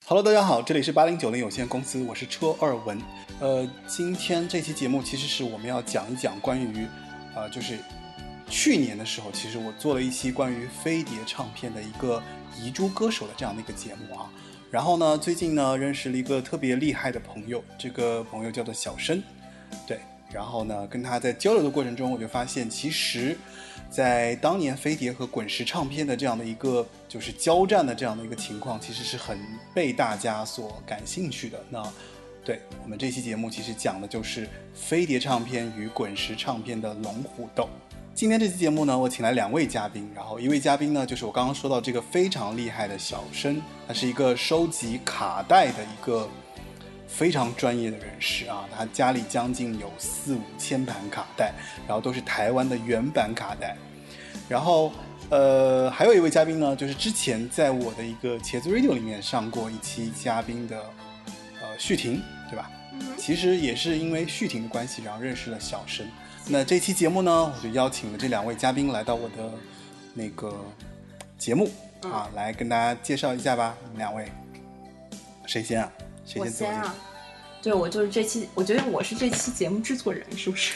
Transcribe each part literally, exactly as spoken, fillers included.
Hello， 大家好，这里是八零九零有限公司，我是车二文。呃，今天这期节目其实是我们要讲一讲关于，呃，就是去年的时候，其实我做了一期关于飞碟唱片的一个遗珠歌手的这样的一个节目啊。然后呢，最近呢认识了一个特别厉害的朋友，这个朋友叫做小申，对。然后呢，跟他在交流的过程中，我就发现，其实，在当年飞碟和滚石唱片的这样的一个就是交战的这样的一个情况，其实是很被大家所感兴趣的。那对我们这期节目其实讲的就是飞碟唱片与滚石唱片的龙虎斗。今天这期节目呢，我请来两位嘉宾，然后一位嘉宾呢就是我刚刚说到这个非常厉害的小申，他是一个收集卡带的一个非常专业的人士啊，他家里将近有四五千盘卡带，然后都是台湾的原版卡带。然后呃，还有一位嘉宾呢，就是之前在我的一个茄子 Radio 里面上过一期嘉宾的呃旭婷，对吧？嗯、其实也是因为旭婷的关系，然后认识了小申。那这期节目呢，我就邀请了这两位嘉宾来到我的那个节目啊，嗯、来跟大家介绍一下吧。你们两位谁先啊？谁先自我介绍？ 我先啊，对，我就是这期，我觉得我是这期节目制作人，是不是？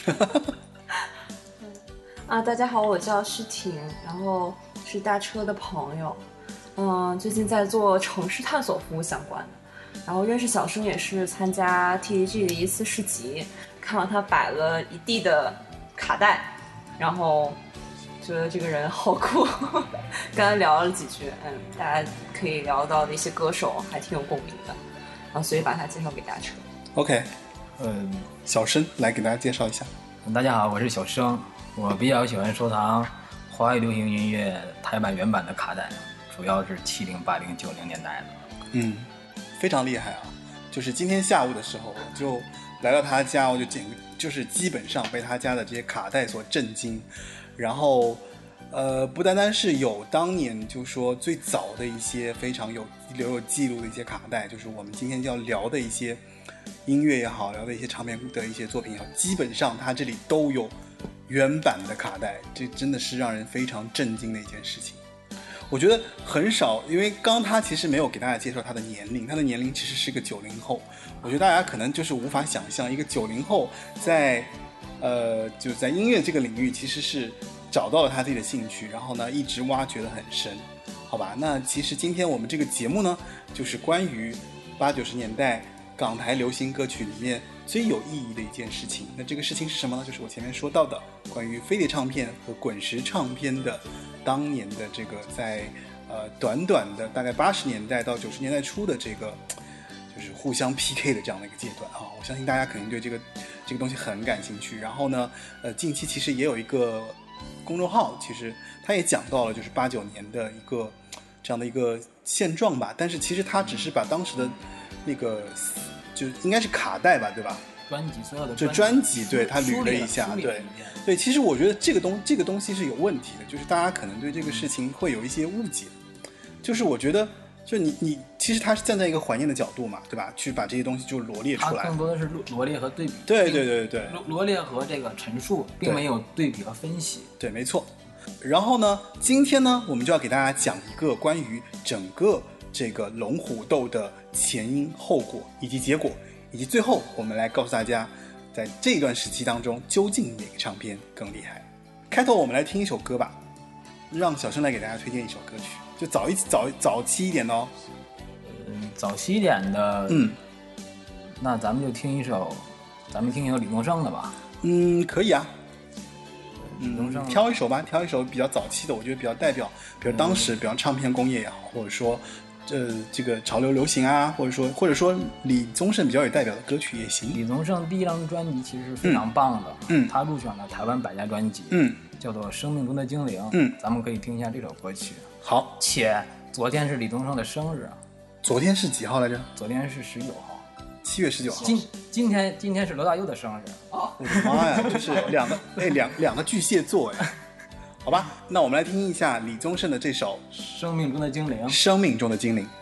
啊，大家好，我叫诗婷，然后是大车的朋友，嗯，最近在做城市探索服务相关的，然后认识小申也是参加 T D G 的一次市集，看到他摆了一地的卡带，然后觉得这个人好酷，跟他聊了几句，嗯，大家可以聊到的一些歌手还挺有共鸣的。然后所以把他介绍给大车。 OK， 嗯， 小申来给大家介绍一下。 大家好，我是小申，我比较喜欢收藏华语流行音乐台版原版的卡带，主要是七零八零九零年代的。 嗯，非常厉害啊！就是今天下午的时候，我就来到他家，我就简就是基本上被他家的这些卡带所震惊，然后呃，不单单是有当年就说最早的一些非常有留有记录的一些卡带，就是我们今天要聊的一些音乐也好，聊的一些唱片的一些作品也好，基本上它这里都有原版的卡带，这真的是让人非常震惊的一件事情。我觉得很少，因为刚他其实没有给大家介绍他的年龄，他的年龄其实是个九零后，我觉得大家可能就是无法想象一个九零后在呃就在音乐这个领域其实是找到了他自己的兴趣，然后呢一直挖掘得很深，好吧？那其实今天我们这个节目呢，就是关于八九十年代港台流行歌曲里面最有意义的一件事情。那这个事情是什么呢？就是我前面说到的关于飞碟唱片和滚石唱片的当年的这个在呃短短的大概八十年代到九十年代初的这个就是互相 P K 的这样的一个阶段啊。我相信大家肯定对这个这个东西很感兴趣。然后呢，呃，近期其实也有一个公众号，其实他也讲到了就是八九年的一个这样的一个现状吧，但是其实他只是把当时的那个就应该是卡带吧，对吧？ 专辑所有的就专辑，对，他捋了一下，对对。其实我觉得这个东这个东西是有问题的，就是大家可能对这个事情会有一些误解。就是我觉得，就你你其实他是站在一个怀念的角度嘛，对吧？去把这些东西就罗列出来。 他更多的是罗列和对比。 对对对对， 罗列和这个陈述，并没有对比和分析。 对，没错。然后呢，今天呢，我们就要给大家讲一个关于整个这个龙虎斗的前因后果以及结果，以及最后我们来告诉大家，在这段时期当中究竟哪个唱片更厉害。开头我们来听一首歌吧，让小申来给大家推荐一首歌曲，就早一早早期一点的哦。 嗯，早期一点的， 嗯， 那咱们就听一首，咱们听一首李宗盛的吧。 嗯，可以啊。 嗯， 挑一首吧，挑一首比较早期的，我觉得比较代表，比如当时，比方唱片工业也好，或者说，呃，这个潮流流行啊，或者说，或者说李宗盛比较有代表的歌曲也行。 李宗盛第一张专辑其实是非常棒的， 嗯， 他入选了台湾百家专辑， 嗯， 叫做《生命中的精灵》， 嗯， 咱们可以听一下这首歌曲。 好， 且昨天是李宗盛的生日， 昨天是几号来着？ 昨天是十九号。 七月十九号。 今今天今天是罗大佑的生日。 哦，我的妈呀，就是两个哎两两个巨蟹座哎。好吧，那我们来听一下李宗盛的这首 《生命中的精灵》。 生命中的精灵。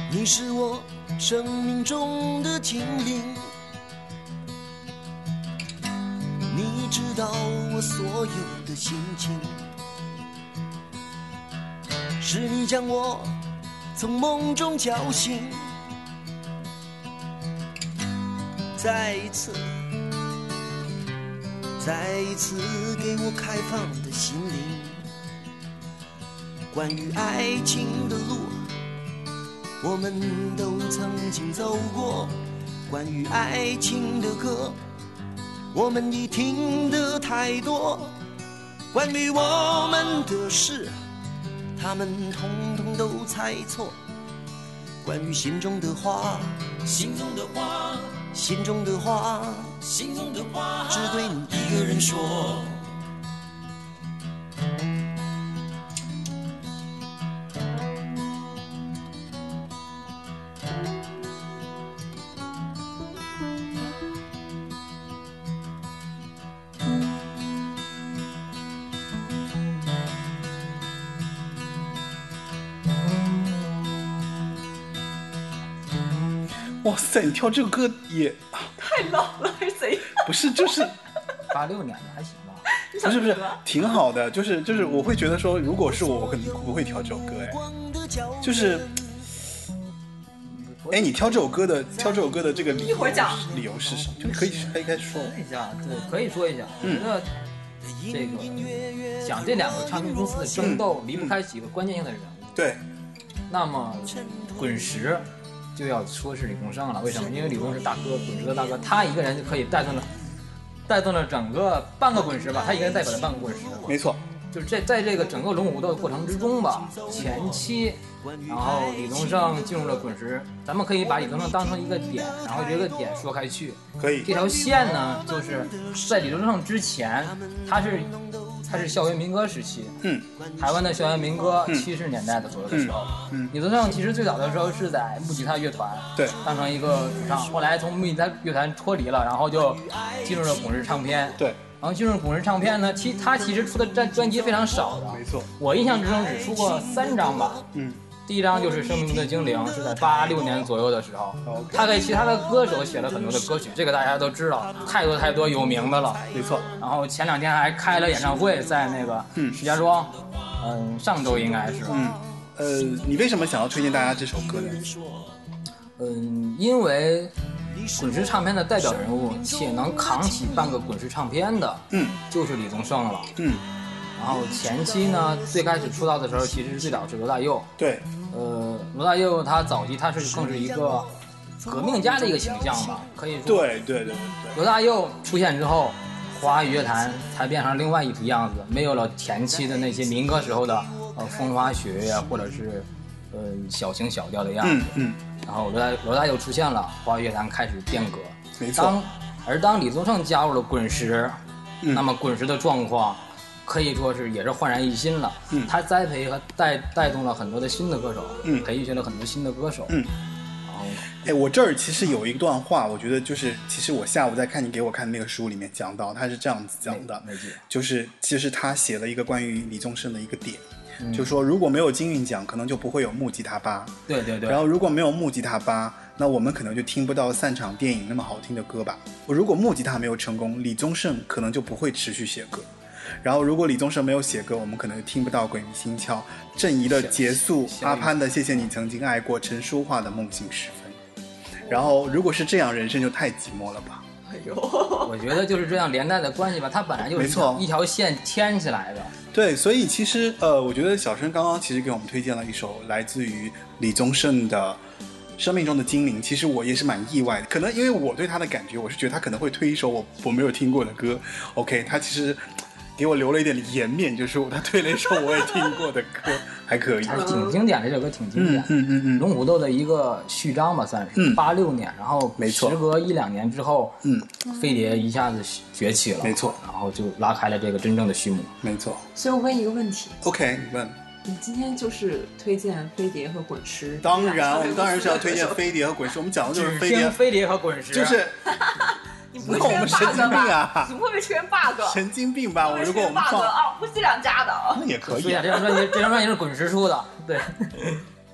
你是我生命中的精灵，你知道我所有的心情，是你将我从梦中叫醒，再一次再一次给我开放的心灵。关于爱情的路我们都曾经走过，关于爱情的歌我们已听得太多，关于我们的事他们统统都猜错，关于心中的话心中的话心中的话心中的话只对你一个人说。 哇塞，你跳这个歌也太老了还是怎样？ 不是，就是八六年的还行吧？ 不是不是挺好的，就是就是我会觉得说，如果是我，我可能不会挑这首歌，哎，就是哎，你挑这首歌的挑这首歌的这个理由一会儿讲理由是什么？就可以可以开始说说一下，对，可以说一下。 嗯我觉得这个讲这两个唱片公司的争斗，离不开几个关键性的人物。 对， 那么滚石就要说是李宗盛了，为什么？因为李宗盛大哥，滚石的大哥，他一个人就可以带动了，带动了整个半个滚石吧，他一个人代表了半个滚石。 没错， 就是在在这个整个龙虎斗的过程之中吧，前期，然后李宗盛进入了滚石，咱们可以把李宗盛当成一个点，然后这个点说开去。 可以这条线呢，就是在李宗盛之前，他是他是校园民歌时期， 嗯， 台湾的校园民歌嗯七十年代的左右的时候， 嗯， 李宗盛其实最早的时候是在木吉他乐团， 对， 当成一个主唱，后来从木吉他乐团脱离了，然后就进入了滚石唱片， 对， 然后进入滚石唱片呢，其他其实出的专专辑非常少的， 没错， 我印象之中只出过三张吧， 嗯， 第一张就是《生命中的精灵》，是在八六年左右的时候， OK 他给其他的歌手写了很多的歌曲，这个大家都知道，太多太多有名的了。 没错， 然后前两天还开了演唱会，在那个嗯石家庄，嗯，上周应该是， 嗯，呃，你为什么想要推荐大家这首歌呢？ 嗯，因为滚石唱片的代表人物，且能扛起半个滚石唱片的， 嗯， 就是李宗盛了。 嗯， 然后前期呢，最开始出道的时候，其实最早是罗大佑。 对， 呃，罗大佑他早期他是更是一个革命家的一个形象吧，可以说。 对对对对罗大佑出现之后，华语乐坛才变成另外一副样子，没有了前期的那些民歌时候的呃风花雪月或者是呃小情小调的样子。 嗯嗯， 然后罗大罗大佑出现了，华语乐坛开始变革。 没错。 当而当李宗盛加入了滚石， 嗯那么滚石的状况可以说是也是焕然一新了。 嗯， 他栽培和带带动了很多的新的歌手， 嗯培育了很多新的歌手。 嗯， 然后哎，我这儿其实有一段话，我觉得就是，其实我下午在看你给我看的那个书里面讲到，他是这样子讲的， 没记就是其实他写了一个关于李宗盛的一个点， 嗯就说如果没有金韵奖，可能就不会有木吉他吧。 对对对。 然后如果没有木吉他吧，那我们可能就听不到散场电影那么好听的歌吧。如果木吉他没有成功，李宗盛可能就不会持续写歌。然后如果李宗盛没有写歌，我们可能就听不到鬼迷心窍、郑怡的结束、阿潘的谢谢你曾经爱过、陈淑桦的梦醒时分。然后如果是这样，人生就太寂寞了吧。 哎呦， 我觉得就是这样连带的关系吧，它本来就是没错一条线牵起来的。 对，所以其实呃，我觉得小生刚刚其实给我们推荐了一首来自于李宗盛的《生命中的精灵》，其实我也是蛮意外的，可能因为我对他的感觉，我是觉得他可能会推一首我我没有听过的歌。OK， 他其实给我留了一点颜面，就是他推了一首我也听过的歌，还可以。 还是挺经典的，这首歌挺经典。 嗯嗯嗯龙虎斗的一个序章吧，算是嗯八六年，然后没错时隔一两年之后， 嗯， 飞碟一下子崛起了， 没错， 然后就拉开了这个真正的序幕。 没错。 所以我问一个问题， OK， 你问。 你今天就是推荐飞碟和滚石？ 当然，我们当然是要推荐飞碟和滚石，我们讲的就是只飞碟， 听飞碟和滚石， 就是你不会出现那我们神 bug 经病啊吧？你会不会出现 bug？ 神经病吧？我会不会出现如果我们 bug 放， 啊，不是两家的。 那也可以啊说一下，这张专辑，这张专辑是滚石出的，对。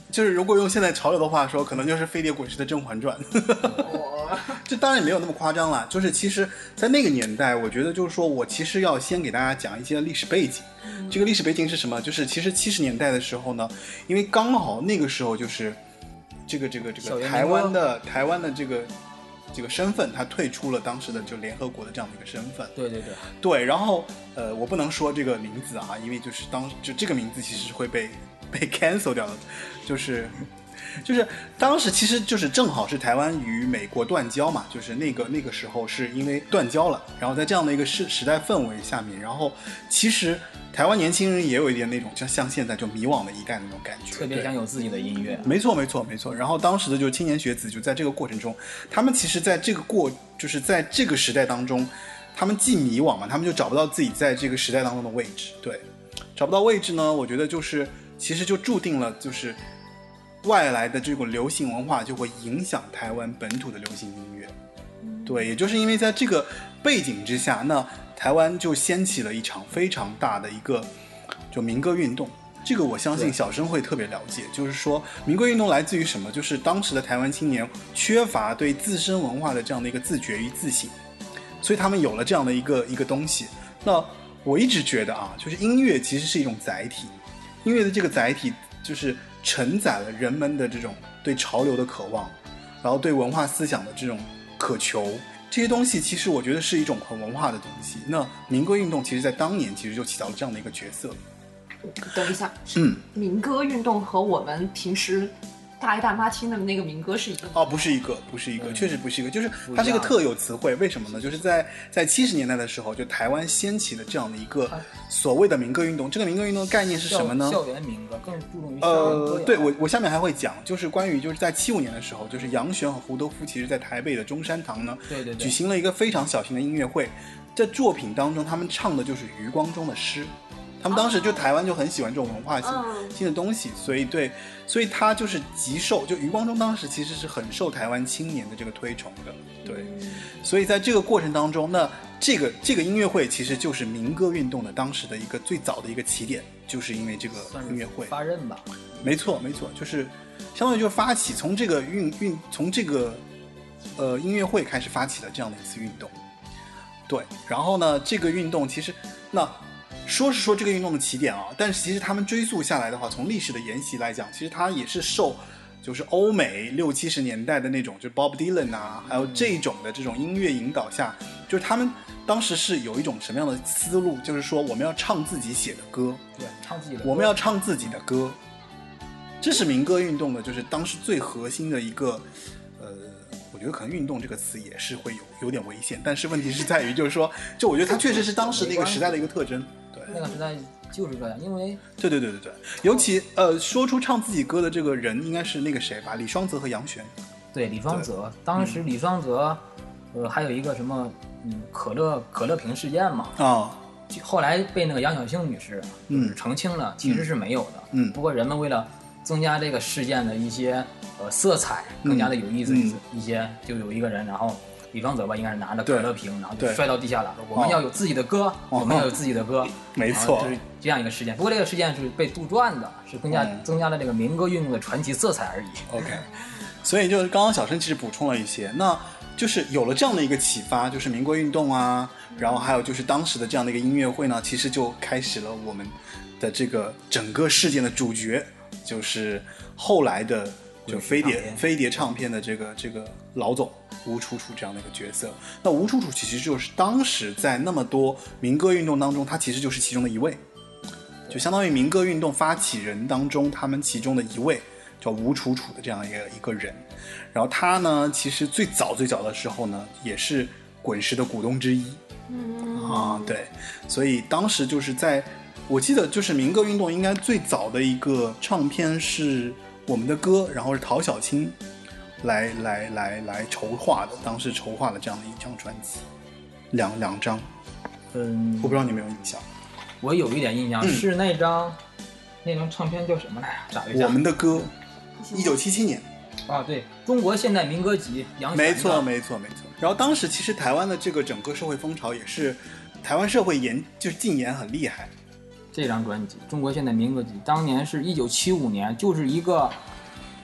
就是如果用现在潮流的话说，可能就是飞碟滚石的《甄嬛传》。这当然也没有那么夸张啦，就是其实在那个年代，我觉得就是说我其实要先给大家讲一些历史背景。这个历史背景是什么？就是其实七十年代的时候呢，因为刚好那个时候就是这个这个这个台湾的台湾的这个这个身份，他退出了当时的就联合国的这样的一个身份。 对对对对，然后呃，我不能说这个名字啊，因为就是当就这个名字其实是会被被 cancel 掉的，就是就是当时其实就是正好是台湾与美国断交嘛，就是那个那个时候是因为断交了，然后在这样的一个时时代氛围下面，然后其实台湾年轻人也有一点那种像像现在就迷惘的一代那种感觉， 特别想有自己的音乐。 没错没错没错。然后当时的就是青年学子就在这个过程中，他们其实在这个过就是在这个时代当中，他们既迷惘嘛，他们就找不到自己在这个时代当中的位置。对，找不到位置呢，我觉得就是其实就注定了就是外来的这种流行文化就会影响台湾本土的流行音乐。对，也就是因为在这个背景之下，那台湾就掀起了一场非常大的一个就民歌运动。这个我相信小生会特别了解，就是说民歌运动来自于什么？就是当时的台湾青年缺乏对自身文化的这样的一个自觉与自省，所以他们有了这样的一个一个东西。那我一直觉得啊，就是音乐其实是一种载体，音乐的这个载体就是承载了人们的这种对潮流的渴望，然后对文化思想的这种渴求，这些东西其实我觉得是一种很文化的东西。那民歌运动其实在当年其实就起到了这样的一个角色。 等一下， 嗯， 民歌运动和我们平时大爷大妈听的那个民歌是一个哦，不是一个，不是一个，确实不是一个，就是它是一个特有词汇。为什么呢？就是在在七十年代的时候，就台湾掀起了这样的一个所谓的民歌运动。这个民歌运动的概念是什么呢？ 校园民歌更注重于校园歌谣。 呃，对我我下面还会讲，就是关于就是在七五年的时候，就是杨旋和胡德夫其实在台北的中山堂呢， 对对对， 举行了一个非常小型的音乐会。在作品当中，他们唱的就是余光中的诗。他们当时就台湾就很喜欢这种文化性、哦、新的东西，所以对，所以他就是极受，就余光中当时其实是很受台湾青年的这个推崇的，对，所以在这个过程当中，那这个这个音乐会其实就是民歌运动的当时的一个最早的一个起点，就是因为这个音乐会发轫吧， 没错没错，就是相当于就发起从这个运运从这个呃音乐会开始发起的这样的一次运动，对，然后呢，这个运动其实那。说是说这个运动的起点啊，但是其实他们追溯下来的话，从历史的沿袭来讲，其实它也是受就是欧美六七十年代的那种，就是 Bob Dylan 啊，还有这种的这种音乐引导下，就是他们当时是有一种什么样的思路，就是说我们要唱自己写的歌， 对，唱自己的歌， 我们要唱自己的歌，这是民歌运动的，就是当时最核心的一个，呃。我觉得可能运动这个词也是会有有点危险，但是问题是在于就是说，就我觉得它确实是当时那个时代的一个特征。对， 那个时代就是这样，因为对对对对对，尤其呃说出唱自己歌的这个人应该是那个谁吧，李双泽和杨旋。 对，李双泽，当时李双泽，嗯、呃还有一个什么嗯可乐可乐瓶事件嘛啊。 哦， 后来被那个杨晓杏女士嗯澄清了，其实是没有的。 嗯， 不过人们为了增加这个事件的一些呃色彩，更加的有意思一些，嗯、一些就有一个人，然后李双泽吧，应该是拿着可乐瓶，然后就摔到地下了，说我们要有自己的歌，哦、我们要有自己的歌， 没错， 就是这样一个事件。不过这个事件是被杜撰的，是更加增加了这个民歌运动的传奇色彩而已。 OK， 所以就是刚刚小生其实补充了一些，那就是有了这样的一个启发，就是民歌运动啊，然后还有就是当时的这样的一个音乐会呢，其实就开始了我们的这个整个事件的主角。就是后来的就飞碟飞碟唱片的这个这个老总吴楚楚这样的一个角色。那吴楚楚其实就是当时在那么多民歌运动当中，他其实就是其中的一位，就相当于民歌运动发起人当中他们其中的一位，叫吴楚楚的这样一个一个人。然后他呢，其实最早最早的时候呢，也是滚石的股东之一。 嗯啊，对，所以当时就是在。我记得就是民歌运动应该最早的一个唱片是我们的歌，然后是陶小青来来来来筹划的，当时筹划了这样的一张专辑，两两张。 嗯， 我不知道你有没有印象。 我有一点印象，嗯、是那张那张唱片叫什么来着？找一下。 我们的歌，一九七七年。 啊，对，中国现代民歌集，杨旋。 没错，没错，没错。然后当时其实台湾的这个整个社会风潮也是，台湾社会严就是禁言很厉害。 这张专辑《中国现代民歌集》当年是一九七五年，就是一个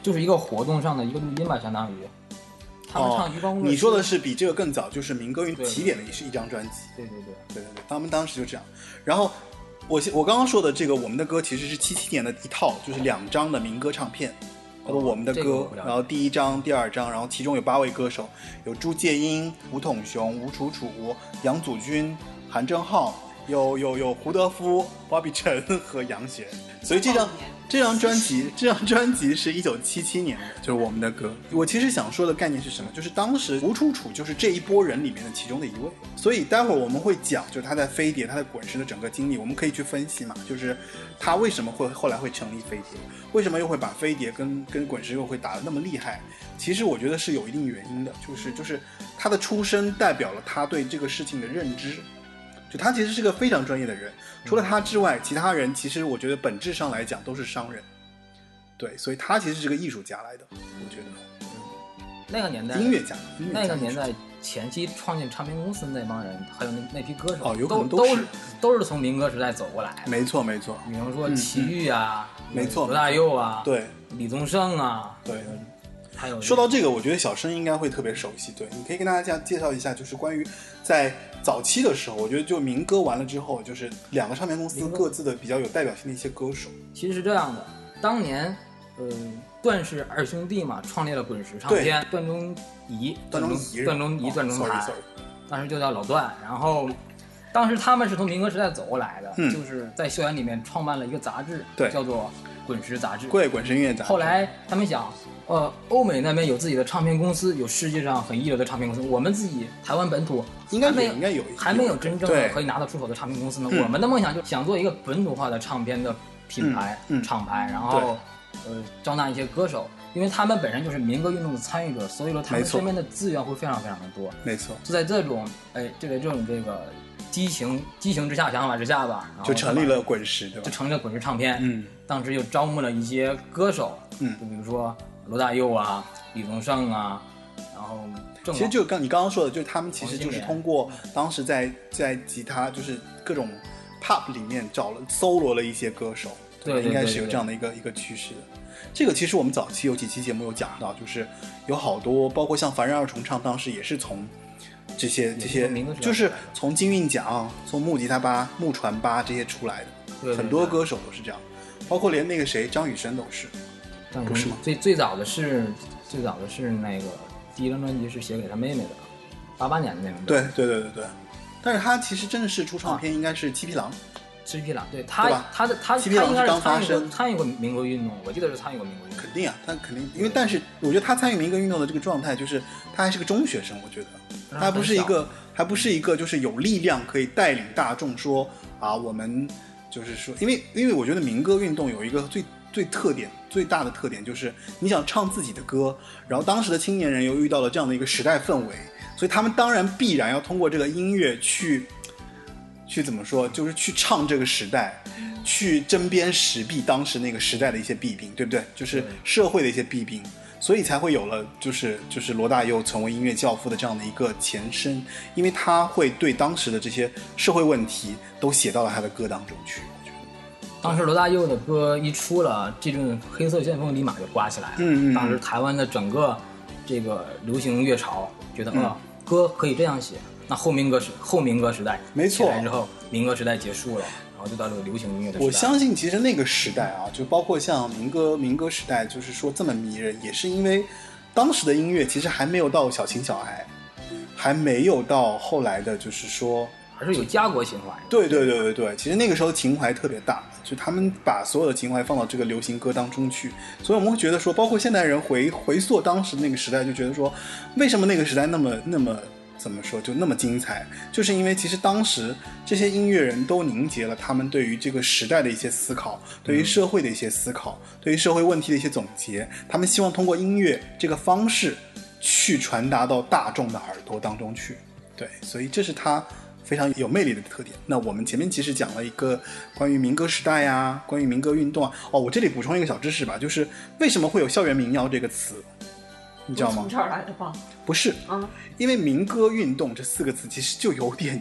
就是一个活动上的一个录音吧，相当于。他们唱《渔光工作室》 你说的是比这个更早，就是民歌运起点的也是一张专辑。 对对对对对对，他们当时就这样。然后我我刚刚说的这个我们的歌其实是七七年的一套，就是两张的民歌唱片，叫做我们的歌。 这个、 然后第一张、第二张，然后其中有八位歌手，有朱介英、吴统雄、吴楚楚、杨祖君、韩正浩，有有有胡德夫、包比陈和杨璇。所以这张。这张专辑，这张专辑是一九七七年的，就是我们的歌。我其实想说的概念是什么？就是当时吴楚楚就是这一波人里面的其中的一位，所以待会儿我们会讲，就是他在飞碟、他在滚石的整个经历，我们可以去分析嘛，就是他为什么会后来会成立飞碟，为什么又会把飞碟跟跟滚石又会打得那么厉害？其实我觉得是有一定原因的，就是就是他的出身代表了他对这个事情的认知。就他其实是个非常专业的人，除了他之外，其他人其实我觉得本质上来讲都是商人，对，所以他其实是个艺术家来的，我觉得。 嗯、那个年代， 音乐家，音乐家那个年代前期创建唱片公司那帮人，还有那那批歌手， 哦，有可能都都是都是从民歌时代走过来的。 没错没错， 比如说齐豫啊， 嗯、没错， 罗大佑啊， 对， 李宗盛啊， 对。 还有说到这个，我觉得小生应该会特别熟悉。对，你可以跟大家介绍一下，就是关于在早期的时候，我觉得就民歌完了之后，就是两个唱片公司各自的比较有代表性的一些歌手。 其实是这样的，当年，呃，段氏二兄弟嘛，创立了滚石唱片，段中仪、 段中仪、 段中仪、段中台， sorry, sorry 当时就叫老段。然后，当时他们是从民歌时代走过来的， 嗯、 就是在校园里面创办了一个杂志， 对， 叫做《滚石杂志》。 对，滚石音乐杂志。 后来他们想。呃，欧美那边有自己的唱片公司，有世界上很一流的唱片公司。我们自己台湾本土应该应该有， 还没有真正的可以拿得出手的唱片公司呢。我们的梦想就想做一个本土化的唱片的品牌、 嗯嗯、 厂牌，然后呃招纳一些歌手，因为他们本身就是民歌运动的参与者，所以说他们身边的资源会非常非常的多。 没错， 就在这种哎这个这种这个激情激情之下想法之下吧， 就成立了滚石，对吧？ 就成立了滚石唱片。 嗯， 当时就招募了一些歌手， 嗯， 就比如说。罗大佑啊，李宗盛啊，然后其实就刚你刚刚说的，就是他们其实就是通过当时在在吉他就是各种 pop 里面找了搜罗了一些歌手， 对， 应该是有这样的一个一个趋势的。这个其实我们早期有几期节目有讲到，就是有好多，包括像凡人二重唱，当时也是从这些这些，就是从金韵奖、从木吉他吧、木船吧这些出来的， 对对对， 很多歌手都是这样，包括连那个谁张雨生都是。不是吗？ 最最早的是最早的是那个第一张专辑是写给他妹妹的，八八年的那种。 对对对对对，但是他其实正式出唱片应该是七匹狼。 七匹狼，对他他的他他应该是参与过参与过民歌运动，我记得是参与过民歌运动。 肯定啊，他肯定，因为但是我觉得他参与民歌运动的这个状态，就是他还是个中学生，我觉得他还不是一个还不是一个就是有力量可以带领大众说啊，我们就是说，因为因为我觉得民歌运动有一个最。最特点最大的特点就是你想唱自己的歌，然后当时的青年人又遇到了这样的一个时代氛围，所以他们当然必然要通过这个音乐去去怎么说，就是去唱这个时代，去针砭时弊当时那个时代的一些弊病，对不对？就是社会的一些弊病，所以才会有了就是就是罗大佑成为音乐教父的这样的一个前身，因为他会对当时的这些社会问题都写到了他的歌当中去。 当时罗大佑的歌一出了，这阵黑色旋风立马就刮起来了。 嗯嗯。 当时台湾的整个这个流行乐潮，觉得啊、嗯呃，歌可以这样写。那后民歌时后民歌时代， 没错。 起来之后，民歌时代结束了，然后就到这个流行音乐的时代。 我相信，其实那个时代啊，就包括像民歌民歌时代，就是说这么迷人，也是因为当时的音乐其实还没有到小情小爱，还没有到后来的，就是说。 还是有家国情怀。 对对对对对，其实那个时候情怀特别大，就他们把所有的情怀放到这个流行歌当中去，所以我们会觉得说，包括现代人回回溯当时那个时代，就觉得说，为什么那个时代那么那么怎么说就那么精彩，就是因为其实当时这些音乐人都凝结了他们对于这个时代的一些思考，对于社会的一些思考，对于社会问题的一些总结，他们希望通过音乐这个方式去传达到大众的耳朵当中去。对，所以这是他非常有魅力的特点。那我们前面其实讲了一个关于民歌时代呀，关于民歌运动啊。哦，我这里补充一个小知识吧，就是为什么会有校园民谣这个词，你知道吗？ 从这儿来的吧？ 不是， 嗯， 因为民歌运动这四个字其实就有点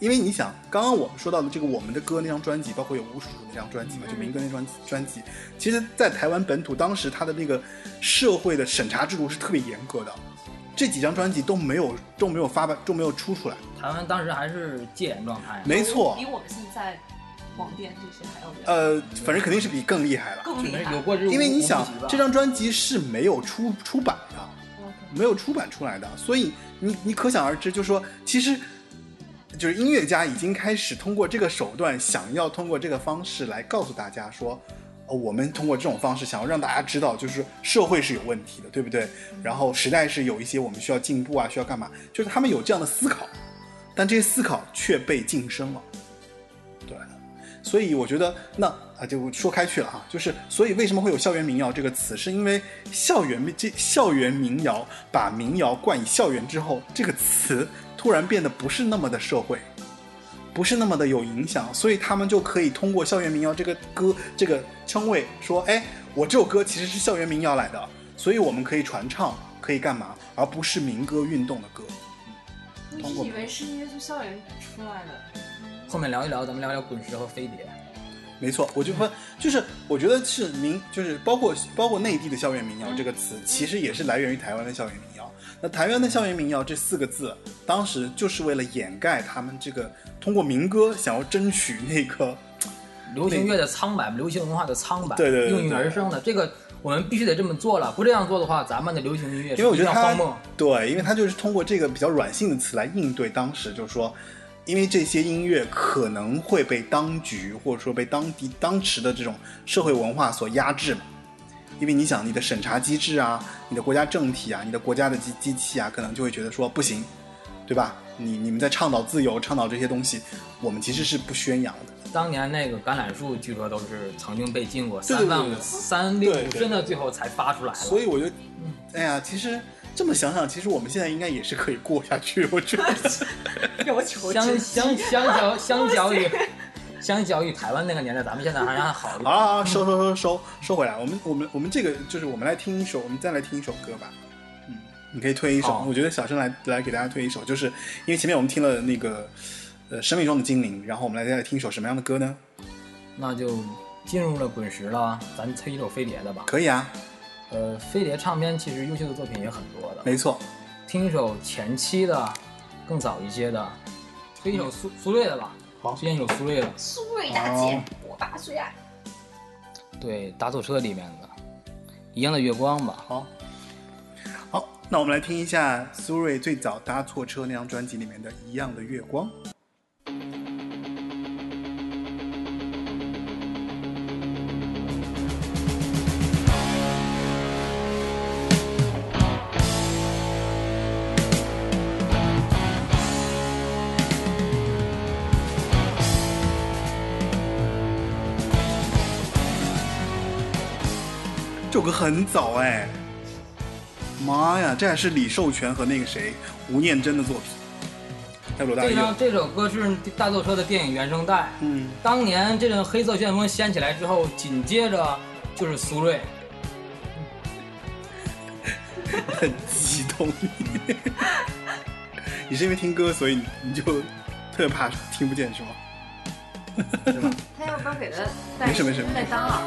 因为你想，刚刚我们说到的这个我们的歌那张专辑，包括有吴叔叔那张专辑嘛，就民歌那张专辑，其实在台湾本土当时他的那个社会的审查制度是特别严格的，这几张专辑都没有都没有发版都没有出出来。 台湾当时还是戒严状态， 没错， 比我们现在网店这些还要呃，反正肯定是比更厉害了， 更厉害。 有过之因为你想，这张专辑是没有出出版的， okay. 没有出版出来的，所以你你可想而知，就是说，其实就是音乐家已经开始通过这个手段，想要通过这个方式来告诉大家说，哦，我们通过这种方式想要让大家知道，就是社会是有问题的，对不对？然后时代是有一些我们需要进步啊，需要干嘛？就是他们有这样的思考，但这些思考却被晋升了，对。所以我觉得那啊，就说开去了啊，就是所以为什么会有校园民谣这个词，是因为校园这校园民谣把民谣冠以校园之后，这个词突然变得不是那么的社会，不是那么的有影响，所以他们就可以通过校园民谣这个歌这个称谓说，哎，我这首歌其实是校园民谣来的，所以我们可以传唱，可以干嘛，而不是民歌运动的歌。 你是以为是因为从校园出来的？ 后面聊一聊，咱们聊聊滚石和飞碟。 没错，我就说，就是我觉得是民，就是包括包括内地的校园民谣这个词，其实也是来源于台湾的校园民谣。那台湾的校园民谣这四个字，当时就是为了掩盖他们这个通过民歌想要争取那个流行乐的苍白，流行文化的苍白， 对对对对， 应运而生的。这个我们必须得这么做了，不这样做的话，咱们的流行音乐因为我觉得他荒漠。 对，因为他就是通过这个比较软性的词来应对当时，就是说。因为这些音乐可能会被当局或者说被当地当时的这种社会文化所压制嘛，因为你想你的审查机制啊，你的国家政体啊，你的国家的机机器啊，可能就会觉得说不行，对吧？你你们在倡导自由，倡导这些东西，我们其实是不宣扬的。 当年那个橄榄树据说都是曾经被禁过三万五三令五申的，最后才发出来了。 所以我就，哎呀，其实。这么想想，其实我们现在应该也是可以过下去，我觉得。 要求相相相较相较于相较于台湾那个年代，咱们现在还还好一点。 啊，收收收收收回来，我们我们我们这个就是我们来听一首，我们再来听一首歌吧。嗯，你可以推一首，我觉得小生来来给大家推一首，就是因为前面我们听了那个呃生命中的精灵，然后我们来再来听一首什么样的歌呢？ 那就进入了滚石了，咱推一首飞碟的吧。 可以啊。 呃，飞碟唱片其实优秀的作品也很多的， 没错。 听一首前期的，更早一些的，推一首苏苏芮的吧。 好， 推荐一首苏芮的。 苏芮大姐，我爸最爱。 对，大错车里面的一样的月光吧。 好，好，那我们来听一下苏芮最早搭错车那张专辑里面的《一样的月光》。这首歌很早哎，妈呀，这还是李寿全和那个谁吴念真的作品，还有罗大佑。 这首歌是大坐车的电影原声带。 嗯， 当年这种黑色旋风掀起来之后，紧接着就是苏芮。 很激动，你是因为听歌所以你就特怕听不见是吗？ 是吧？他要不要给他带没事没事带单啊？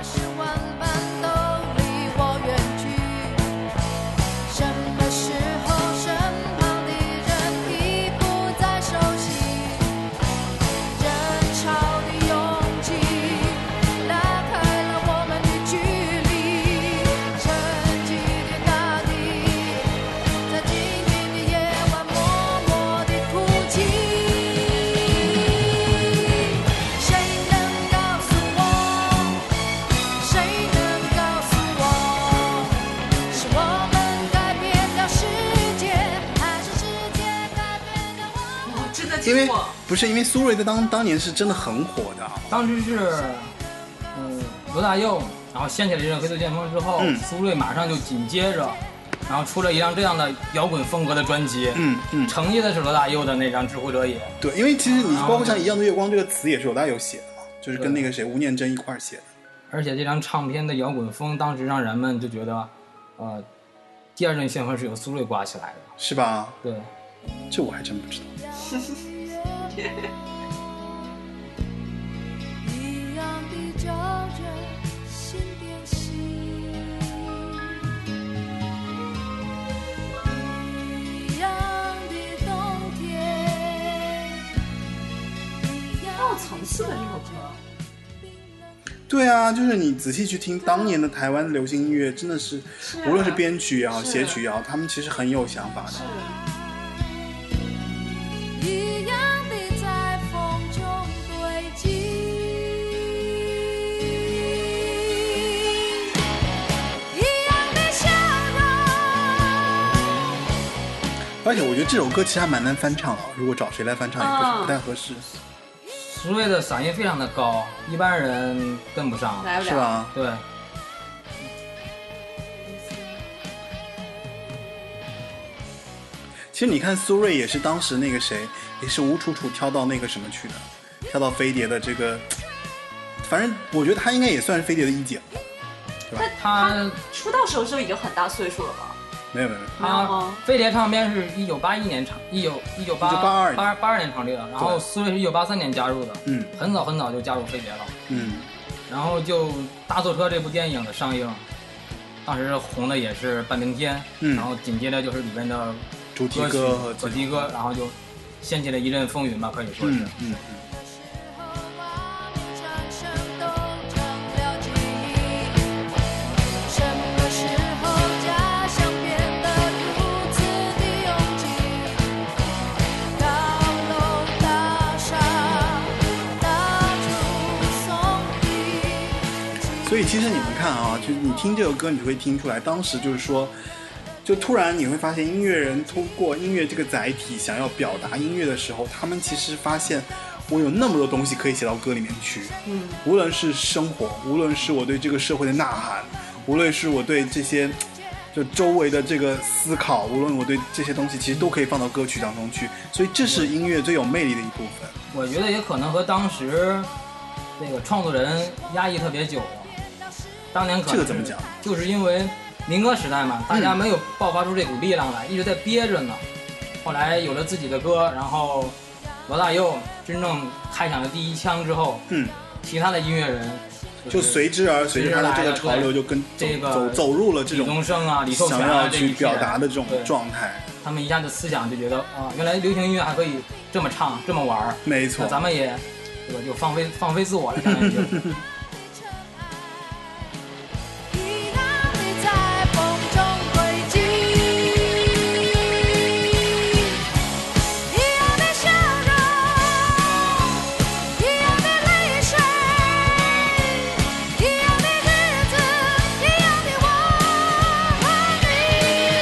因为不是因为苏芮在当当年是真的很火的， 当时是，嗯，罗大佑，然后掀起了这阵黑色旋风之后，嗯、苏芮马上就紧接着，然后出了一张这样的摇滚风格的专辑， 嗯嗯， 承接的是罗大佑的那张《知乎者也》。 对，因为其实你包括像《一样的月光》这个词也是罗大佑写的嘛，就是跟那个谁吴念真一块儿写的。 而且这张唱片的摇滚风，当时让人们就觉得，呃，第二阵旋风是由苏芮刮起来的， 是吧？ 对， 这我还真不知道。 一样的照着心电心，一样的冬天，一样好有层次的这首歌。 对啊，就是你仔细去听当年的台湾流行音乐，真的是， 是啊无论是编曲也好， 是写曲也好，他们其实很有想法的。 一样的在风中堆积，一样的笑容。 而且我觉得这首歌其实还蛮难翻唱的，如果找谁来翻唱也不是、 嗯不太合适， 苏芮的嗓音非常的高，一般人跟不上。 来不了。 是吧？ 对， 其实你看苏芮也是当时那个谁，也是吴楚楚挑到那个什么去的，挑到飞碟的这个，反正我觉得她应该也算是飞碟的一姐了。 他出道时候就已经很大岁数了吧？ 没有没有没有， 没有他吗飞碟唱片是一九八一年成，一九一九八 1982 八八二年成立的，然后苏芮是一九八三年加入的， 嗯很早很早就加入飞碟了。 嗯， 然后就《大坐车》这部电影的上映，当时红的也是半边天， 嗯然后紧接着就是里面的主题歌曲歌和主题歌，然后就掀起了一阵风云吧，可以说是。 嗯嗯画面产生都成了记忆。什么时候家乡变得如此的拥挤？高楼大厦到处耸立。 所以其实你们看啊，就是你听这个歌，你会听出来，当时就是说，就突然你会发现，音乐人通过音乐这个载体想要表达音乐的时候，他们其实发现我有那么多东西可以写到歌里面去。 嗯， 无论是生活，无论是我对这个社会的呐喊，无论是我对这些就周围的这个思考，无论我对这些东西，其实都可以放到歌曲当中去。所以这是音乐最有魅力的一部分。 我觉得也可能和当时那个创作人压抑特别久了。当年可能这个怎么讲？ 就是因为民歌时代嘛，大家没有爆发出这股力量来，一直在憋着呢。后来有了自己的歌，然后罗大佑真正开响了第一枪之后， 嗯， 其他的音乐人就随之而随着他的这个潮流，就跟走这个走走入了这李种宗盛啊、李寿全想要去啊这一批人表达的这种对状态。 他们一下子思想就觉得啊，原来流行音乐还可以这么唱、这么玩儿， 没错那咱们也这个就放飞放飞自我了，相当于就是。 一样的在风中轨迹，一样的笑容，一样的泪水，一样的日子，一样的我和你，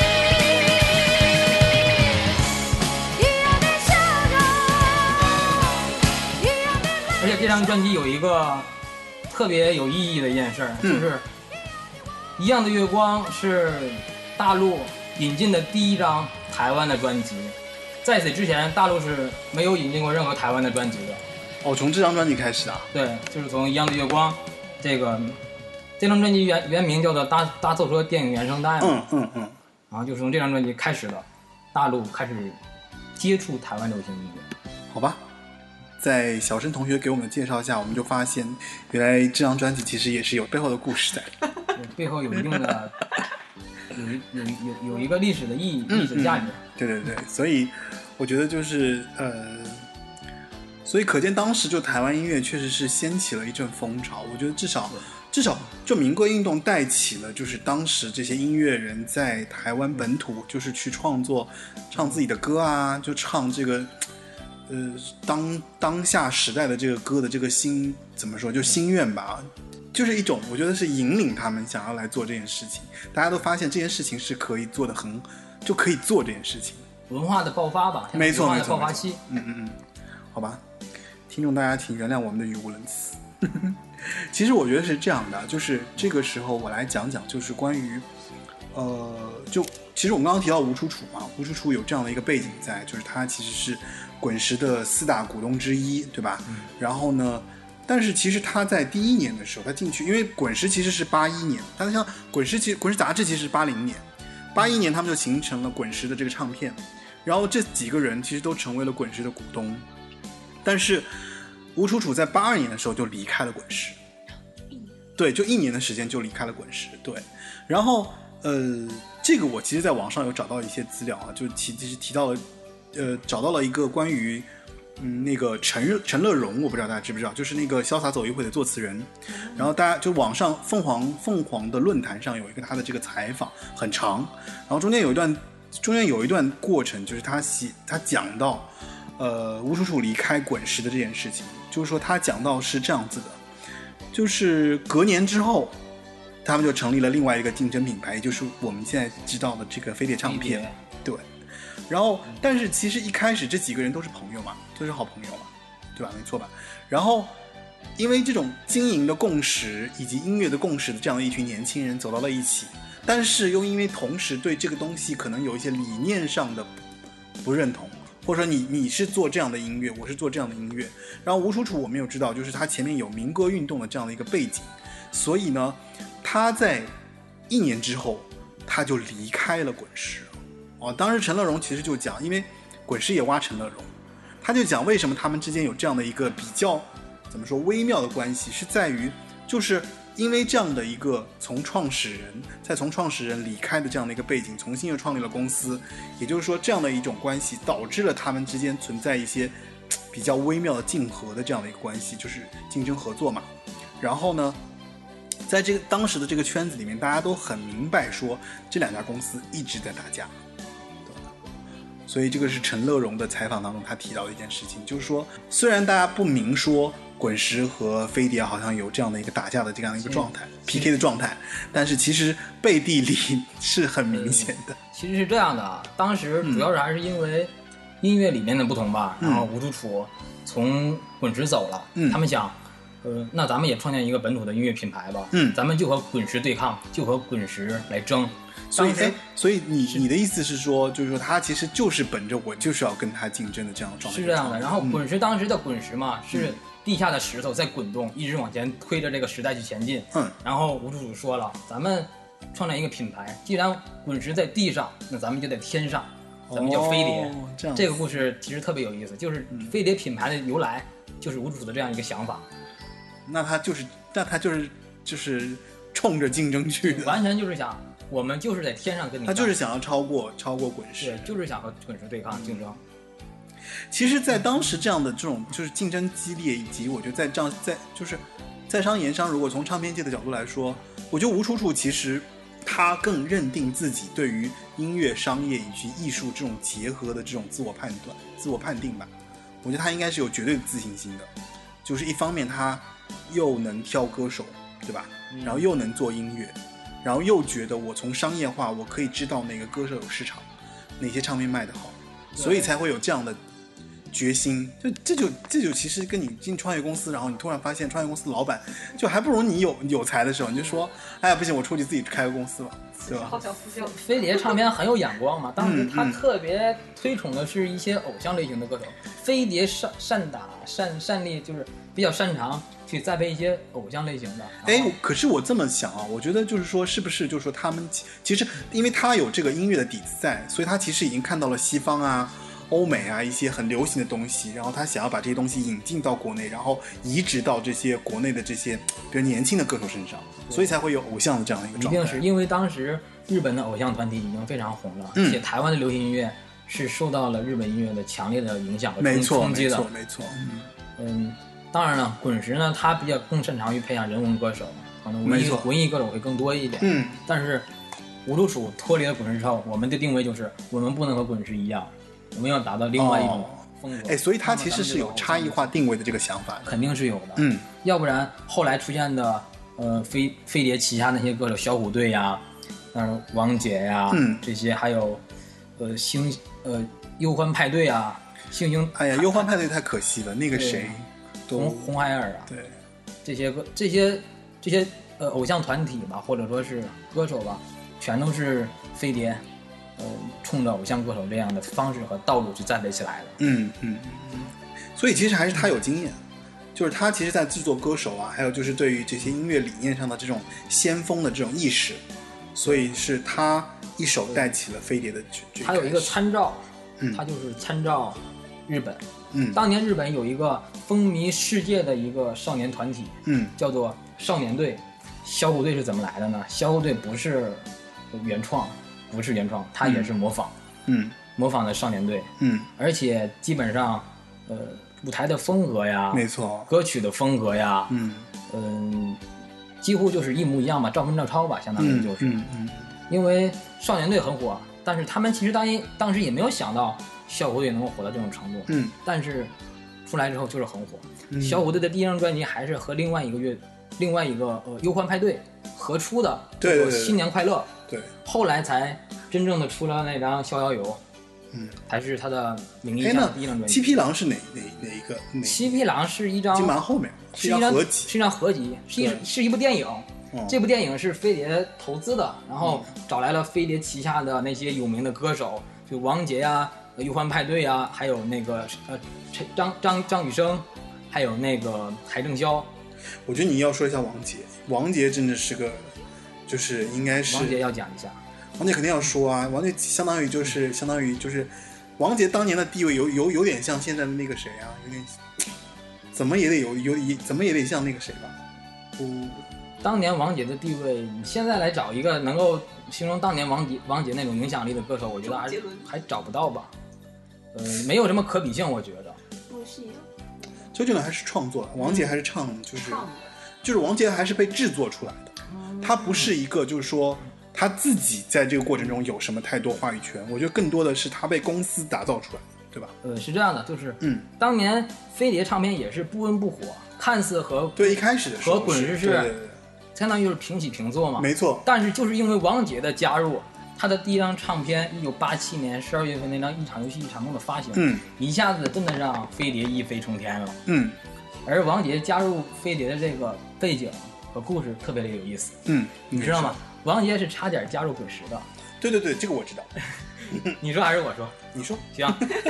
一样的笑容，一样的泪水。 而且这张专辑有一个特别有意义的一件事儿， 嗯就是《一样的月光》是大陆引进的第一张台湾的专辑，在此之前，大陆是没有引进过任何台湾的专辑的。 哦，从这张专辑开始啊。 对，就是从《一样的月光》这个这张专辑原原名叫做《搭搭奏车电影原声带》嘛， 嗯嗯嗯。 然后就是从这张专辑开始的，大陆开始接触台湾流行音乐。 好吧，在小申同学给我们的介绍下，我们就发现，原来这张专辑其实也是有背后的故事在。 对背后有一定的有一有有有一个历史的意义、 嗯历史价值。 对对对，所以我觉得就是呃，所以可见当时就台湾音乐确实是掀起了一阵风潮。我觉得至少至少就民歌运动带起了，就是当时这些音乐人在台湾本土就是去创作唱自己的歌啊，就唱这个呃当当下时代的这个歌的这个心怎么说，就心愿吧。就是一种，我觉得是引领他们想要来做这件事情。大家都发现这件事情是可以做的很，就可以做这件事情。 文化的爆发吧， 没错文化没错的爆发期。 嗯嗯嗯，好吧，听众大家请原谅我们的语无伦次。其实我觉得是这样的，就是这个时候我来讲讲，就是关于，呃，就其实我们刚刚提到吴楚楚嘛，吴楚楚有这样的一个背景在，就是他其实是滚石的四大股东之一，对吧？嗯、然后呢？但是其实他在第一年的时候，他进去，因为滚石其实是八一年，但是像滚石其实滚石杂志其实是八零年，八一年他们就形成了滚石的这个唱片，然后这几个人其实都成为了滚石的股东， 但是吴楚楚在八二年的时候就离开了滚石，对，就一年的时间就离开了滚石。对，然后呃，这个我其实在网上有找到一些资料啊，就提其实提到了，呃，找到了一个关于嗯那个陈陈乐融，我不知道大家知不知道，就是那个潇洒走一回的作词人。然后大家就网上凤凰凤凰的论坛上有一个他的这个采访，很长，然后中间有一段中间有一段过程，就是他写他讲到呃吴楚楚离开滚石的这件事情，就是说他讲到是这样子的。就是隔年之后，他们就成立了另外一个竞争品牌，也就是我们现在知道的这个飞碟唱片。对，然后但是其实一开始这几个人都是朋友嘛，都是好朋友嘛，对吧？没错吧？然后因为这种经营的共识以及音乐的共识的这样的一群年轻人走到了一起，但是又因为同时对这个东西可能有一些理念上的不认同。或者说你你是做这样的音乐，我是做这样的音乐。然后吴楚楚我们有知道，就是他前面有民歌运动的这样的一个背景，所以呢，他在一年之后他就离开了滚石。哦，当时陈乐融其实就讲，因为滚石也挖陈乐融，他就讲为什么他们之间有这样的一个比较怎么说微妙的关系，是在于就是因为这样的一个从创始人再从创始人离开的这样的一个背景，重新又创立了公司，也就是说这样的一种关系导致了他们之间存在一些比较微妙的竞合的这样的一个关系，就是竞争合作嘛。然后呢，在这个当时的这个圈子里面，大家都很明白说这两家公司一直在打架。所以这个是陈乐融的采访当中他提到的一件事情，就是说虽然大家不明说滚石和飞碟好像有这样的一个打架的这样的一个状态 P K 的状态，但是其实背地里是很明显的、嗯、 其实是这样的啊，当时主要是还是因为音乐理念的不同吧、嗯、然后吴楚楚从滚石走了、嗯、他们想呃，那咱们也创建一个本土的音乐品牌吧，嗯，咱们就和滚石对抗，就和滚石来争。 所以，哎，所以你你的意思是说，就是说他其实就是本着我就是要跟他竞争的这样的状态。 是这样的。然后滚石当时的滚石嘛，嗯、是地下的石头在滚动，一直往前推着这个时代去前进。嗯。然后吴楚楚说了，咱们创建一个品牌，既然滚石在地上，那咱们就在天上，咱们叫飞碟。 哦、这样。 这个故事其实特别有意思，就是飞碟品牌的由来，就是吴楚楚的这样一个想法。 那他就是，那他就是就是冲着竞争去的， 完全就是想。我们就是在天上跟你， 他就是想要超过超过滚石， 对，就是想和滚石对抗竞争。 其实，在当时这样的这种就是竞争激烈，以及我觉得在这样在就是在商言商，如果从唱片界的角度来说，我觉得吴楚楚其实他更认定自己对于音乐、商业以及艺术这种结合的这种自我判断、自我判定吧。我觉得他应该是有绝对的自信心的，就是一方面他又能挑歌手，对吧？然后又能做音乐。然后又觉得我从商业化，我可以知道哪个歌手有市场，哪些唱片卖得好，所以才会有这样的决心。就这就这就其实跟你进创业公司，然后你突然发现创业公司老板就还不如你有有才的时候，你就说，哎呀不行，我出去自己开个公司吧，对吧？ 飞碟唱片很有眼光嘛，当时他特别推崇的是一些偶像类型的歌手，嗯嗯、飞碟善善打善善力就是比较擅长。去栽培一些偶像类型的， 哎，可是我这么想啊，我觉得就是说，是不是就是说他们其实，因为他有这个音乐的底子在，所以他其实已经看到了西方啊、欧美啊一些很流行的东西，然后他想要把这些东西引进到国内，然后移植到这些国内的这些比如年轻的歌手身上，所以才会有偶像的这样的一个状态。 一定是因为当时日本的偶像团体已经非常红了，嗯、而且台湾的流行音乐是受到了日本音乐的强烈的影响和冲击的， 没错，没错， 嗯。嗯当然了，滚石呢，他比较更擅长于培养人文歌手，可能文艺文艺歌手会更多一点。嗯，但是吴楚楚脱离了滚石之后，我们的定位就是我们不能和滚石一样，我们要达到另外一种风格。 哎、哦，所以他其实是有差异化定位的这个想法， 肯定是有的。 嗯， 要不然后来出现的呃飞飞碟旗下那些歌手，小虎队呀，呃王杰呀，嗯，这些还有呃星呃忧欢派对啊，星星。 哎呀，忧欢派对太可惜了，那个谁。 红红孩儿啊， 对， 这些歌这些这些呃偶像团体吧，或者说是歌手吧，全都是飞碟，呃，冲着偶像歌手这样的方式和道路去栽培起来的。 嗯嗯嗯，所以其实还是他有经验，就是他其实在制作歌手啊，还有就是对于这些音乐理念上的这种先锋的这种意识，所以是他一手带起了飞碟的。 他有一个参照，嗯，他就是参照日本。 嗯当年日本有一个风靡世界的一个少年团体， 嗯叫做少年队。小虎队是怎么来的呢？小虎队不是原创，不是原创，它也是模仿， 嗯模仿的少年队， 嗯， 而且基本上，呃，舞台的风格呀， 没错， 歌曲的风格呀， 嗯嗯，几乎就是一模一样吧，照搬照抄吧，相当于就是， 嗯嗯因为少年队很火，但是他们其实当当时也没有想到小虎队能够火到这种程度， 嗯但是出来之后就是很火。 嗯小虎队的第一张专辑还是和另外一个乐，另外一个呃忧欢派对合出的， 对对对对新年快乐， 对， 后来才真正的出了那张逍遥游， 嗯， 才是他的名义哎， 上那的第一张专辑。 七匹狼是哪哪哪一个？哪七匹狼是一张已经蛮后面， 是一张一合集。 是一张合集，是一对是一部电影。 哦这部电影是飞碟投资的，然后找来了飞碟旗下的那些有名的歌手，就王杰呀、呃忧欢派对呀，还有那个呃陈张张张雨生，还有那个邰正宵。 我觉得你要说一下王杰，王杰真的是个，就是应该是王杰要讲一下， 王杰肯定要说啊，王杰相当于就是相当于就是，王杰当年的地位有有有点像现在的那个谁啊，有点怎么也得有有怎么也得像那个谁吧，不， 当年王杰的地位，你现在来找一个能够形容当年王杰王杰那种影响力的歌手，我觉得还周杰伦还找不到吧。呃，没有什么可比性，我觉得。 不是周杰伦还是创作，王杰还是唱，就是唱的， 就是王杰还是被制作出来的，他不是一个就是说他自己在这个过程中有什么太多话语权，我觉得更多的是他被公司打造出来的，对吧？ 呃，是这样的，就是嗯， 当年飞碟唱片也是不温不火，看似和对，一开始的时候和滚石是对对对相当于是平起平坐嘛。 没错， 但是就是因为王杰的加入，他的第一张唱片一九八七年十二月份那张《一场游戏一场梦》的发行， 嗯一下子真的让飞碟一飞冲天了。 嗯而王杰加入飞碟的这个背景和故事特别的有意思， 嗯， 你知道吗？王杰是差点加入滚石的。 对对对，这个我知道。 你说还是我说？ 你说， 行。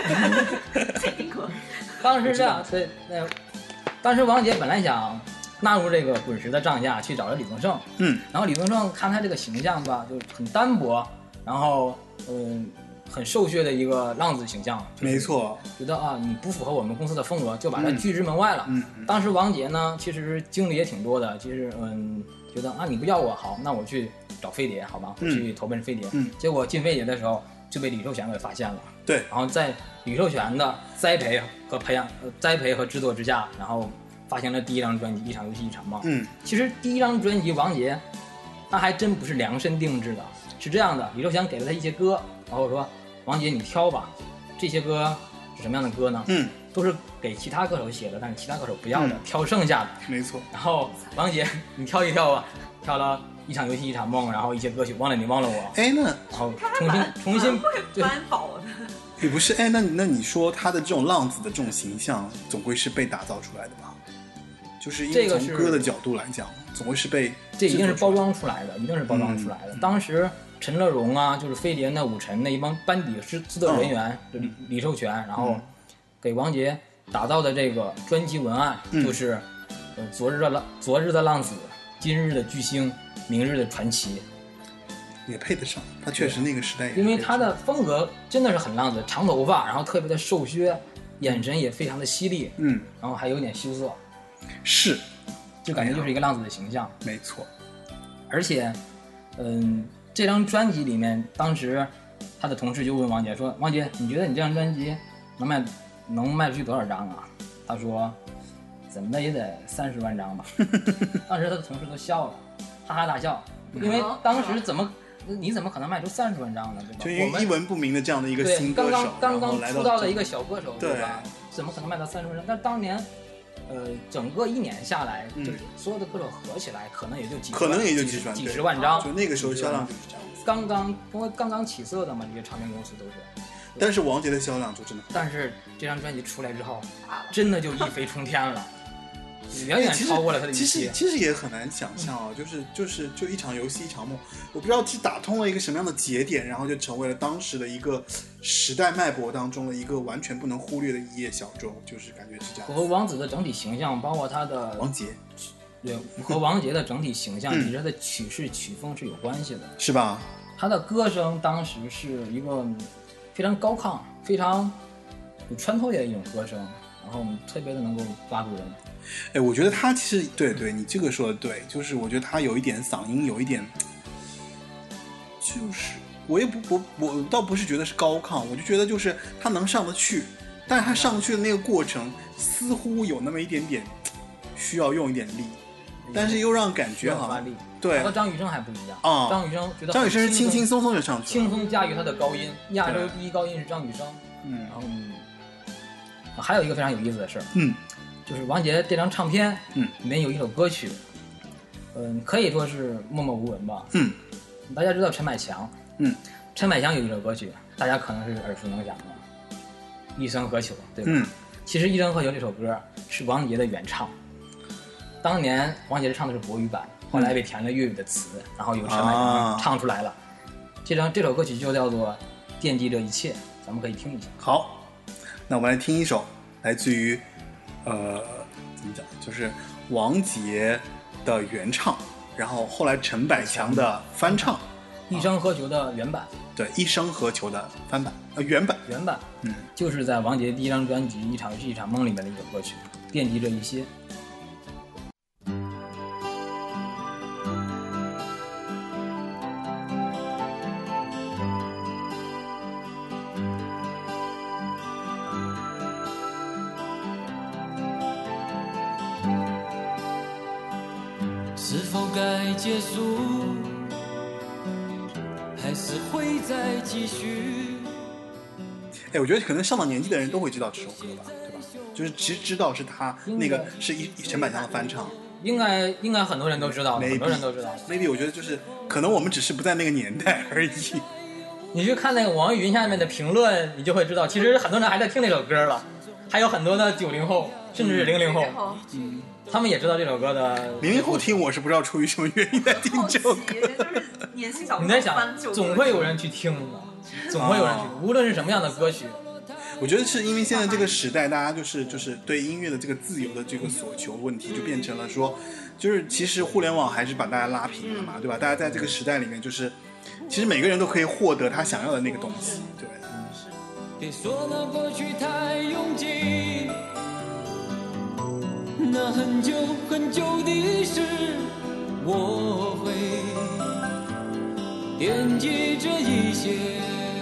当时这样，对，那当时王杰本来想纳入这个滚石的帐下，去找了李宗盛。 嗯然后李宗盛看他这个形象吧，就很单薄，然后嗯，很瘦削的一个浪子形象。就是没错， 觉得啊，你不符合我们公司的风格，就把他拒之门外了。 嗯嗯当时王杰呢，其实经历也挺多的，其实嗯，觉得啊，你不要我好，那我去找飞碟，好吧，我嗯去投奔飞碟。 嗯结果进飞碟的时候就被李寿全给发现了。 对， 然后在李寿全的栽培和培养、呃、栽培和制作之下，然后发行了第一张专辑《一场游戏一场梦》。 嗯其实第一张专辑王杰，他还真不是量身定制的，是这样的，李寿全给了他一些歌，然后说王杰你挑吧，这些歌是什么样的歌呢？ 嗯， 都是给其他歌手写的，但是其他歌手不要的， 嗯挑剩下的。 没错， 然后王杰你挑一挑吧，挑了一场游戏一场梦，然后一些歌曲忘了你忘了我， 哎，那然后重新重新对翻宝的。 也不是，哎，那那你说他的这种浪子的这种形象，总归是被打造出来的吧？就是因为这个是从歌的角度来讲，总会是被这一定是包制作出来装出来的，一定是包装出来的。 嗯当时陈乐融啊，就是飞碟那武臣那一帮班底制制作人员，就李李寿全，然后嗯给王杰打造的这个专辑文案， 嗯就是呃昨日的浪昨日的浪子，今日的巨星，明日的传奇。 也配得上，他确实那个时代也因为配得上他的风格真的是很浪子，长头发，然后特别的瘦削，眼神也非常的犀利， 嗯然后还有点羞涩， 是就感觉就是一个浪子的形象。 没错， 而且，嗯，这张专辑里面，当时他的同事就问王杰说：“王杰，你觉得你这张专辑能卖能卖出去多少张啊？”他说：“怎么的也得三十万张吧。”当时他的同事都笑了，哈哈大笑，因为当时怎么你怎么可能卖出三十万张呢？对吧？ 就因为一我们文不名的这样的一个对新歌手， 刚刚刚然后来刚出道的这一个小歌手， 对吧？怎么可能卖到三十万张？但当年。呃，整个一年下来， 嗯就是所有的歌手合起来，可能也就几十可能也就几几十万几对十万张， 就那个时候销量就是这样子。 刚刚因为刚刚起色的嘛，这些唱片公司都是。 但是王杰的销量就真的很但是这张专辑出来之后，真的就一飞冲天了，远远超过了他的预其实期。 其实也很难想象啊，就是就是就一场游戏一场梦，我不知道是打通了一个什么样的节点，然后就成为了当时的一个时代脉搏当中的一个完全不能忽略的一叶小舟，就是感觉是这样。 和王子的整体形象，包括他的王杰对和王杰的整体形象， 嗯其实他的曲式曲风是有关系的。 是吧？ 他的歌声当时是一个非常高亢、非常有穿透力的一种歌声，然后特别的能够抓住人。 哎，我觉得他其实对对，你这个说的对，就是我觉得他有一点嗓音有一点，就是我也不我我倒不是觉得是高亢，我就觉得就是他能上得去，但是他上去的那个过程似乎有那么一点点需要用一点力，但是又让感觉好像发力。 对， 和张雨生还不一样啊。 张雨生觉得张雨生是轻轻松松就上去了， 轻松驾驭他的高音，亚洲第一高音是张雨生。 嗯， 然后还有一个非常有意思的事儿， 嗯， 就是王杰这张唱片， 嗯， 里面有一首歌曲，嗯，可以说是默默无闻吧。 嗯， 大家知道陈百强， 嗯， 陈百强有一首歌曲，大家可能是耳熟能详的，《一生何求》，对吧？ 嗯， 其实《一生何求》这首歌是王杰的原唱，当年王杰唱的是国语版，后来被填了粤语的词，然后由陈百强唱出来了。啊、这张这首歌曲就叫做《惦记这一切》，咱们可以听一下。 好，那我们来听一首来自于，呃，怎么讲，就是王杰的原唱，然后后来陈百强的翻唱，《 一生何求》的原版。 对，《一生何求》的翻版，呃，原版， 原版， 嗯， 就是在王杰第一张专辑《一场游戏一场梦》里面的一首歌曲，《惦记这一些》。 是否该结束，还是会再继续？ 哎，我觉得可能上了年纪的人都会知道这首歌吧，对吧？就是其实知道是他那个是一陈百强的翻唱， 应该应该很多人都知道， maybe, 很多人都知道。 maybe 我觉得就是可能我们只是不在那个年代而已。 你去看那个网易云下面的评论，你就会知道，其实很多人还在听那首歌了，还有很多的九零后甚至是零零后，嗯，他们也知道这首歌的。 零零后听我是不知道出于什么原因在听这首歌。 年轻小你在想，总会有人去听的，总会有人去，哦、无论是什么样的歌曲。 我觉得是因为现在这个时代，大家就是就是对音乐的这个自由的这个所求问题，就变成了说，就是其实互联网还是把大家拉平了嘛，对吧？大家在这个时代里面，就是其实每个人都可以获得他想要的那个东西，对。 别说那过去太拥挤，那很久很久的事，我会惦记这一些。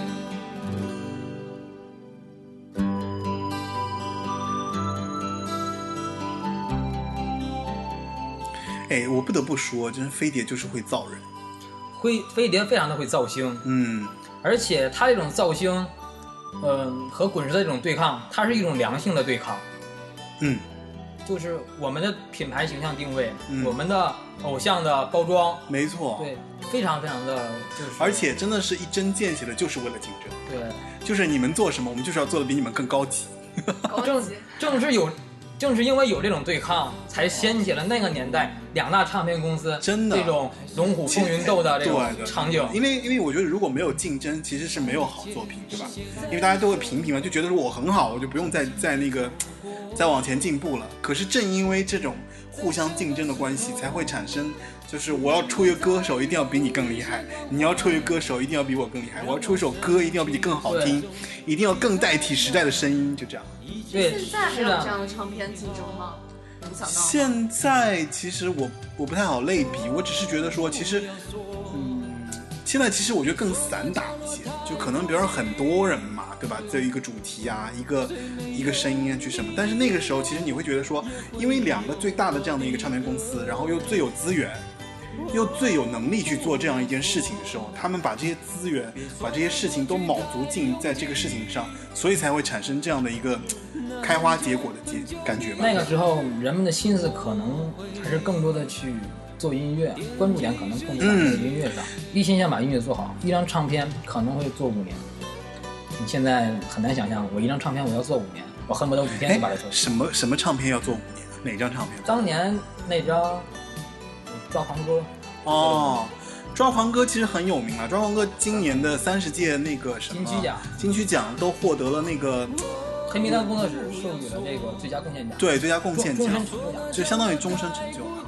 哎，我不得不说，真是飞碟就是会造人， 会飞碟非常的会造星， 嗯， 而且他这种造星，嗯、呃，和滚石的这种对抗，它是一种良性的对抗， 嗯， 就是我们的品牌形象定位， 嗯、 我们的偶像的包装， 没错， 对，非常非常的就是， 而且真的是一针见血的，就是为了竞争， 对， 就是你们做什么，我们就是要做的比你们更高级， 正正是有。正是因为有这种对抗，才掀起了那个年代两大唱片公司真的这种龙虎风云斗的这种场景。 因为因为我觉得如果没有竞争，其实是没有好作品，对吧？因为大家都会评评嘛，就觉得我很好，我就不用再再那个再往前进步了。可是正因为这种互相竞争的关系，才会产生就是我要出一个歌手一定要比你更厉害，你要出一个歌手一定要比我更厉害，我要出一首歌一定要比你更好听，一定要更代替时代的声音，就这样。 对， 现在还有这样的唱片竞争吗？能想到吗？ 现在其实我我不太好类比，我只是觉得说，其实，嗯，现在其实我觉得更散打一些，就可能比如说很多人嘛，对吧？这一个主题啊，一个一个声音啊，去什么？但是那个时候，其实你会觉得说，因为两个最大的这样的一个唱片公司，然后又最有资源。又最有能力去做这样一件事情的时候，他们把这些资源把这些事情都卯足劲在这个事情上，所以才会产生这样的一个开花结果的感觉吧。 那个时候人们的心思可能还是更多的去做音乐，关注点可能更多在音乐上，嗯、一心想把音乐做好。一张唱片可能会做五年，你现在很难想象，我一张唱片我要做五年，我恨不得五天就把它做。 什么什么唱片要做五年？哪张唱片？ 当年那张抓狂歌。 哦，抓狂歌其实很有名啊！抓狂歌今年的三十届那个什么金曲奖， 金曲奖都获得了那个黑名单工作室授予了这个最佳贡献奖。 对，最佳贡献奖， 就相当于终身成就了。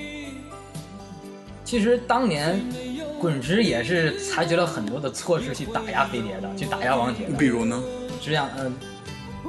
其实当年滚石也是采取了很多的措施去打压飞碟的，去打压王杰的。 比如呢？ 这样，嗯、呃，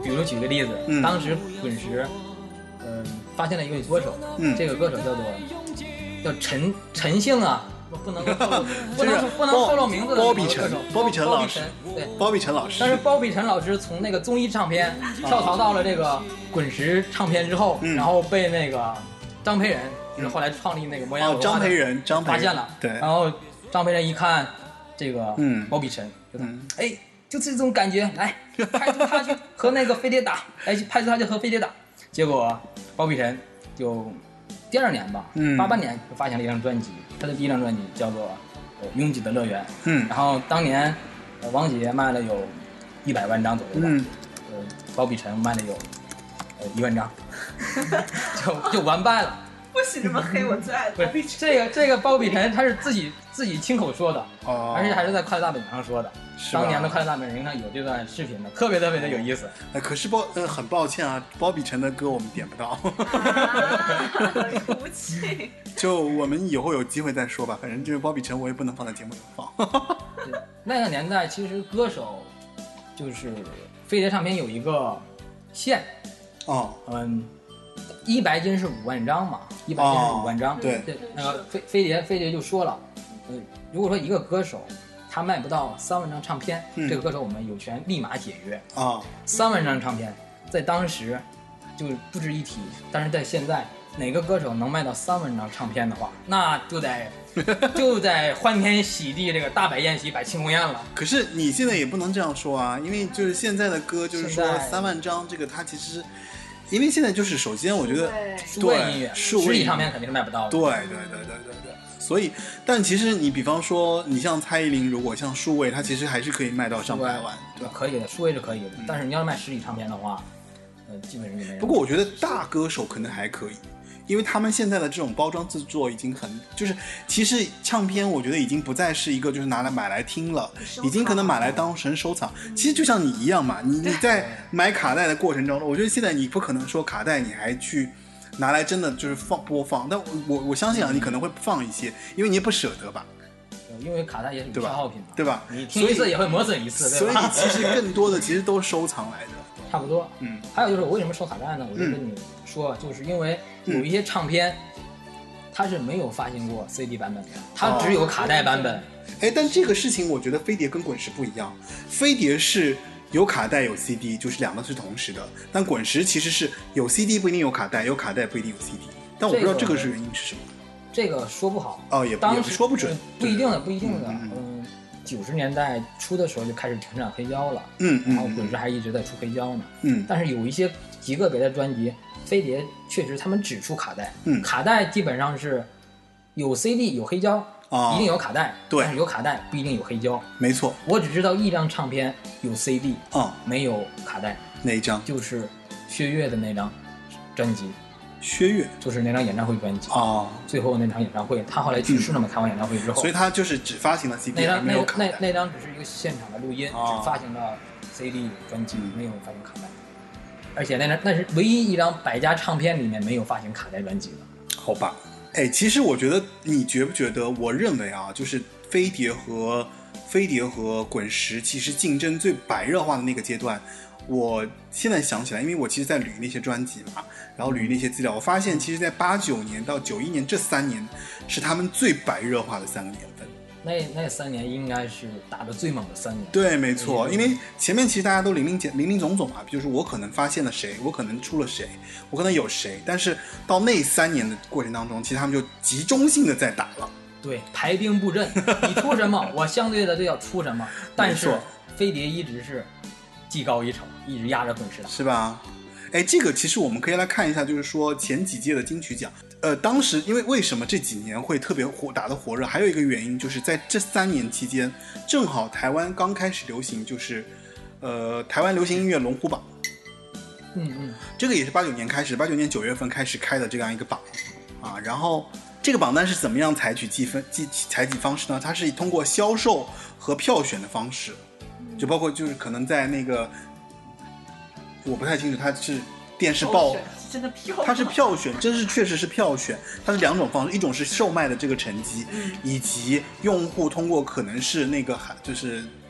比如举个例子， 嗯当时滚石，嗯、发现了一位歌手， 嗯这个歌手叫做叫陈陈姓啊，不能够透露不能不能包透露名字的包比陈歌手， 包比陈老师包比陈对。 包比陈老师， 但是包比陈老师从那个综艺唱片跳槽到了这个滚石唱片之后， 嗯然后被那个张培仁，就是后来创立那个摩崖哦文化的张培仁张培仁发现了， 对然后张培仁一看这个嗯包比陈，就说嗯哎，就这种感觉，来派出他去和那个飞碟打，哎，派出他去和飞碟打，结果包比陈就第二年吧， 嗯八八年就发行了一张专辑，他的第一张专辑叫做呃《拥挤的乐园》， 嗯然后当年呃王杰卖了有一百万张左右吧， 嗯呃，包比陈卖了有呃一万张，就就完败了。 不许这么黑我最爱的不是这个这个包比陈他是自己自己亲口说的， 哦， 而且还是在快乐大本营上说的。 是吧当年的快乐大本营上有这段视频的，特别特别的有意思。 哎，可是包呃很抱歉啊，包比陈的歌我们点不到， 啊，无情。 就我们以后有机会再说吧。反正就是包比陈我也不能放在节目里放。 对那个年代其实歌手就是飞碟唱片有一个线， 哦， 嗯，一白金是五万张嘛，一白金是五万张。 哦对对，那个飞飞碟飞碟就说了，呃，如果说一个歌手他卖不到三万张唱片， 嗯这个歌手我们有权立马解约。 啊， 三万张唱片在当时就不值一提，但是在现在，哪个歌手能卖到三万张唱片的话，那就得就得欢天喜地，这个大摆宴席摆庆功宴了。 可是你现在也不能这样说啊，因为就是现在的歌，就是说现在三万张这个，它其实，因为现在就是首先我觉得对数位音乐， 数位实体唱片肯定是卖不到的。 对对对对对对，所以，但其实你比方说，你像蔡依林，如果像数位，它其实还是可以卖到上百万，对吧？ 可以的，数位是可以的，但是你要是卖实体唱片的话，呃，基本上就没人。 不过我觉得大歌手可能还可以，因为他们现在的这种包装制作已经很，就是其实唱片我觉得已经不再是一个就是拿来买来听了，已经可能买来当成收藏。其实就像你一样嘛，你你在买卡带的过程中，我觉得现在你不可能说卡带你还去拿来真的就是放播放，但我我我相信啊，你可能会放一些，因为你也不舍得吧， 因为卡带也是对吧消耗品嘛， 对吧？ 你听一次也会磨损一次，对吧？ 所以其实更多的其实都是收藏来的。 差不多。 嗯， 还有就是我为什么收卡带呢？我就跟你说，就是因为有一些唱片，它是没有发行过 C D 版本的，它只有卡带版本。 哎，但这个事情我觉得飞碟跟滚石不一样，飞碟是有卡带有 C D， 就是两个是同时的，但滚石其实是有 C D 不一定有卡带，有卡带不一定有 C D。但我不知道这个是原因是什么。 这个说不好哦，也当时也说不准， 不一定的，不一定的。 嗯嗯，九十年代初的时候就开始停产黑胶了， 嗯然后嗯滚石还一直在出黑胶呢。 嗯但是有一些极个别的专辑，飞碟确实他们只出卡带， 嗯卡带基本上是有 C D 有黑胶， 啊一定有卡带， 对但是有卡带不一定有黑胶。 没错， 我只知道一张唱片有 C D， 啊、 没有卡带， 哪一张？ 就是薛岳的那张专辑， 薛岳就是那张演唱会专辑。 啊， 最后那场演唱会，他后来去世了嘛？开完演唱会之后， 所以他就是只发行了 C 那 D，而张那没有卡带。 那那张只是一个现场的录音， 哦只发行了 C D 专辑， 嗯没有发行卡带。而且那张那是唯一一张百家唱片里面没有发行卡带专辑的。 好吧，哎，其实我觉得，你觉不觉得？我认为啊，就是飞碟和飞碟和滚石其实竞争最白热化的那个阶段，我现在想起来，因为我其实在捋那些专辑嘛，然后捋那些资料，我发现其实，在八九年到九一年这三年是他们最白热化的三个年份。 那那三年应该是打得最猛的三年。 对，没错， 嗯因为前面其实大家都零零减零零总总嘛，就是我可能发现了谁，我可能出了谁，我可能有谁，但是到那三年的过程当中，其实他们就集中性的在打了。 对，排兵布阵，你出什么，我相对的就要出什么。但是没错飞碟一直是技高一筹，一直压着滚石打。 是吧？哎，这个其实我们可以来看一下，就是说前几届的金曲奖，呃，当时因为为什么这几年会特别火打得火热，还有一个原因就是在这三年期间，正好台湾刚开始流行，就是呃台湾流行音乐龙虎榜， 嗯嗯， 这个也是八九年开始，八九年九月份开始开的这样一个榜啊，然后这个榜单是怎么样采取计分计采集方式呢？它是通过销售和票选的方式，就包括就是可能在那个。我不太清楚，它是电视报， 真的票， 它是票选，这是确实是票选，它是两种方式，一种是售卖的这个成绩， 嗯以及用户通过可能是那个就是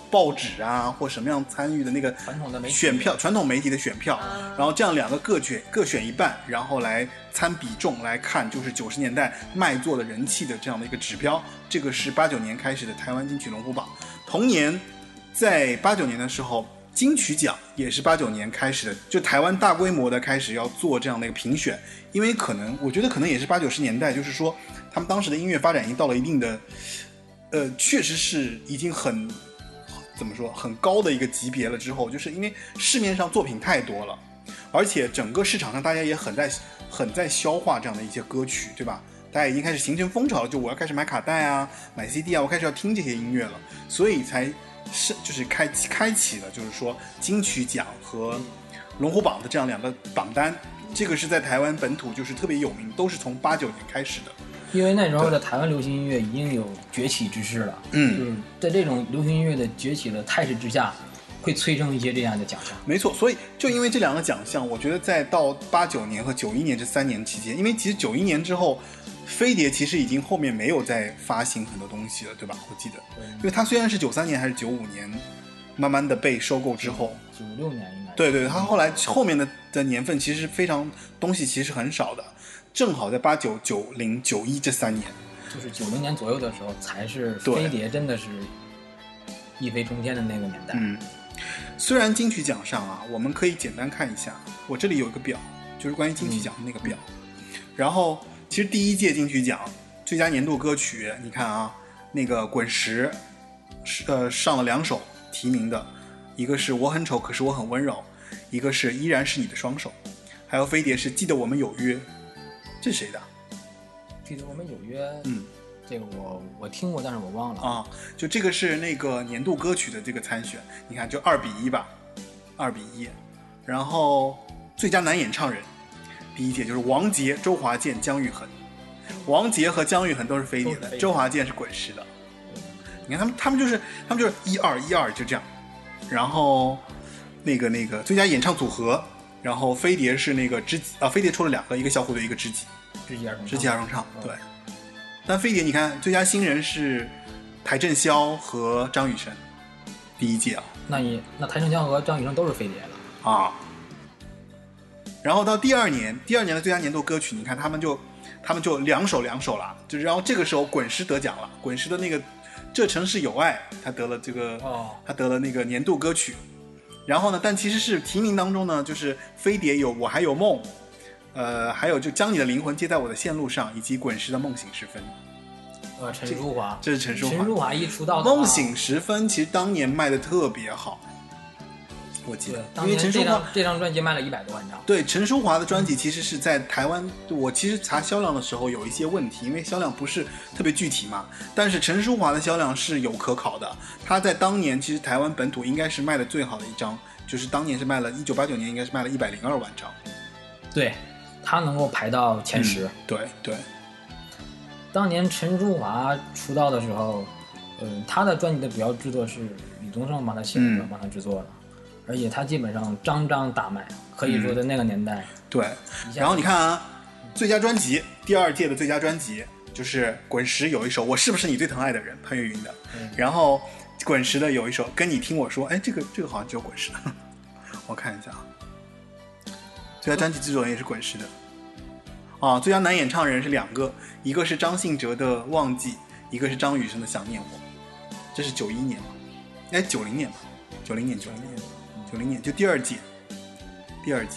报纸啊或什么样参与的那个传统的媒体选票，传统媒体的选票，然后这样两个各选各选一半，然后来参比重来看，就是九十年代卖座的人气的这样的一个指标。这个是八九年开始的台湾金曲龙虎榜。同年，在八九年的时候，金曲奖也是八九年开始的，就台湾大规模的开始要做这样的一个评选，因为可能我觉得可能也是八九十年代，就是说他们当时的音乐发展已经到了一定的，呃，确实是已经很怎么说很高的一个级别了之后，就是因为市面上作品太多了，而且整个市场上大家也很在很在消化这样的一些歌曲，对吧？大家已经开始形成风潮了，就我要开始买卡带啊，买 C D 啊，我开始要听这些音乐了，所以才是就是开开启了，就是说金曲奖和龙虎榜的这样两个榜单，这个是在台湾本土就是特别有名，都是从八九年开始的。 因为那时候的台湾流行音乐已经有崛起之势了， 嗯， 就是在这种流行音乐的崛起的态势之下，会催生一些这样的奖项。 没错，所以就因为这两个奖项，我觉得在到八九年和九一年这三年期间，因为其实九一年之后，飞碟其实已经后面没有再发行很多东西了，对吧？我记得，因为它虽然是九三年还是九五年，慢慢的被收购之后， 九六年应该。 对对，它后来后面的的年份其实非常东西其实很少的，正好在八九、九零、九一这三年， 就是九零年左右的时候，才是对飞碟真的是一飞冲天的那个年代。 嗯，虽然金曲奖上啊，我们可以简单看一下，我这里有一个表，就是关于金曲奖的那个表， 嗯、 然后。其实第一届金曲奖最佳年度歌曲，你看啊，那个滚石，呃，上了两首提名的，一个是我很丑可是我很温柔，一个是依然是你的双手，还有飞碟是记得我们有约，这是谁的？ 记得我们有约， 嗯， 这个我我听过，但是我忘了啊。就这个是那个年度歌曲的这个参选，你看就二比一吧，二比一，然后最佳男演唱人。第一届就是王杰、周华健、姜育恒，王杰和姜育恒都是飞碟的，周华健是滚石的。你看他们，他们就是他们就是一二一二就这样。然后那个那个最佳演唱组合，然后飞碟是那个知己啊，飞碟出了两个，一个小虎队，一个知己， 知己二重唱， 知己二重唱，对。但飞碟你看最佳新人是邰正宵和张雨生，第一届啊。 那你那邰正宵和张雨生都是飞碟的啊。然后到第二年，第二年的最佳年度歌曲，你看他们就，他们就两首两首了，就是然后这个时候滚石得奖了，滚石的那个《这城市有爱》，他得了这个， 哦， 他得了那个年度歌曲。然后呢，但其实是提名当中呢，就是飞碟有《我还有梦》，呃，还有就将你的灵魂接在我的线路上，以及滚石的《梦醒时分》。 呃，陈淑桦， 这是陈淑桦。 陈淑桦一出道，《 梦醒时分》其实当年卖的特别好。我记得，因为陈淑桦这张专辑卖了一百多万张。 对，陈淑桦的专辑其实是在台湾，我其实查销量的时候有一些问题，因为销量不是特别具体嘛。但是陈淑桦的销量是有可考的，他在当年其实台湾本土应该是卖的最好的一张，就是当年是卖了，一九八九年应该是卖了一百零二万张。 对，他能够排到前十。 嗯、对对。 当年陈淑桦出道的时候，嗯，他的专辑的主要制作是李宗盛帮他写的，嗯、帮他制作的。而且他基本上张张大卖，可以说在那个年代。 嗯、对，然后你看啊，最佳专辑，第二届的最佳专辑就是滚石有一首《我是不是你最疼爱的人》，潘越云的。嗯、然后滚石的有一首《跟你听我说》，哎，这个这个好像只有滚石的，我看一下啊。最佳专辑制作人也是滚石的。啊，最佳男演唱人是两个，一个是张信哲的《忘记》，一个是张雨生的《想念我》。这是九一年吧？哎，九零年吧？九零年，九零年。九零年就第二届，第二届，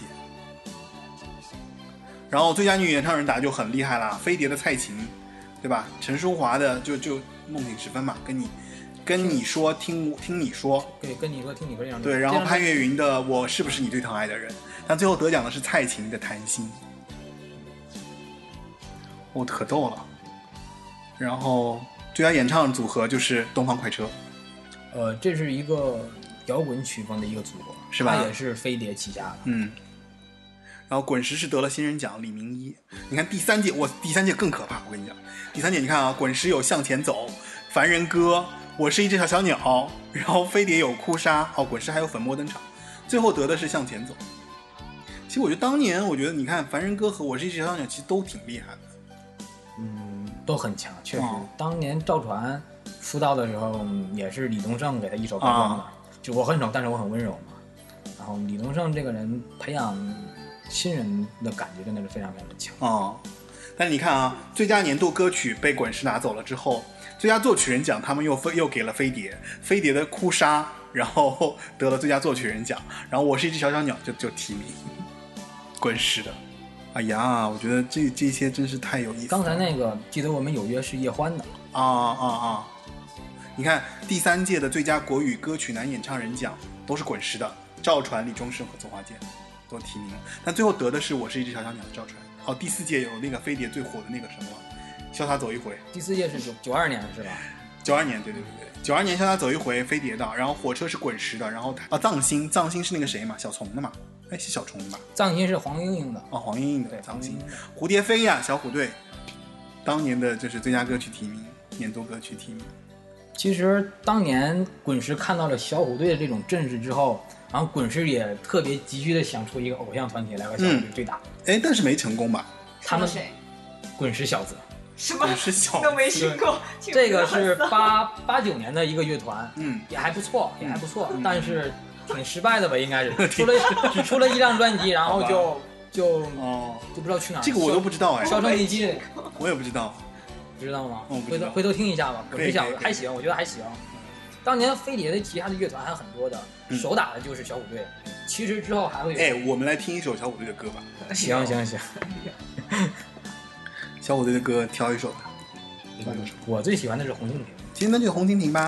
然后最佳女演唱人打就很厉害啦，飞碟的蔡琴，对吧？陈淑桦的就就梦醒时分嘛，跟你跟你说听听你说， 对，跟你说听你说这样对，然后潘越云的我是不是你最疼爱的人，但最后得奖的是蔡琴的谈心，哦，可逗了。然后最佳演唱组合就是东方快车， 呃，这是一个摇滚曲风的一个组合， 是吧？ 它也是飞碟旗下的。 嗯。然后滚石是得了新人奖，李明一。你看第三届，我第三届更可怕，我跟你讲，第三届你看啊，滚石有向前走、凡人歌、我是一只小小鸟，然后飞碟有哭砂，哦，滚石还有粉墨登场，最后得的是向前走。其实我觉得当年，我觉得你看凡人歌和我是一只小小鸟其实都挺厉害的， 嗯，都很强，确实。 哦、 当年赵传出道的时候也是李宗盛给他一手包装的， 啊就我很丑，但是我很温柔嘛。然后李宗盛这个人培养新人的感觉真的是非常非常的强。 哦，但是你看啊，最佳年度歌曲被滚石拿走了之后，最佳作曲人奖他们又又给了飞碟，飞碟的哭砂，然后得了最佳作曲人奖，然后我是一只小小鸟就就提名滚石的。哎呀，我觉得这这些真是太有意思了。 刚才那个记得我们有约是叶欢的， 啊啊啊！你看第三届的最佳国语歌曲男演唱人奖都是滚石的，赵传、李宗盛和周华健都提名，但最后得的是我是一只小小鸟的赵传。哦，第四届有那个飞碟最火的那个什么潇洒走一回， 第四届是九九二年是吧？ 九二年，对对对对，九二年潇洒走一回飞碟的，然后火车是滚石的，然后啊藏心藏心是那个谁嘛，小虫的嘛，哎是小虫的吧？ 藏心是黄莺莺的， 哦黄莺莺的对藏心黄莺莺的， 蝴蝶飞呀小虎队，当年的就是最佳歌曲提名，年度歌曲提名。 其实当年滚石看到了小虎队的这种阵势之后，然后滚石也特别急需的想出一个偶像团体来和小虎队对打。 哎、嗯，但是没成功吧？ 他们谁？ 滚石小子。 什么？ 滚石小子都没听过。 这个是八八九年的一个乐团， 嗯， 也还不错，也还不错，嗯、但是挺失败的吧？应该是出了只出了一张专辑，然后就就哦就不知道去哪儿。 这个我都不知道哎， 销声匿迹， 我也不知道。 不知道吗？ 哦、 回头回头听一下吧。滚石小子还行，我觉得还行。当年飞碟的其他的乐团还有很多的， 嗯、 手打的就是小虎队。其实之后还会有。 哎，我们来听一首小虎队的歌吧。 行行行。 小虎队的歌挑一首吧。 我最喜欢的是红蜻蜓。 今天那就红蜻蜓吧。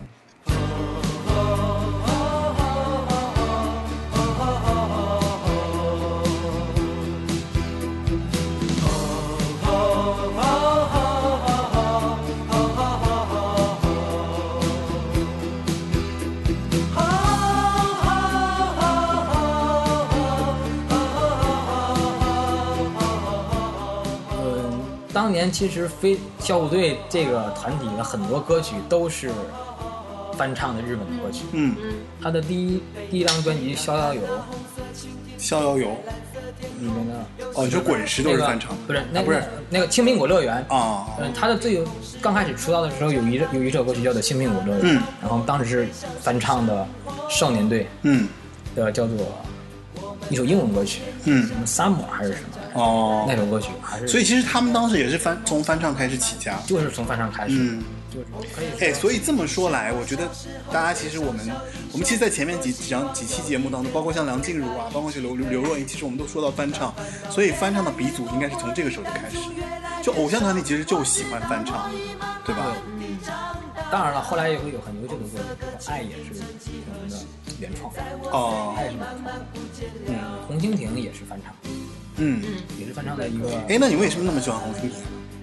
当年其实飞小虎队这个团体的很多歌曲都是翻唱的日本的歌曲。 嗯， 他的第一第一张专辑《逍遥游》， 逍遥游里面的哦，你说滚石都是翻唱的、 那个，不是那啊、不是那个青苹果乐园啊。 嗯，他的最有刚开始出道的时候有一有一首歌曲叫做《青苹果乐园》， 嗯， 然后当时是翻唱的少年队， 嗯， 的叫做一首英文歌曲， 嗯， 什么 Summer 还是什么。 哦， 那首歌曲还是， 所以其实他们当时也是翻从翻唱开始起家， 就是从翻唱开始， 嗯， 就是可以。 哎，所以这么说来，我觉得大家其实我们我们其实，在前面几几张几期节目当中，包括像梁静茹啊，包括是刘刘若英，其实我们都说到翻唱，所以翻唱的鼻祖应该是从这个时候就开始，就偶像团体其实就喜欢翻唱，对吧？ 对，当然了，后来也会有很优秀的歌曲，比如说《爱》也是我们的原创， 哦， 爱是原创，嗯，红蜻蜓也是翻唱。 嗯， 也是翻唱的一个。 哎，那你为什么那么喜欢红蜻蜓？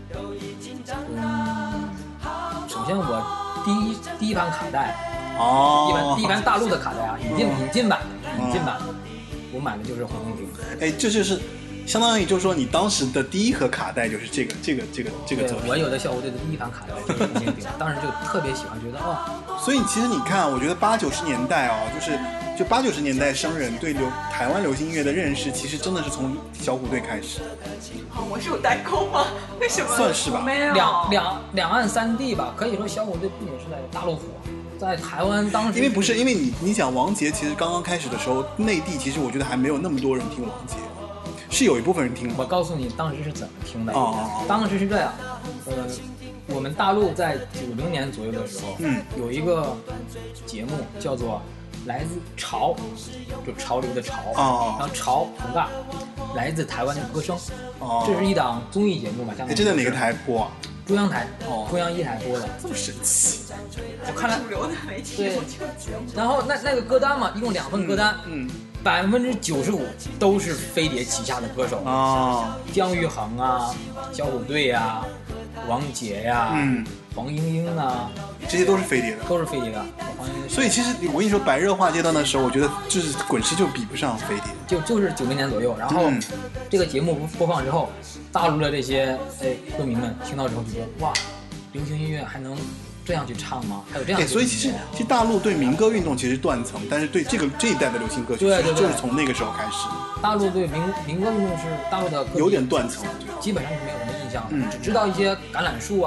嗯，首先我第一第一盘卡带， 哦， 第一盘第一盘大陆的卡带啊，引进引进版，引进版，我买的就是红蜻蜓。 哎，这就是相当于就是说你当时的第一盒卡带就是这个这个这个这个作品。 我有的小虎队的第一盘卡带就是红蜻蜓，当时就特别喜欢，觉得哦。 所以其实你看，我觉得八九十年代哦，就是就八九十年代生人对流台湾流行音乐的认识，其实真的是从小虎队开始。 哦，我是有代沟吗？为什么？ 算是吧。 没有。 两两两岸三地吧，可以说小虎队不仅是在大陆火，在台湾当时。 因为不是，因为你你想王杰，其实刚刚开始的时候，内地其实我觉得还没有那么多人听王杰，是有一部分人听的。 我告诉你当时是怎么听的。 哦。 当时是这样，呃。我们大陆在九零年左右的时候， 嗯， 有一个节目叫做《来自潮》，就潮流的潮， 哦， 然后潮红大，来自台湾的歌声， 哦， 这是一档综艺节目嘛？ 哎，这在哪个台播啊？ 中央台， 哦， 中央一台播的， 这么神奇。 我看来主流的媒体对，然后那那个歌单嘛，一共两份歌单， 嗯， 百分之九十五都是飞碟旗下的歌手啊，哦， 姜育恒啊，小虎队呀、啊。王杰呀、啊， 嗯， 黄莺莺啊， 这些都是飞碟的， 都是飞碟的。黄莺莺， 所以其实我跟你说，白热化阶段的时候，我觉得就是滚石就比不上飞碟， 就就是九零年左右。然后、嗯、这个节目播放之后，大陆的这些哎歌迷们听到之后觉得哇，流行音乐还能这样去唱吗？还有这样、 哎，所以其实其实大陆对民歌运动其实断层，但是对这个这一代的流行歌曲， 对对对， 就是从那个时候开始。 大陆对民民歌运动是大陆的有点断层， 基本上是没有什么印象的， 嗯， 只知道一些橄榄树啊，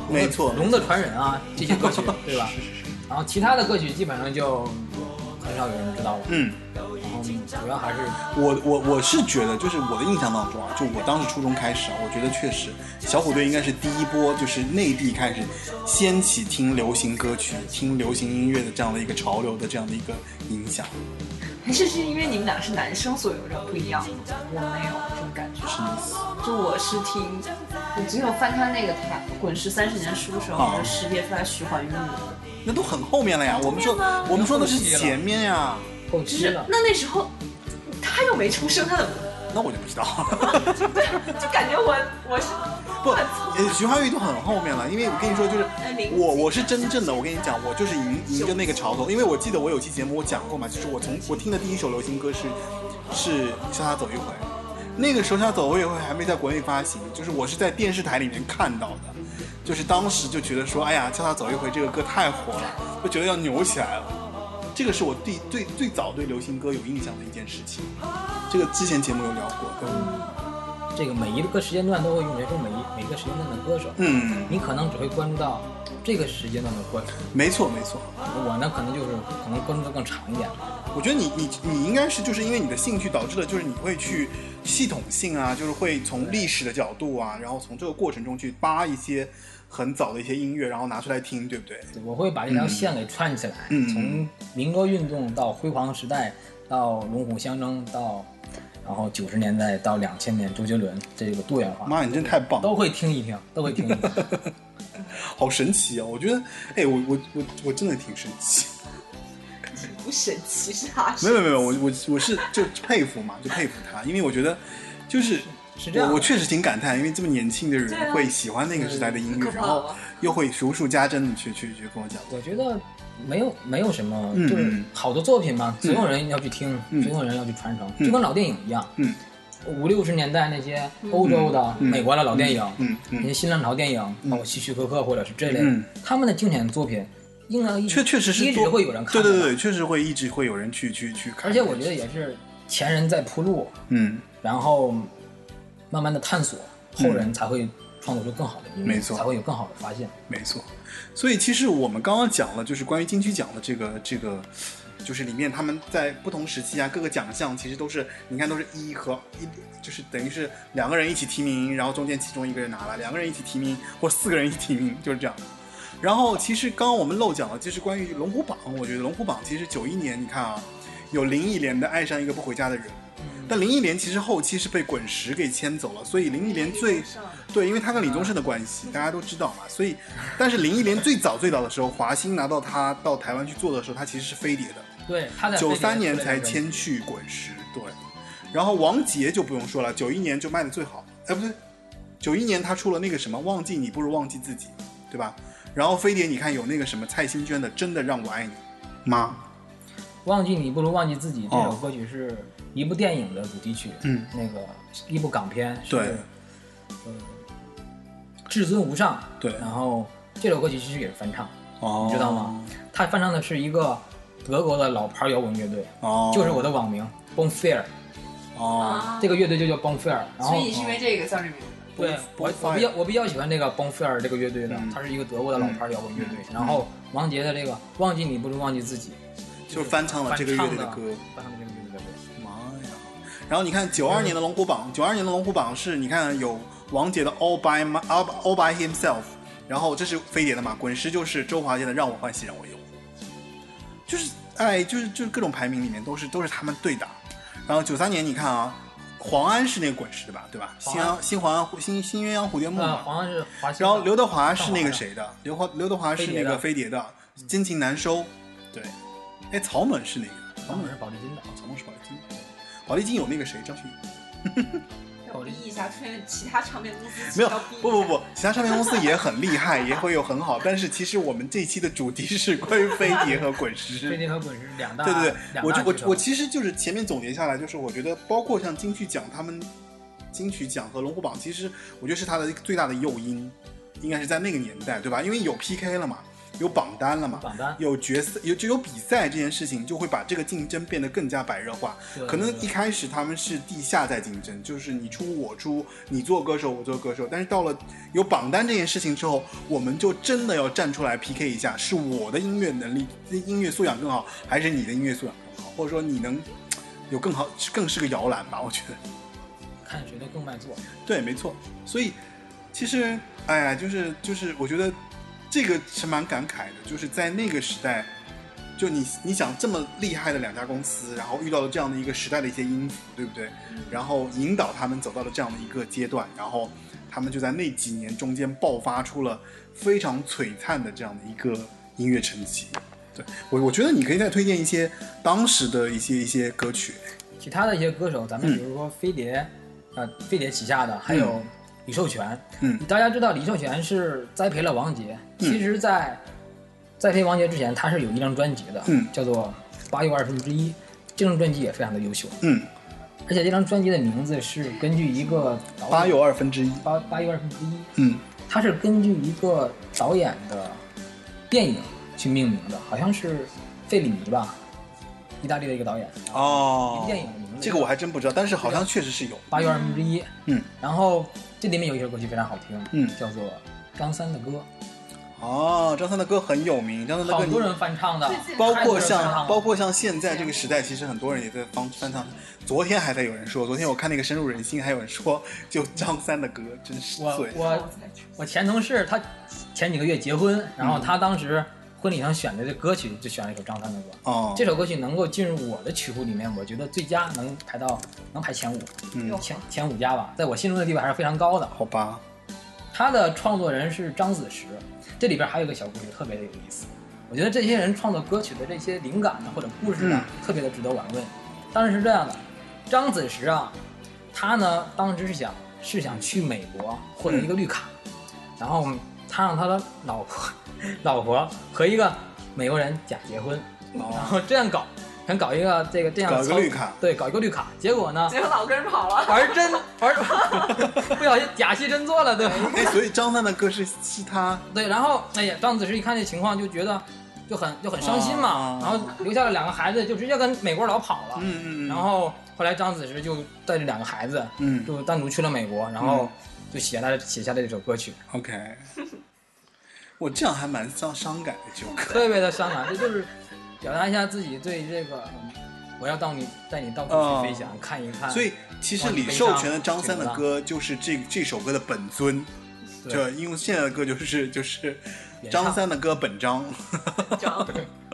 没错， 龙的传人啊这些歌曲，对吧？然后其他的歌曲基本上就很少有人知道了。 嗯。 然后主要还是我我我是觉得，就是我的印象当中啊，就我当时初中开始啊，我觉得确实小虎队应该是第一波，就是内地开始掀起听流行歌曲、听流行音乐的这样的一个潮流的这样的一个影响。 还是是因为你们俩是男生，所以有这不一样？我没有这种感觉。 什么意思？ 就我是听，我只有翻他那个他滚石三十年书的时候， 啊我就识别出来徐怀钰的。 那都很后面了呀，我们说我们说的是前面呀。 后就是， 期了。 那那时候他又没出生，他怎么？ 那我就不知道。 就感觉我我是不，呃徐怀钰都很后面了，因为我跟你说，就是我我是真正的，我跟你讲，我就是迎迎着那个潮头，因为我记得我有期节目我讲过嘛，就是我从我听的第一首流行歌是是《潇洒走一回》，那个时候《潇洒走一回》还没在国内发行，就是我是在电视台里面看到的，就是当时就觉得说，哎呀，《潇洒走一回》这个歌太火了，就觉得要扭起来了。这个是我最最最早对流行歌有印象的一件事情，这个之前节目有聊过。跟这个每一个时间段都会用这种每一每一个时间段的歌手， 嗯， 你可能只会关注到这个时间段的歌手。 没错没错， 我呢可能就是可能关注的更长一点。 我觉得你你你应该是就是因为你的兴趣导致了，就是你会去系统性啊，就是会从历史的角度啊，然后从这个过程中去扒一些很早的一些音乐，然后拿出来听，对不对？ 对，我会把这条线给串起来， 嗯、 从民歌运动到辉煌时代，到龙虎相争，到然后九十年代到两千年周杰伦这个多元化。 妈，你真太棒了， 都会听一听，都会听一听。 好神奇啊！我觉得，哎，我我我我真的挺神奇。 不神奇是他？ 没有没有，我我我是就佩服嘛，就佩服他，因为我觉得就是是这样我，我确实挺感叹，因为这么年轻的人会喜欢那个时代的音乐，然后又会如数家珍的去去去跟我讲。 我觉得没有没有什么， 嗯、 就是好的作品嘛，总有人要去听， 嗯、 总有人要去传承， 嗯、 就跟老电影一样。 嗯。 五六十年代那些欧洲的、 嗯、 美国的老电影， 嗯嗯嗯、 那些新浪潮电影，包括希区柯克或者是这类， 嗯、 他们的经典作品，应该确确实是一直会有人看。 对对对，确实会一直会有人去去去看。 而且我觉得也是前人在铺路， 嗯， 然后慢慢的探索，后人才会创作出更好的音乐， 没错， 才会有更好的发现。 没错，所以其实我们刚刚讲了，就是关于金曲奖的这个这个。就是里面他们在不同时期啊，各个奖项其实都是，你看都是一和一，就是等于是两个人一起提名，然后中间其中一个人拿了，两个人一起提名或四个人一起提名，就是这样。然后其实刚刚我们漏讲了，就是关于龙虎榜，我觉得龙虎榜其实九一年你看啊，有林忆莲的《爱上一个不回家的人》，但林忆莲其实后期是被滚石给牵走了，所以林忆莲最对，因为她跟李宗盛的关系，大家都知道嘛，所以但是林忆莲最早最早的时候，华星拿到她到台湾去做的时候，她其实是飞碟的。 对，他在九三年才迁去滚石，对。然后王杰就不用说了，九一年就卖的最好，哎不对，九一年他出了那个什么，忘记你不如忘记自己，对吧？然后飞碟你看有那个什么蔡幸娟的《真的让我爱你》，妈， 忘记你不如忘记自己这首歌曲是一部电影的主题曲， 嗯， 那个一部港片， 对， 呃，至尊无上， 对。 然后这首歌曲其实也是翻唱， 哦， 你知道吗？他翻唱的是一个德国的老牌摇滚乐队， 哦， 就是我的网名 Bonfire， 哦， 这个乐队就叫 Bonfire， 然后所以你是因为这个叫这名字？ 对，我我比较我比较喜欢这个 Bonfire 这个乐队的， 嗯、 它是一个德国的老牌摇滚乐队。嗯、然后王杰的这个忘记你不如忘记自己， 就是翻唱了这个乐队的歌， 翻唱了这个乐队的歌。 妈呀！然后你看九二年的龙虎榜，九二年的龙虎榜是你看有王杰的 All by My All, All by Himself， 然后这是飞碟的嘛，滚石就是周华健的让我欢喜让我忧，就是哎就是就是各种排名里面都是都是他们对打。然后九三年你看啊。黄安是那个滚石的吧，对吧？新安新黄安新新鸳鸯蝴蝶梦嘛。 黄安是华星。 然后刘德华是那个谁的？刘华刘德华是那个飞碟的《真情难收》。对，哎，草蜢是哪个？ 草蜢是宝丽金的。 草蜢是宝丽金。宝丽金有那个谁？张学友。 要逼一下，出现其他唱片公司。 没有，不不不，其他唱片公司也很厉害，也会有很好。但是其实我们这一期的主题是关于飞碟和滚石。 飞碟和滚石两大。 对对对，我就我我其实就是前面总结下来，就是我觉得包括像金曲奖，他们金曲奖和龙虎榜，其实我觉得是它的最大的诱因，应该是在那个年代，对吧？因为有 P K 了嘛。 有榜单了嘛， 榜单有决赛，有就有比赛这件事情，就会把这个竞争变得更加白热化。可能一开始他们是地下在竞争，就是你出我出，你做歌手我做歌手，但是到了有榜单这件事情之后，我们就真的要站出来 P K 一下，是我的音乐能力、音乐素养更好，还是你的音乐素养更好，或者说你能有更好，更是个摇篮吧？我觉得， 看谁的更卖座。 对，没错。所以其实，哎呀，就是就是，我觉得这个是蛮感慨的，就是在那个时代，就你你想这么厉害的两家公司，然后遇到了这样的一个时代的一些因素，对不对？然后引导他们走到了这样的一个阶段，然后他们就在那几年中间爆发出了非常璀璨的这样的一个音乐成绩。对，我我觉得你可以再推荐一些当时的一些一些歌曲， 其他的一些歌手，咱们比如说飞碟，啊、嗯呃，飞碟旗下的还有李寿全。 嗯， 大家知道李寿全是栽培了王杰，嗯、其实在栽培王杰之前，他是有一张专辑的， 嗯， 叫做《八又二分之一》，这张专辑也非常的优秀。 嗯， 而且这张专辑的名字是根据一个导演八又二分之一， 八八又二分之一， 嗯， 它是根据一个导演的电影去命名的，好像是费里尼吧，意大利的一个导演哦， 一个电影的名字， 这个我还真不知道，但是好像确实是有八又二分之一， 嗯， 然后这里面有一首歌曲非常好听， 嗯， 叫做张三的歌。 哦，张三的歌很有名，张三的歌好多人翻唱的， 包括像包括像现在这个时代，其实很多人也在翻翻唱。昨天还在有人说，昨天我看那个深入人心，还有人说就张三的歌真是我我我前同事他前几个月结婚，然后他当时婚礼上选的这歌曲就选了一首张三的歌。 哦， 这首歌曲能够进入我的曲库里面，我觉得最佳能排到能排前五， 嗯， 前前五佳吧，在我心中的地位还是非常高的。 好吧， 他的创作人是张子时。这里边还有一个小故事特别的有意思，我觉得这些人创作歌曲的这些灵感呢或者故事呢、嗯、特别的值得玩味。当时是这样的，张子时啊，他呢当时是想是想去美国获得一个绿卡，嗯、然后他让他的老婆老婆和一个美国人假结婚，哦、然后这样搞。想搞一个这个这样的搞一个绿卡， 对，搞一个绿卡，结果呢？ 结果老跟人跑了， 玩真玩，不小心假戏真做了，对吧？ 哎，所以张三的歌是是他对，然后哎呀，张子时一看这情况就觉得就很就很伤心嘛， 啊、 然后留下了两个孩子，就直接跟美国佬跑了。 嗯嗯。 然后后来张子时就带着两个孩子， 嗯， 就单独去了美国，然后就写了写下了这首歌曲。 OK， 我这样还蛮伤伤感的，这首歌特别的伤感，这就是。表达一下自己对这个，我要到你带你到处去飞翔、嗯，看一看。 所以其实李寿全的张三的歌就是这这首歌的本尊，就因为现在的歌就是就是张三的歌本张。 张。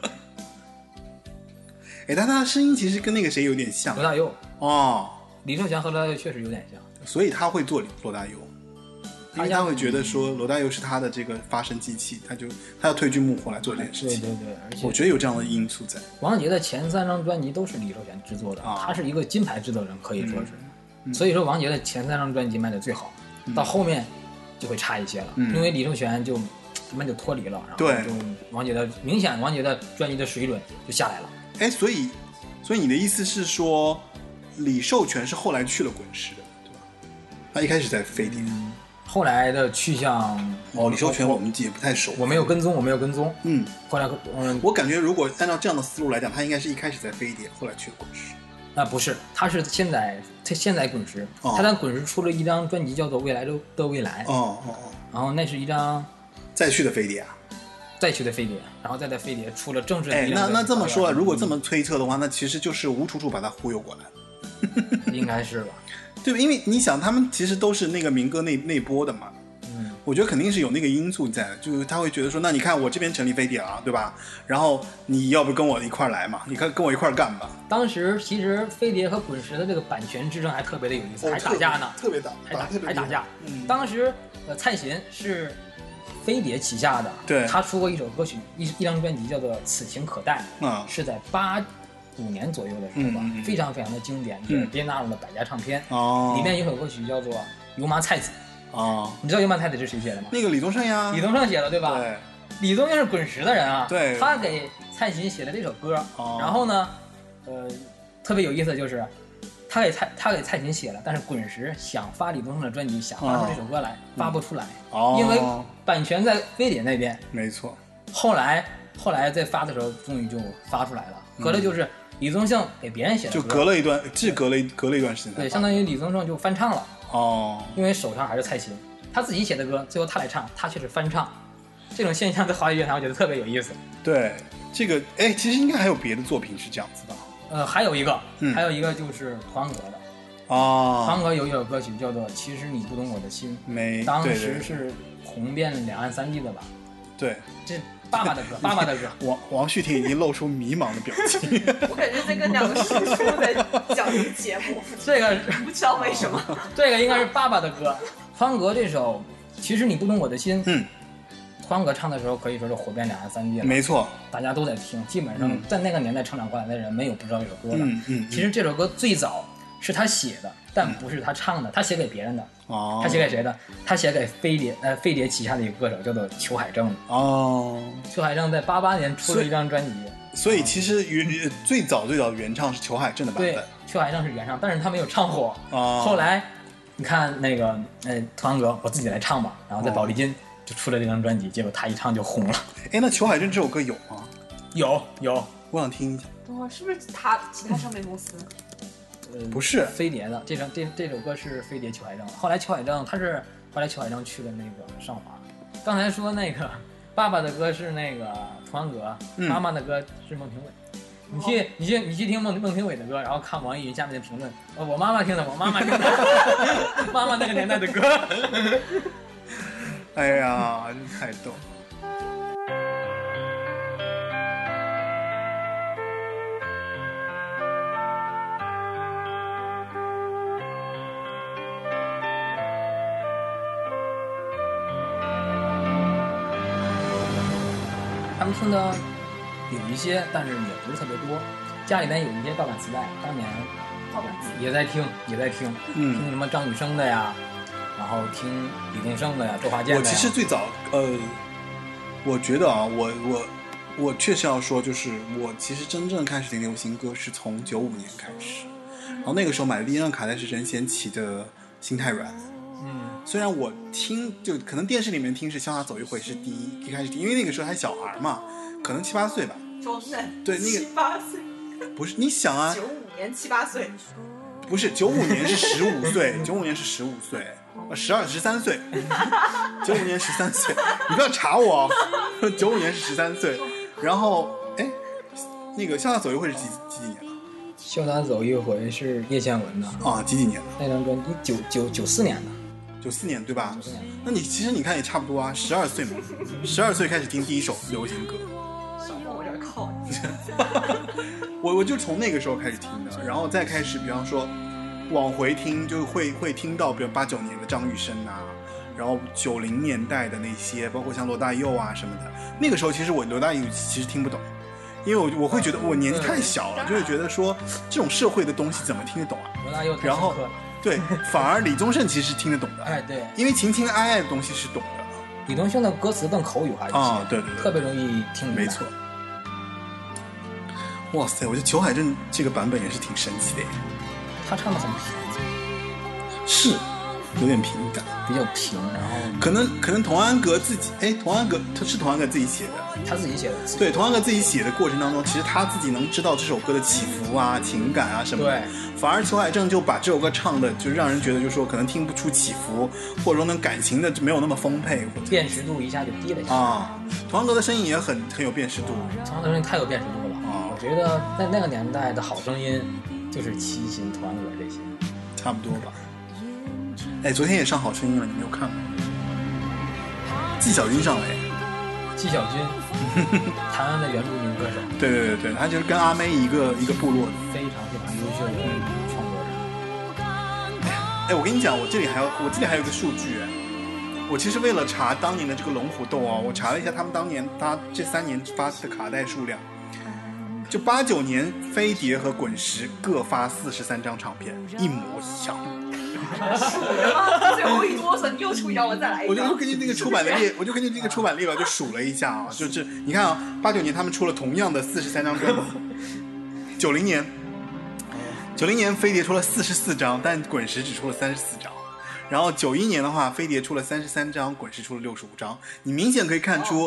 哎，但他的声音其实跟那个谁有点像， 罗大佑哦。 李寿全和罗大佑确实有点像， 所以他会做罗大佑。因为他会觉得说罗大佑是他的这个发声机器，他就他要退居幕后来做这件事情。 对对对，而且我觉得有这样的因素在。 王杰的前三张专辑都是李寿全制作的，啊、他是一个金牌制作人，可以说是。 嗯、 所以说王杰的前三张专辑卖的最好，嗯、到后面就会差一些了， 嗯、 因为李寿全就慢慢就脱离了，然后就王杰的明显王杰的专辑的水准就下来了。 哎，所以所以你的意思是说，李寿全是后来去了滚石的，对吧？他一开始在飞碟。 嗯后来的去向哦，李寿全我们也不太熟， 我没有跟踪，我没有跟踪。 嗯， 后来嗯， 我感觉如果按照这样的思路来讲，他应该是一开始在飞碟，后来去了滚石。 啊，不是，他是现在他现在滚石， 哦、 他在滚石出了一张专辑叫做《未来的未来》。 哦哦哦。 然后那是一张再去的飞碟啊， 再去的飞碟，然后再在飞碟出了正式的。 哎，那那这么说，如果这么推测的话，那其实就是吴楚楚把他忽悠过来。 应该是吧？ 对，因为你想，他们其实都是那个民歌内内播的嘛。 嗯， 我觉得肯定是有那个因素在的，就是他会觉得说，那你看我这边成立飞碟了，对吧？然后你要不跟我一块来嘛？你看跟我一块干吧。 当时其实飞碟和滚石的这个版权之争还特别的有意思， 哦、 还打架呢， 特别打， 还打特别还打架。 嗯， 当时呃蔡琴是飞碟旗下的， 对， 他出过一首歌曲，一一张专辑叫做《此情可待》， 嗯， 是在八五年左右的时候吧， 嗯嗯、 非常非常的经典，也被纳入了百家唱片。 哦， 里面有首歌曲叫做《油麻菜籽》。 哦， 你知道油麻菜籽是谁写的吗？ 那个李宗盛呀， 李宗盛写的，对吧？ 对， 李宗盛是滚石的人啊， 对， 他给蔡琴写了这首歌， 哦、 然后呢，呃，特别有意思的就是，他给蔡他给蔡琴写了，但是滚石想发李宗盛的专辑，想发出这首歌来， 哦、 发不出来， 哦， 因为版权在飞碟那边， 没错。 后来后来在发的时候，终于就发出来了。隔了就是李宗盛给别人写的歌， 就隔了一段，是隔了一隔了一段时间才发。 对，相当于李宗盛就翻唱了。 哦， 因为首唱还是蔡琴，他自己写的歌，最后他来唱，他却是翻唱。这种现象在华语乐坛我觉得特别有意思。 对，这个哎，其实应该还有别的作品是这样子的。 呃，还有一个， 嗯、 还有一个就是团格的。 哦， 团格有一首歌曲叫做《其实你不懂我的心》， 没， 当时是红遍两岸三地的吧？ 对， 这是爸爸的歌，爸爸的歌。 王王旭婷已经露出迷茫的表情。 我感觉在跟两个叔叔在讲一个节目。 这个不知道为什么。 这个应该是爸爸的歌。团格这首《其实你不懂我的心》， 嗯， 团格唱的时候可以说是火遍两岸三地了。 没错， 大家都在听，基本上在那个年代成长过来的人没有不知道这首歌的。 嗯嗯。 其实这首歌最早是他写的，但不是他唱的，他写给别人的。 哦。 他写给谁的？他写给飞碟呃飞碟旗下的一个歌手，叫做裘海正。 哦。 裘海正在八八年出了一张专辑。 所以其实原最早最早的原唱是裘海正的版本。 对，裘海正是原唱，但是他没有唱火。 哦。 后来你看那个呃团格，我自己来唱吧，然后在宝丽金就出了这张专辑，结果他一唱就红了。 哎，那裘海正这首歌有吗？ 有有， 我想听一下。 等会儿是不是他其他唱片公司？ 呃， 不是飞碟的，这张这这首歌是飞碟裘海正。后来裘海正他是后来裘海正去了那个上华。刚才说那个爸爸的歌是那个团格， 嗯、 妈妈的歌是孟庭苇。你去你去你去听孟孟庭苇的歌，然后看网易云下面的评论，哦，我妈妈听的，我妈妈听的，妈妈那个年代的歌。 哎呀，真太逗。 他们听的有一些，但是也不是特别多。家里面有一些盗版磁带，当年盗版磁带也在听，也在听， 嗯， 听什么张雨生的呀，然后听李宗盛的呀，周华健的呀。 我其实最早，呃，我觉得啊，我我我确实要说，就是我其实真正开始听流行歌是从九五年开始，然后那个时候买的第一张卡带是任贤齐的《心太软》。 嗯， 虽然我听就可能电视里面听是《潇洒走一回》是第一一开始听，因为那个时候还小孩嘛，可能七八岁吧。 周深。 对，那个七八岁。 不是，你想啊， 九五年七八岁。 不是，九五年是十五岁，九五年是十五岁，呃，十二十三岁，九五年十三岁，你不要查我哦，九五年是十三岁，然后哎，那个《潇洒走一回》是几几几年了？ 潇洒走一回是叶倩文的啊，几几年的？ 那张专辑九九九四年的， 九四年对吧？ 九四年。 那你其实你看也差不多啊，十二岁嘛，十二岁开始听第一首流行歌。 少往我这儿靠。 我我就从那个时候开始听的，然后再开始，比方说往回听，就会会听到，比如八九年的张雨生啊，然后九零年代的那些，包括像罗大佑啊什么的。那个时候其实我罗大佑其实听不懂，因为我我会觉得我年纪太小了，就会觉得说这种社会的东西怎么听得懂啊？ 罗大佑然后对，反而李宗盛其实听得懂的。 哎，对， 因为情情爱爱的东西是懂的。 李宗盛的歌词更口语化一些， 啊，对对对， 特别容易听明白。 没错。哇塞，我觉得裘海正这个版本也是挺神奇的耶。 他唱的很平， 是有点平感， 比较平，然后可能可能童安格自己，哎，童安格他是童安格自己写的， 他自己写的。 对，童安格自己写的过程当中，其实他自己能知道这首歌的起伏啊、情感啊什么的。 对， 反而裘海正就把这首歌唱的，就让人觉得就是说可能听不出起伏，或者说那感情的没有那么丰沛，或者辨识度一下就低了一些啊。童安格的声音也很很有辨识度， 童安格的声音太有辨识度了。我觉得在那个年代的好声音就是齐秦、童安格这些， 差不多吧。哎，昨天也上好声音了，你没有看吗？纪晓君上来。 纪晓君，台湾的原住民歌手。 对对对对，他就是跟阿妹一个一个部落的， 非常非常优秀的创作者。哎，我跟你讲，我这里还有我这里还有个数据，我其实为了查当年的这个龙虎斗啊，我查了一下他们当年他这三年发的卡带数量。就八九年，飞碟和滚石各发四十三张唱片，一模一样。 最后一多少？你又出一张，我再来一张。 我就根据那个出版的列，我就根据这个出版列表就数了一下啊，就是你看啊，八九年他们出了同样的四十三张专辑，九零年，九零年飞碟出了四十四张，但滚石只出了三十四张。然后九一年的话，飞碟出了三十三张，滚石出了六十五张。你明显可以看出。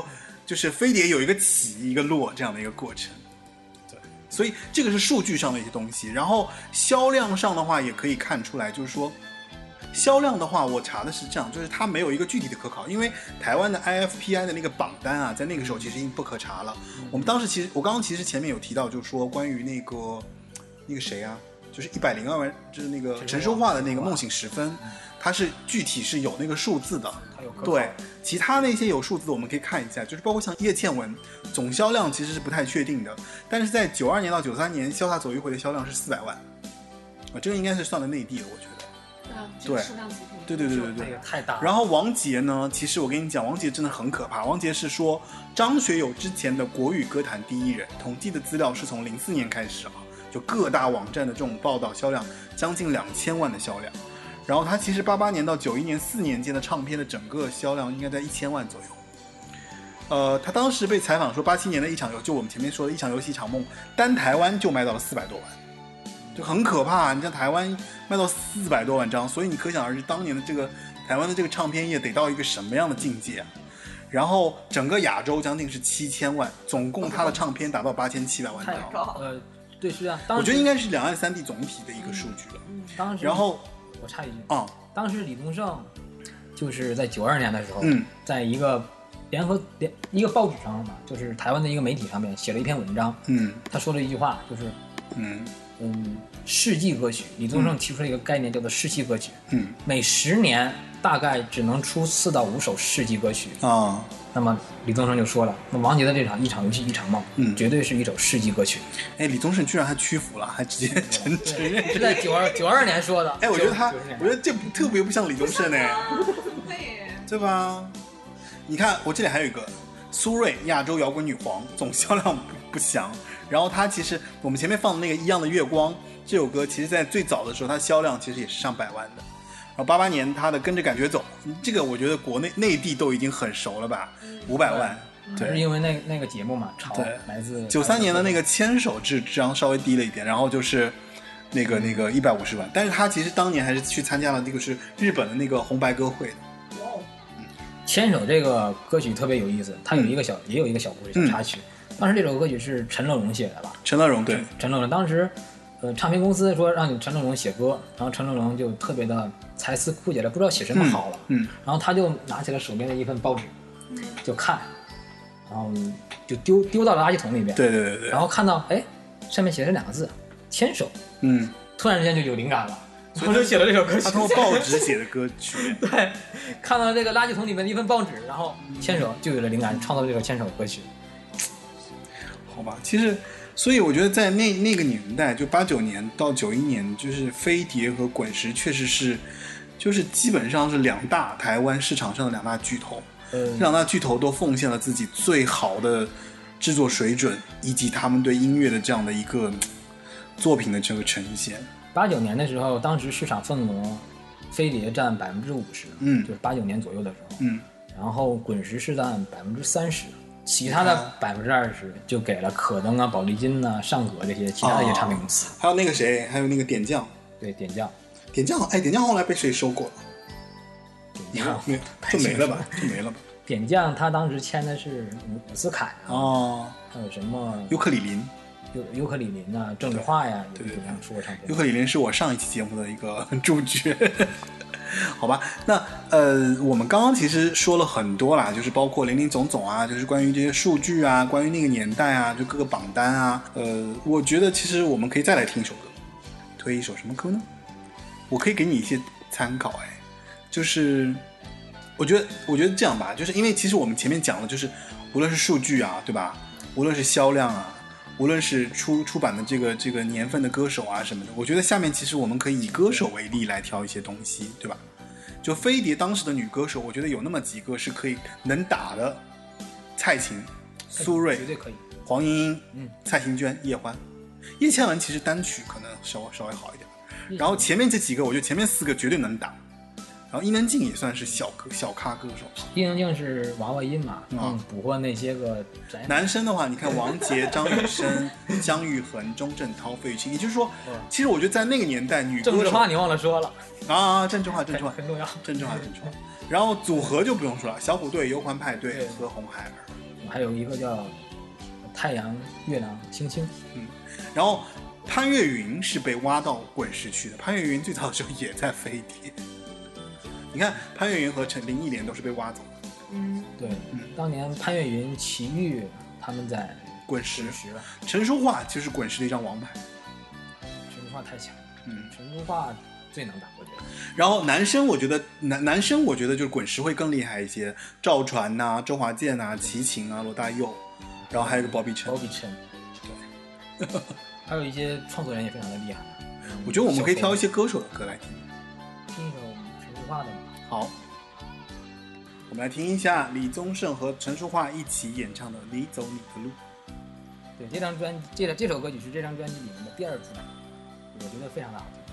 就是飞碟有一个起一个落这样的一个过程。对，所以这个是数据上的一些东西。然后销量上的话也可以看出来，就是说销量的话，我查的是这样，就是它没有一个具体的可考，因为台湾的 I F P I 的那个榜单啊，在那个时候其实已经不可查了。我们当时其实，我刚刚其实前面有提到，就是说关于那个那个谁啊，就是一百零二万，就是那个陈淑桦的那个《梦醒时分》，它是具体是有那个数字的。对，其他那些有数字的我们可以看一下，就是包括像叶倩文，总销量其实是不太确定的，但是在九二年到九三年，潇洒走一回的销量是四百万，啊，这个应该是算的内地的，我觉得。对，对对对对对， 这个太大了。 然后王杰呢，其实我跟你讲，王杰真的很可怕。王杰是说张学友之前的国语歌坛第一人，统计的资料是从零四年开始啊，就各大网站的这种报道销量将近两千万的销量。然后他其实八八年到九一年四年间的唱片的整个销量应该在一千万左右。呃，他当时被采访说，八七年的一场游，就我们前面说的一场游戏一场梦，单台湾就卖到了四百多万。就很可怕，你像台湾卖到四百多万张，所以你可想而知当年的这个台湾的这个唱片业得到一个什么样的境界啊！然后整个亚洲将近是七千万，总共他的唱片达到八千七百万张。 呃，对，是啊， 我觉得应该是两岸三地总体的一个数据了。 嗯、当时， 然后我插一句啊、嗯， 当时李宗盛就是在九二年的时候， 嗯， 在一个联合联一个报纸上嘛，就是台湾的一个媒体上面写了一篇文章， 嗯， 他说了一句话，就是嗯。 嗯，世纪歌曲，李宗盛提出了一个概念，叫做世纪歌曲。 嗯， 每十年大概只能出四到五首世纪歌曲啊。 那么李宗盛就说了，那王杰的这场一场游戏一场梦， 嗯， 绝对是一首世纪歌曲。 哎，李宗盛居然还屈服了，还直接承承认是在九二九二年说的。 哎，我觉得他，我觉得这特别不像李宗盛哎，对吧？你看，我这里还有一个苏芮，亚洲摇滚女皇，总销量不详。然后他其实我们前面放的那个《一样的月光》这首歌，其实在最早的时候，它销量其实也是上百万的。然后八八年他的《跟着感觉走》，这个我觉得国内内地都已经很熟了吧，五百万。对， 是因为那那个节目嘛，潮来自九三年的那个《牵手》质质量稍微低了一点，然后就是那个那个一百五十万，但是他其实当年还是去参加了这个是日本的那个红白歌会的。 嗯，牵手这个歌曲特别有意思，它有一个小、嗯、也有一个小故事小插曲。嗯，当时这首歌曲是陈乐融写的吧？ 陈乐融对， 陈乐融当时，呃，唱片公司说让你陈乐融写歌，然后陈乐融就特别的才思枯竭了，不知道写什么好了。 嗯，嗯然后他就拿起了手边的一份报纸，就看，然后就丢丢到了垃圾桶里面。 对对对对。 然后看到哎，上面写着两个字“牵手”。 嗯， 突然之间就有灵感了。然后就写了这首歌曲， 他通过报纸写的歌曲。 对，看到这个垃圾桶里面的一份报纸，然后牵手就有了灵感，创造这首牵手歌曲。 好吧，其实，所以我觉得在那那个年代，就八九年到九一年，就是飞碟和滚石确实是，就是基本上是两大台湾市场上的两大巨头。嗯，这两大巨头都奉献了自己最好的制作水准，以及他们对音乐的这样的一个作品的这个呈现。 八九年的时候，当时市场份额，飞碟占百分之五十， 嗯， 就是八九年左右的时候， 嗯， 然后滚石是占百分之三十。其他的百分之二十就给了可登啊、宝丽金啊、尚格这些其他的一些唱片公司、 哦，还有那个谁，还有那个点将， 对，点将， 点将，哎，点将后来被谁收购了？ 点将没就没了吧，就没了吧。 点将他当时签的是伍思凯啊， 哦， 还有什么尤克里林， 尤尤克里林啊，郑智化呀， 对对对， 说唱片。 尤克里林是我上一期节目的一个主角。好吧，那呃，我们刚刚其实说了很多啦，就是包括林林总总啊，就是关于这些数据啊，关于那个年代啊，就各个榜单啊，呃，我觉得其实我们可以再来听一首歌，推一首什么歌呢？我可以给你一些参考，哎，就是我觉得，我觉得这样吧，就是因为其实我们前面讲了，就是无论是数据啊，对吧？无论是销量啊，无论是出出版的这个这个年份的歌手啊什么的，我觉得下面其实我们可以以歌手为例来挑一些东西，对吧？就飞碟当时的女歌手，我觉得有那么几个是可以能打的，蔡琴、苏芮、 绝对可以， 黄莺莺、嗯、蔡幸娟、叶欢、叶倩文其实单曲可能稍微稍微好一点，然后前面这几个，我觉得前面四个绝对能打。然后伊能静也算是小歌小咖歌手， 伊能静是娃娃音嘛，嗯，捕获那些个男生的话，你看王杰、张雨生、姜育恒、钟镇涛、费玉清，也就是说，其实我觉得在那个年代，女歌手郑智化你忘了说了啊，郑智化，郑智化很重要， 郑智化，郑智化。然后组合就不用说了，小虎队、游环派对和红孩儿， 还有一个叫太阳、月亮、星星。 嗯，然后潘越云是被挖到滚石去的。潘越云最早的时候也在飞碟。你看潘越云和陈林忆莲都是被挖走的。 嗯， 对， 嗯当年潘越云、齐豫他们在滚石， 滚石， 陈淑桦就是滚石的一张王牌。 陈淑桦太强了， 嗯， 陈淑桦最能打，我觉得。 然后男生，我觉得男男生，我觉得就是滚石会更厉害一些，赵传呐、周华健呐、齐秦啊、罗大佑，然后还有一个包碧琛。 包碧琛，对，还有一些创作人也非常的厉害。 我觉得我们可以挑一些歌手的歌来听， 听一首陈淑桦的吧。 好，我们来听一下李宗盛和陈淑桦一起演唱的《你走你的路》。 对，这张专这这首歌曲是这张专辑里面的第二支，我觉得非常的好听。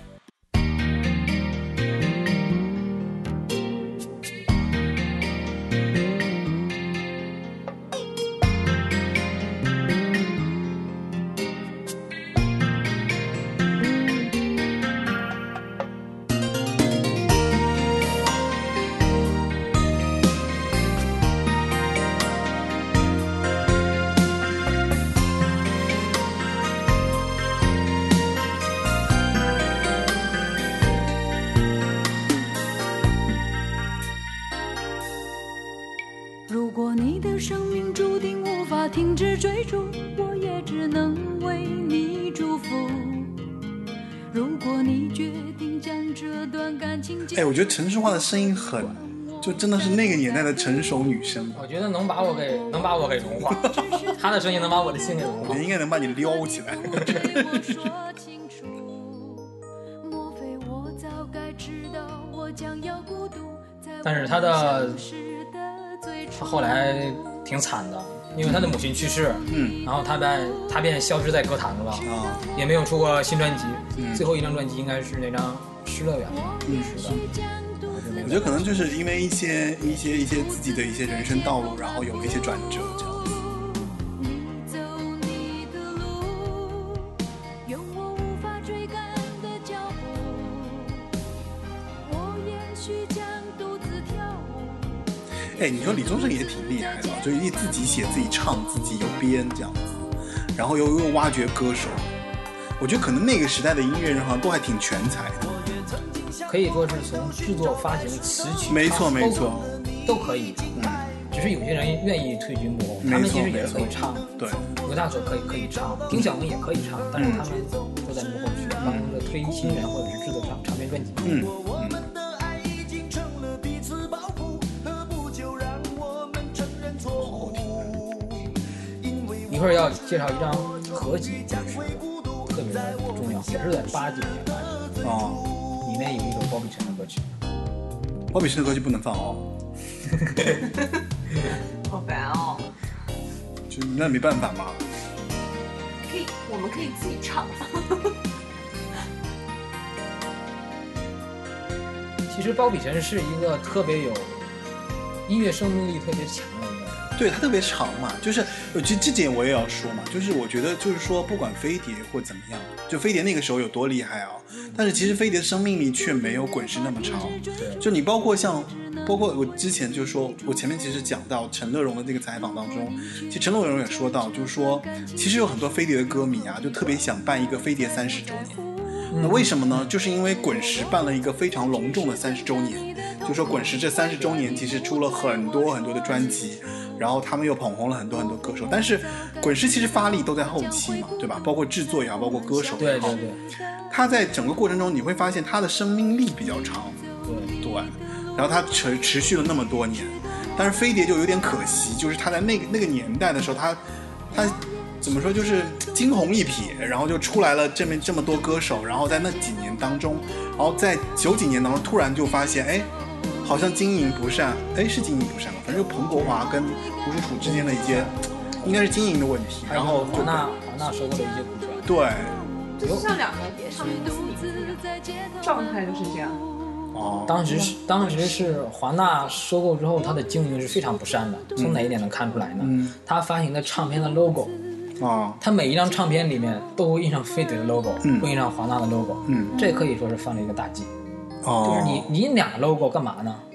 如果你的生命注定无法停止追逐，我也只能为你祝福。如果你决定将这段感情结束， 哎，我觉得陈淑桦的声音很，就真的是那个年代的成熟女生， 我觉得能把我给能把我给融化，她的声音能把我的心给融化我觉得。应该能把你撩起来。 对我说清楚，莫非我早该知道我将要孤独，在但是她的我消失的最初她后来挺惨的，因为她的母亲去世， 嗯然后她在她便消失在歌坛了， 啊， 也没有出过新专辑， 嗯最后一张专辑应该是那张《失乐园》吧， 嗯是的。 我觉得可能就是因为一些一些一些自己的一些人生道路，然后有了一些转折，这样。 你走你的路，用我无法追赶的脚步，我也许将独自跳舞。 哎，你说李宗盛也挺厉害的，就一自己写自己唱自己又编这样子，然后又又挖掘歌手。我觉得可能那个时代的音乐人好像都还挺全才的。 可以说是从制作、发行、词曲， 没错唱没错， 都可以。 嗯， 只是有些人愿意退居幕后， 没错他们其实也是可以唱。 对， 刘大所可以可以唱，丁晓文也可以唱，但是他们都在幕后去帮着推新人或者是制作唱唱片专辑。 嗯我们的爱已经成了彼此包袱，何不就让我们承认错误？因为一会儿要介绍一张合集，真是特别的重要，也是在八几年发的， 啊， 里面有一首包碧琛的歌曲。 包碧琛的歌就不能放哦， 好烦哦。 就那没办法嘛。 可以，我们可以自己唱。 其实包碧琛是一个特别有音乐生命力特别强的一个人。 对，它特别长嘛，就是其实这点我也要说嘛，就是我觉得就是说，不管飞碟或怎么样，就飞碟那个时候有多厉害啊，但是其实飞碟的生命力却没有滚石那么长。 对， 就你包括像，包括我之前就说，我前面其实讲到陈乐融的这个采访当中，其实陈乐融也说到，就是说，其实有很多飞碟的歌迷啊，就特别想办一个飞碟三十周年。那为什么呢？就是因为滚石办了一个非常隆重的三十周年，就说滚石这三十周年其实出了很多很多的专辑，然后他们又捧红了很多很多歌手，但是滚石其实发力都在后期嘛，对吧？包括制作也好，包括歌手也好， 对对对， 他在整个过程中你会发现他的生命力比较长， 对对，然后他持持续了那么多年，但是飞碟就有点可惜，就是他在那个那个年代的时候，他他怎么说，就是惊鸿一瞥，然后就出来了这么这么多歌手，然后在那几年当中，然后在九几年当中突然就发现，哎，好像经营不善，哎，是经营不善吗？反正就彭国华跟吴楚楚之间的一些，应该是经营的问题，然后就华纳华纳收购了一些股权。 对， 就是像两个唱片公司里面一样，状态就是这样。 哦， 当时是当时是华纳收购之后，它的经营是非常不善的。从哪一点能看出来呢？ 嗯， 它发行的唱片的 logo， 啊， 它每一张唱片里面都会印上飞碟的 logo， 嗯会印上华纳的 logo， 嗯， 这可以说是犯了一个大忌。 哦， 就是你你印两个 logo 干嘛呢？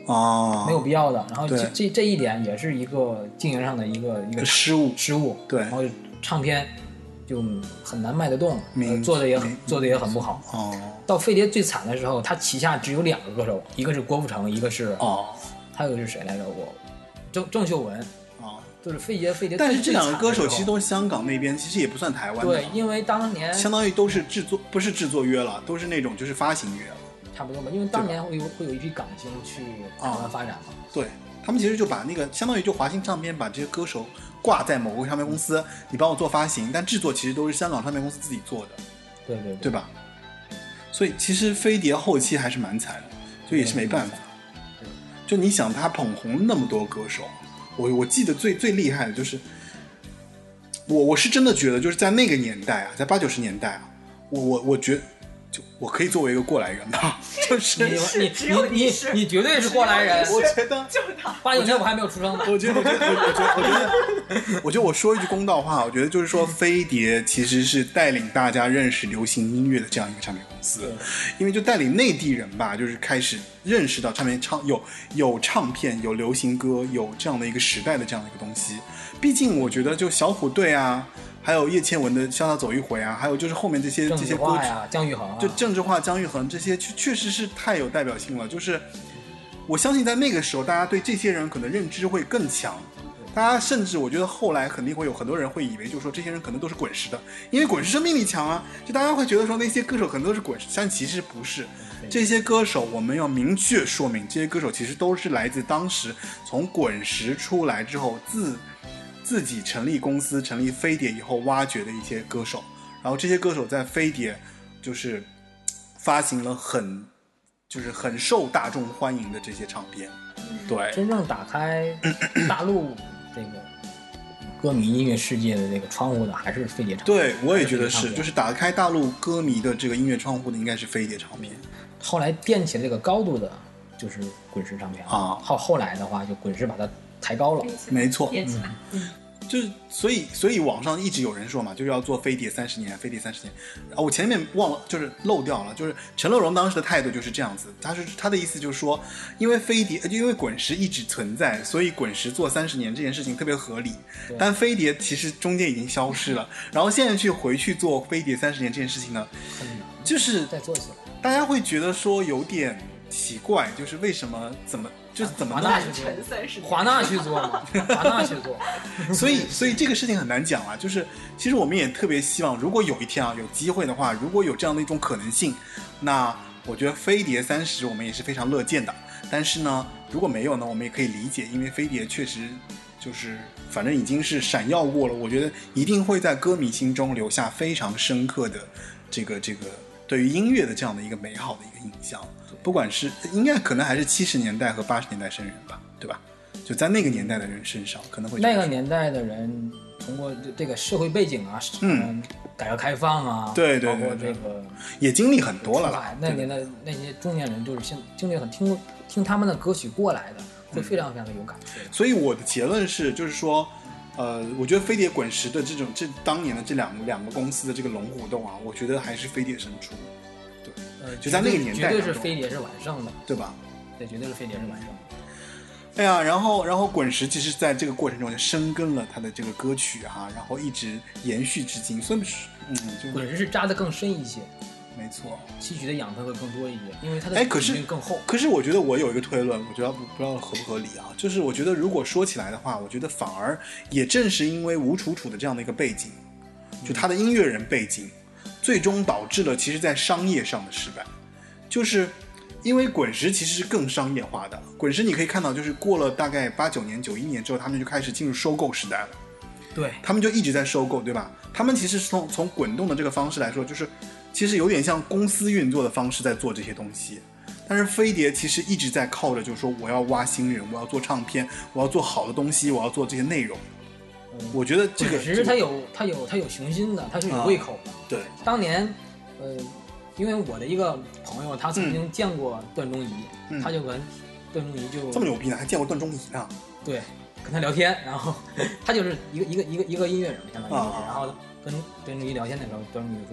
哦， 没有必要的。然后这对这这一点也是一个经营上的一个一个失误失误。 对然后唱片就很难卖得动， 明呃做的也很明做的也很不好。 哦到飞碟最惨的时候，他旗下只有两个歌手，一个是郭富城，一个是哦还有一个是谁来着？我郑郑秀文， 哦， 就是飞碟飞碟。 但是这两个歌手其实都是香港那边，其实也不算台湾的。 对，因为当年相当于都是制作，不是制作约了，都是那种就是发行约了。 差不多吧，因为当年会有会有一批港星去台湾发展嘛。 对，他们其实就把那个相当于就华星唱片把这些歌手挂在某个唱片公司，你帮我做发行，但制作其实都是香港唱片公司自己做的， 对对对， 对吧？所以其实飞碟后期还是蛮惨的，就也是没办法。就你想他捧红那么多歌手，我我记得最最厉害的就是我我是真的觉得就是在那个年代啊，在八九十年代啊，我我我觉得就我可以作为一个过来人吧，就是你只有你你你是你绝对是过来人。 我觉得就是他。 八九年我还没有出生呢。 我觉得，我觉得，我觉得，我觉得，我觉得，我说一句公道话，我觉得就是说，飞碟其实是带领大家认识流行音乐的这样一个唱片公司，因为就带领内地人吧，就是开始认识到唱片唱有有唱片、有流行歌、有这样的一个时代的这样的一个东西。毕竟我觉得，就小虎队啊，还有叶倩文的《潇洒走一回》啊，还有就是后面这些郑智这些歌曲， 化呀，姜育恒啊， 就郑智化、姜育恒这些，确确实是太有代表性了。就是我相信在那个时候，大家对这些人可能认知会更强。大家甚至我觉得后来肯定会有很多人会以为，就是说这些人可能都是滚石的，因为滚石生命力强啊。就大家会觉得说那些歌手可能都是滚石，但其实不是。这些歌手我们要明确说明，这些歌手其实都是来自当时从滚石出来之后自自己成立公司、成立飞碟以后挖掘的一些歌手。然后这些歌手在飞碟就是发行了很就是很受大众欢迎的这些唱片。对， 真正打开大陆这个歌迷音乐世界的这个窗户的还是飞碟唱片。 对，我也觉得是， 还是飞碟唱片就是打开大陆歌迷的这个音乐窗户的应该是飞碟唱片。 后来垫起了这个高度的，就是滚石唱片啊后后来的话，就滚石把它抬高了。 没错， 编起来，嗯， 就是所以所以网上一直有人说嘛，就是要做飞碟三十年，飞碟三十年。啊，我前面忘了，就是漏掉了，就是陈乐融当时的态度就是这样子，他是他的意思就是说，因为飞碟，因为滚石一直存在，所以滚石做三十年这件事情特别合理。但飞碟其实中间已经消失了，然后现在去回去做飞碟三十年这件事情呢，就是再做起来。 大家会觉得说有点奇怪，就是为什么怎么就是怎么弄华纳去做陈三十， 华纳去做嘛，华纳去做。 所以，所以这个事情很难讲啊。就是其实我们也特别希望，如果有一天啊有机会的话，如果有这样的一种可能性，那我觉得飞碟三十我们也是非常乐见的。但是呢，如果没有呢，我们也可以理解，因为飞碟确实就是反正已经是闪耀过了，我觉得一定会在歌迷心中留下非常深刻的这个这个对于音乐的这样的一个美好的一个印象。不管是应该可能还是七十年代和八十年代生人吧，对吧？就在那个年代的人身上，可能会那个年代的人通过这个社会背景啊，嗯，改革开放啊， 对对对包括这个也经历很多了啦。 那年代那些中年人就是经经历很听过听他们的歌曲过来的，会非常非常的有感觉。 所以我的结论是，就是说，呃，我觉得飞碟滚石的这种这当年的这两两个公司的这个龙虎斗啊，我觉得还是飞碟胜出。对， 呃， 就在那个年代， 绝对是飞碟是完胜的， 对吧？ 对，绝对是飞碟是完胜的。 哎呀，然后然后滚石其实在这个过程中就深耕了他的这个歌曲哈、啊，然后一直延续至今，所以嗯，就滚石是扎得更深一些， 没错， 吸取的养分会更多一些，因为它的哎，可是更厚。 可是我觉得我有一个推论，我觉得不不知道合不合理啊，就是我觉得如果说起来的话，我觉得反而也正是因为吴楚楚的这样的一个背景，就他的音乐人背景，最终导致了其实在商业上的失败，就是因为滚石其实是更商业化的。滚石你可以看到，就是过了大概八九年、九一年之后，他们就开始进入收购时代了。 对， 他们就一直在收购，对吧？他们其实是从从滚动的这个方式来说，就是其实有点像公司运作的方式在做这些东西。但是飞碟其实一直在靠着，就是说我要挖新人，我要做唱片，我要做好的东西，我要做这些内容。嗯、我觉得这个其实他有他有他有雄心的，他是有胃口的。 啊、对， 当年，呃，因为我的一个朋友，他曾经见过段中仪， 嗯、 他就跟段中仪就这么牛逼呢，还见过段中仪呢。 对，跟他聊天，然后他就是一个一个一个一个音乐人，相当于、 啊， 然后跟段中仪聊天的时候，段中仪说，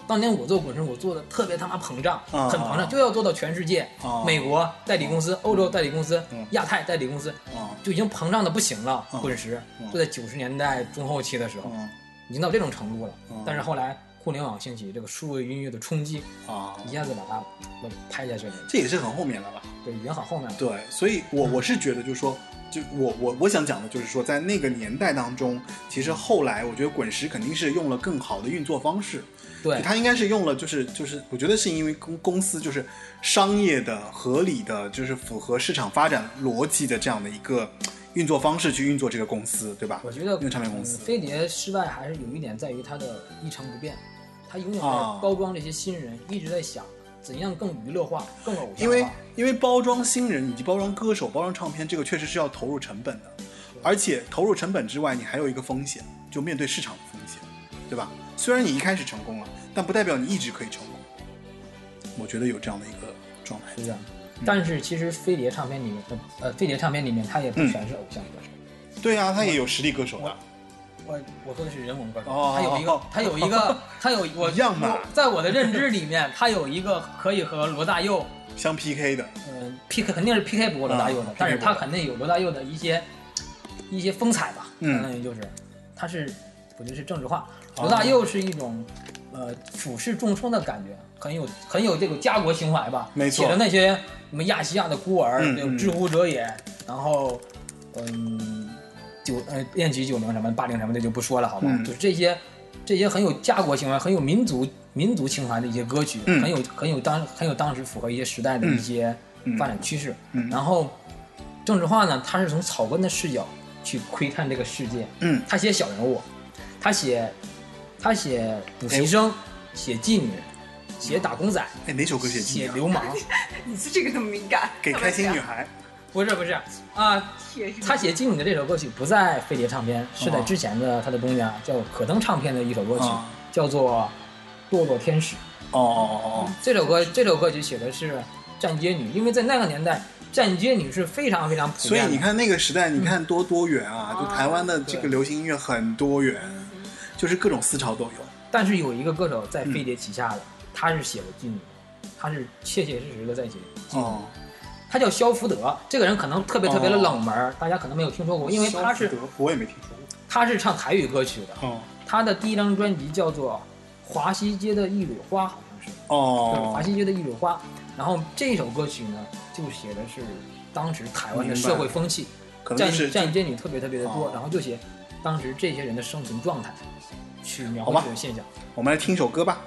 当年我做滚石，我做的特别他妈膨胀， 啊很膨胀，就要做到全世界， 啊美国代理公司、欧洲代理公司、 嗯亚太代理公司， 啊就已经膨胀的不行了。 嗯滚石嗯就在九十年代中后期的时候， 嗯已经到这种程度了。 嗯但是后来互联网兴起，这个数位音乐的冲击， 啊， 一下子把它给拍下去了。 这也是很后面了吧？ 对，已经很后面了。 对，所以我我是觉得，就是说，就我我我想讲的就是说，在那个年代当中，其实后来我觉得滚石肯定是用了更好的运作方式， 对， 他应该是用了就是就是，我觉得是因为公公司就是商业的、合理的，就是符合市场发展逻辑的这样的一个运作方式去运作这个公司，对吧？ 我觉得那个唱片公司嗯飞碟失败还是有一点在于它的一成不变，它永远在啊包装这些新人，一直在想怎样更娱乐化、更偶像化。 因为因为包装新人以及包装歌手、包装唱片，这个确实是要投入成本的，而且投入成本之外，你还有一个风险，就面对市场的风险，对吧？虽然你一开始成功了，但不代表你一直可以成功。我觉得有这样的一个状态。 是这样。但是其实飞碟唱片里面，呃呃，飞碟唱片里面它也不嗯全是偶像歌手。 对啊，他也有实力歌手的。 我我说的是人文歌手， 哦他有一个，他有一个，他有我一样嘛我在我的认知里面，他有一个可以和罗大佑， 相 P K 的。 嗯、P K 肯定是 P K 不过罗大佑的， 啊但是 P K 不过他肯定有罗大佑的一些一些风采吧， 嗯相当于就是，他是我觉得是政治化，罗大佑是一种呃俯视众生的感觉，很有很有这个家国情怀吧， 没错写的那些什么亚细亚的孤儿， 嗯有知乎者也，然后嗯。九呃，恋曲九零什么八零什么的就不说了，好吧？ 嗯就是这些，这些很有家国情怀、很有民族民族情怀的一些歌曲， 嗯很有很有当很有当时符合一些时代的一些嗯发展趋势。 嗯然后，政治化呢，他是从草根的视角去窥探这个世界。 嗯他写小人物，他写他写补习生，写妓女，写打工仔， 哎，哪首歌写妓女啊？ 写流氓。 你是这个那么敏感？ 给开心女孩。 不是不是啊，他写妓女的这首歌曲不在飞碟唱片，是在之前的他的东家叫可登唱片的一首歌曲， 哦叫做《堕落天使》。 哦哦哦这首歌这首歌曲写的是站街女，因为在那个年代，站街女是非常非常哦， 普遍的。 所以你看那个时代，你看多多元啊！就台湾的这个流行音乐很多元，就是各种思潮都有。 但是有一个歌手在飞碟旗下的，他是写了妓女，他是切切实实的在写妓女。 哦， 他叫肖福德，这个人可能特别特别的冷门，大家可能没有听说过，因为他是肖福德我也没听说过。 他是唱台语歌曲的。 哦他的第一张专辑叫做《华西街的一缕花》，好像是，就是哦华西街的一缕花。然后这首歌曲呢，就写的是当时台湾的社会风气，站可能就是站街女特别特别的多， 哦然后就写当时这些人的生存状态，去描好吧绘这个现象。 我们来听首歌吧，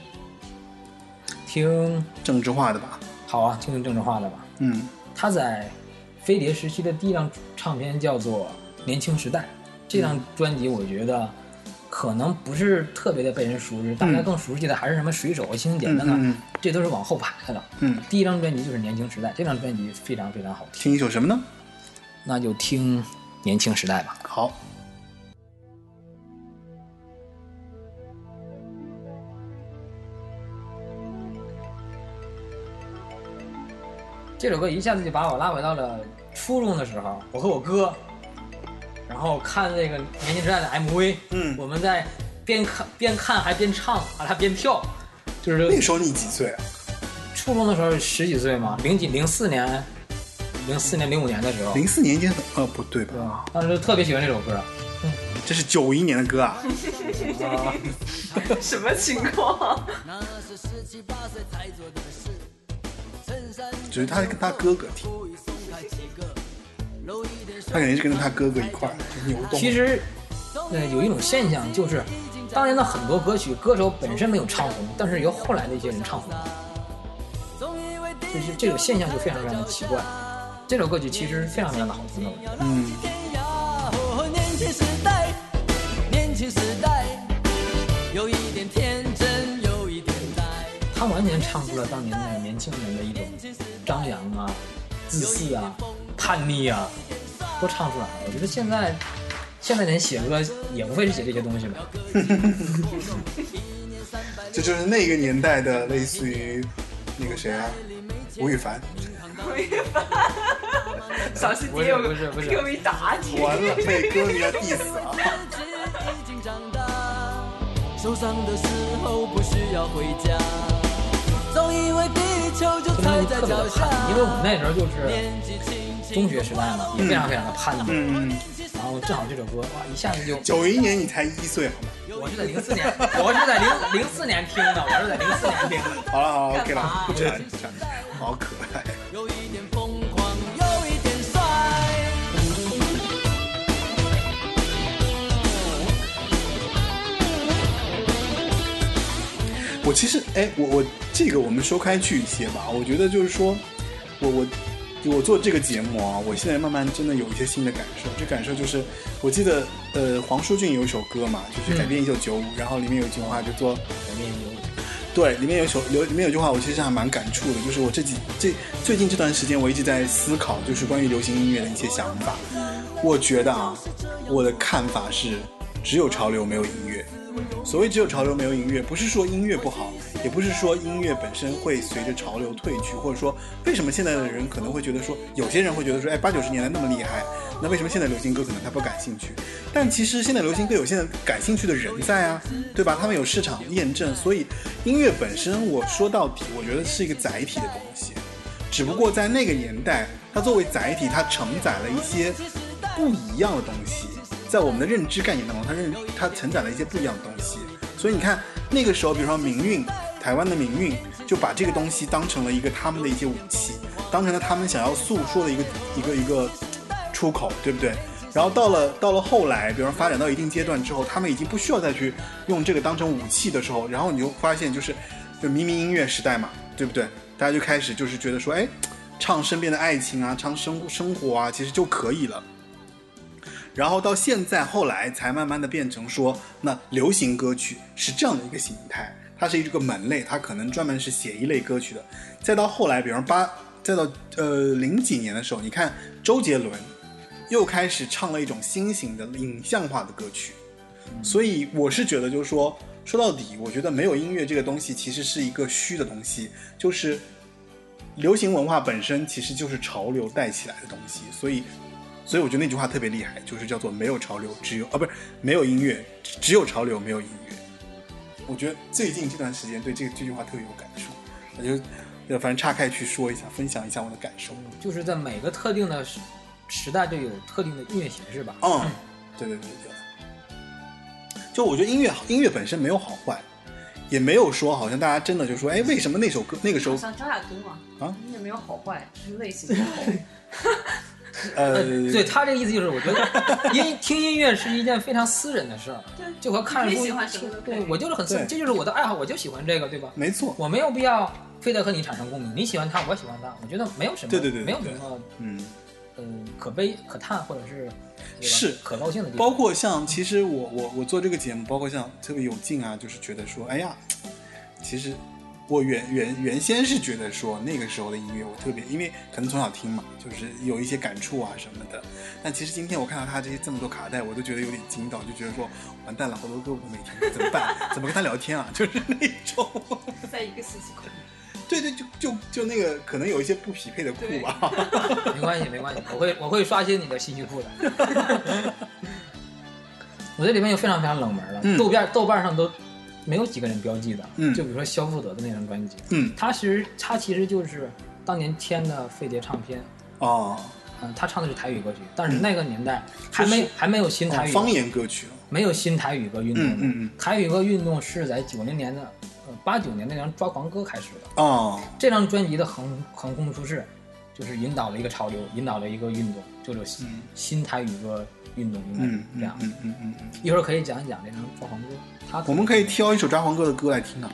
听政治化的吧。 好啊，听听政治化的吧。 嗯他在飞碟时期的第一张唱片叫做《年轻时代》，这张专辑我觉得可能不是特别的被人熟知，大家更熟悉的还是什么水手啊、星星点灯啊， 嗯嗯这都是往后排的。 嗯， 第一张专辑就是《年轻时代》，这张专辑非常非常好听， 听一首什么呢？ 那就听《年轻时代》吧。 好。 这首歌一下子就把我拉回到了初中的时候，我和我哥，然后看那个《年轻时代》的 M V， 嗯我们在边看边看还边唱，还边跳，就是那时候你几岁啊？ 初中的时候十几岁嘛，零几零四年，零四年零五年的时候， 零四年已经很呃不对吧？ 当时特别喜欢这首歌。 这是九一年的歌啊。 啊， 什么情况？ 只是他跟他哥哥听，他肯定是跟着他哥哥一块儿扭动。 其实，呃，有一种现象就是，当年的很多歌曲，歌手本身没有唱红，但是由后来的一些人唱红了，就是这种现象就非常非常的奇怪。这首歌曲其实非常非常的好听的，我觉得。 嗯， 年轻时代，年轻时代，有一点天真，有一点呆。 他完全唱出了当年的年轻人的一种张扬啊、自私啊、叛逆啊，都唱出来了。我觉得现在现在人写歌也无非是写这些东西吧。 这就是那个年代的，类似于那个谁啊，吴亦凡。 小心不是爹有不是不是给我一打你。 完了，被歌迷要 diss 啊！ 受伤的时候不需要回家，总以为地球就这踩东西特别的在脚下叛，。因为我们那时候就是年纪轻轻中学时代嘛，也非常非常的叛逆。 嗯， 然后正好这首歌哇，一下子就九一年你才一岁，好吗？ 我是在零四年，我是在零零四年听的，我是在零四年听的。 好了好了，OK 了干嘛， 不扯不扯，好可爱。 有一点疯狂，有一点帅。 我其实，哎，我我这个我们说开去一些吧。我觉得就是说，我我我做这个节目啊，我现在慢慢真的有一些新的感受。这感受就是，我记得呃黄舒骏有一首歌嘛，就是改编一九九五，然后里面有一句话叫做改编有对，里面有一首有里面有句话，我其实还蛮感触的，就是我这几这最近这段时间，我一直在思考，就是关于流行音乐的一些想法。我觉得啊，我的看法是，只有潮流没有音乐。所谓只有潮流没有音乐，不是说音乐不好，也不是说音乐本身会随着潮流退去，或者说为什么现在的人可能会觉得说，有些人会觉得说，哎，八九十年代那么厉害，那为什么现在流行歌可能他不感兴趣？但其实现在流行歌有现在感兴趣的人在啊，对吧？他们有市场验证，所以音乐本身，我说到底，我觉得是一个载体的东西。只不过在那个年代，它作为载体，它承载了一些不一样的东西。在我们的认知概念当中，它认它承载了一些不一样的东西，所以你看那个时候，比如说民运，台湾的民运就把这个东西当成了一个他们的一些武器，当成了他们想要诉说的一个一个一个出口，对不对？然后到了到了后来，比如说发展到一定阶段之后，他们已经不需要再去用这个当成武器的时候，然后你就发现就是就靡靡音乐时代嘛，对不对？大家就开始就是觉得说，哎，唱身边的爱情啊，唱生生活啊，其实就可以了。然后到现在后来才慢慢的变成说，那流行歌曲是这样的一个形态，它是一个门类，它可能专门是写一类歌曲的。再到后来，比方八，再到呃零几年的时候，你看周杰伦又开始唱了一种新型的影像化的歌曲。所以我是觉得就是说，说到底，我觉得没有音乐这个东西其实是一个虚的东西，就是流行文化本身其实就是潮流带起来的东西，所以。所以我觉得那句话特别厉害，就是叫做没有潮流，只有啊，不是没有音乐，只有潮流，没有音乐。我觉得最近这段时间对这个这句话特别有感受，我就反正岔开去说一下，分享一下我的感受。 就是在每个特定的时时代就有特定的音乐形式吧。 嗯，对对对对。就我觉得音乐音乐本身没有好坏，也没有说好像大家真的就说，哎，为什么那首歌那个时候像张亚东啊， 啊， 音乐没有好坏，只是类型不同。 呃， 对他这个意思就是，我觉得音听音乐是一件非常私人的事儿，就和看书。 你喜欢什么都可以对，我就是很私人，这就是我的爱好，我就喜欢这个，对吧？ 没错， 我没有必要非得和你产生共鸣。你喜欢他，我喜欢他，我觉得没有什么， 对对对对没有什么， 嗯嗯，可悲可叹或者是是可高兴的地方。 包括像其实我我我做这个节目，包括像特别有劲啊，就是觉得说，哎呀，其实。我原原原先是觉得说那个时候的音乐我特别，因为可能从小听嘛，就是有一些感触啊什么的。但其实今天我看到他这些这么多卡带，我都觉得有点惊到，就觉得说完蛋了，好多歌我都没听，怎么办？怎么跟他聊天啊？就是那种在一个信息库。 对对，就就就那个可能有一些不匹配的库吧。 没关系没关系，我会我会刷新你的信息库的。我这里面有非常非常冷门的，嗯、豆瓣豆瓣上都。没有几个人标记的， 嗯， 就比如说萧富德的那张专辑， 嗯， 他其实他其实就是当年签的飞碟唱片， 哦， 嗯，他唱的是台语歌曲，但是那个年代还没、嗯、还没有新台语、 哦、方言歌曲， 没有新台语歌运动的， 嗯嗯嗯， 台语歌运动是在九零年的呃八九年那张《抓狂歌》开始的， 哦， 这张专辑的横横空出世，就是引导了一个潮流，引导了一个运动，就是新台语歌运动，应该是这样， 嗯嗯嗯嗯， 一会儿可以讲一讲这张《抓狂歌》。 我们可以挑一首抓狂歌的歌来听啊，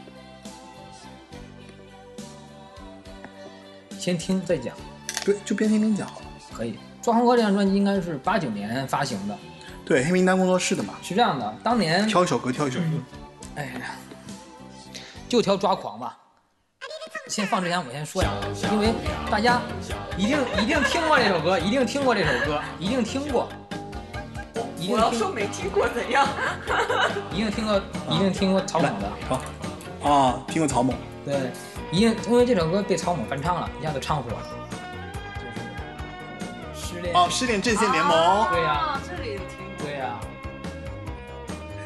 先听再讲， 对，就边听边讲好了。 可以，抓狂歌这张专辑应该是八九年发行的， 对，黑名单工作室的嘛。 是这样的，当年挑一首歌，挑一首歌， 嗯、哎呀，就挑抓狂吧。先放之前我先说呀，因为大家一定一定听过这首歌，一定听过这首歌，一定听过。 我要说没听过怎样？ 一定听过，一定听过曹猛的。 好啊，听过曹猛。 对，一定因为这首歌被曹猛翻唱了，一下就唱火了。就是失恋。 哦，失恋阵线联盟。 啊、对呀、啊， 这里听过。 对呀、啊。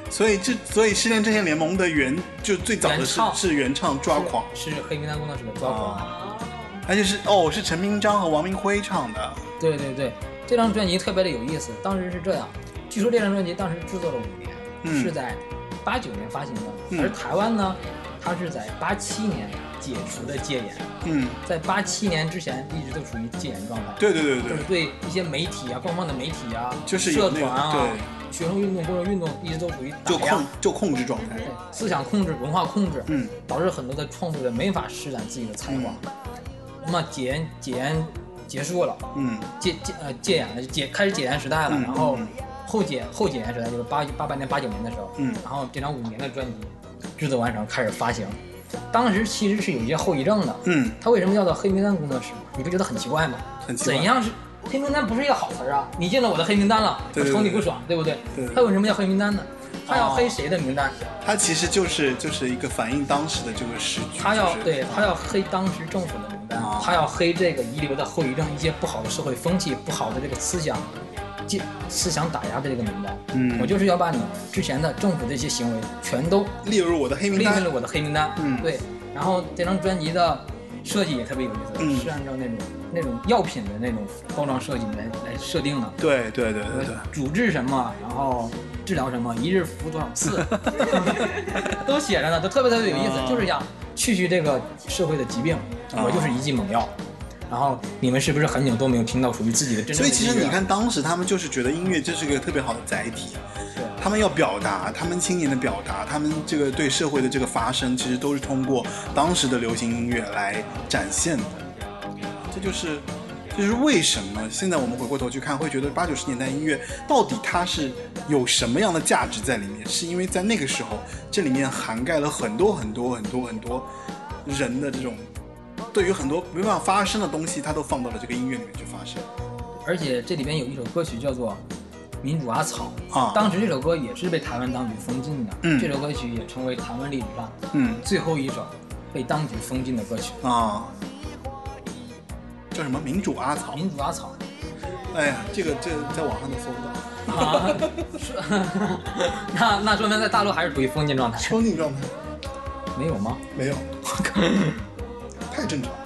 所以这所以失恋阵线联盟的原就最早的是原唱是原唱抓狂， 是是黑名单工作室的抓狂。 啊，而且是哦是陈明章和王明辉唱的。 对对对，这张专辑特别的有意思。当时是这样，据说这张专辑当时制作了五年， 嗯是在八九年发行的， 嗯而台湾呢，它是在八七年解除的戒严。 嗯， 在八七年之前一直都处于戒严状态。 对对对对就是对一些媒体啊、官方的媒体啊、 就是有那个社团啊、 对学生运动、工人运动一直都处于打就压控就控制状态。 对思想控制、文化控制， 嗯， 导致很多的创作者没法施展自己的才华。那么解严解严结束了， 嗯戒戒呃戒严了，解开始解严时代了， 嗯然后嗯后解后解严时代就是八八八年八九年的时候， 嗯然后这张五年的专辑制作完成开始发行，当时其实是有一些后遗症的， 嗯， 它为什么叫做黑名单工作室？你不觉得很奇怪吗？ 很奇怪怎样是黑名单？不是一个好词啊！你进了我的黑名单了， 对对对我瞅你不爽，对不对？ 对对对他为什么叫黑名单呢？他要黑谁的名单？ 它其实就是就是一个反映当时的这个时局。 他要就是对他要黑当时政府的名单啊， 他要黑这个遗留的后遗症，一些不好的社会风气、不好的这个思想。禁思想打压的这个名单， 嗯我就是要把你之前的政府的一些行为全都列入我的黑名单列入了我的黑名单。 嗯对。然后这张专辑的设计也特别有意思， 嗯是按照那种那种药品的那种包装设计来来设定的。 对对对对对， 主治什么，然后治疗什么，一日服多少次，都写着呢，都特别特别有意思， 啊就是想去去这个社会的疾病。 啊我就是一剂猛药。然后你们是不是很久都没有听到属于自己的真正的音乐？ 所以其实你看，当时他们就是觉得音乐这是个特别好的载体， 对他们要表达，他们青年的表达，他们这个对社会的这个发声，其实都是通过当时的流行音乐来展现的。这就是，这就是为什么现在我们回过头去看，会觉得八九十年代音乐到底它是有什么样的价值在里面？是因为在那个时候，这里面涵盖了很多很多很多很多人的这种。对于很多没办法发生的东西，它都放到了这个音乐里面去发生。 而且这里边有一首歌曲叫做《民主阿草》 啊当时这首歌也是被台湾当局封禁的。 嗯这首歌曲也成为台湾历史上嗯最后一首被当局封禁的歌曲。 啊，叫什么民主阿草？ 民主阿草。 哎呀，这个这在网上都搜不到。 啊，是那那说明在大陆还是处于封禁状态。 封禁状态没有吗？ 没有，太正常了。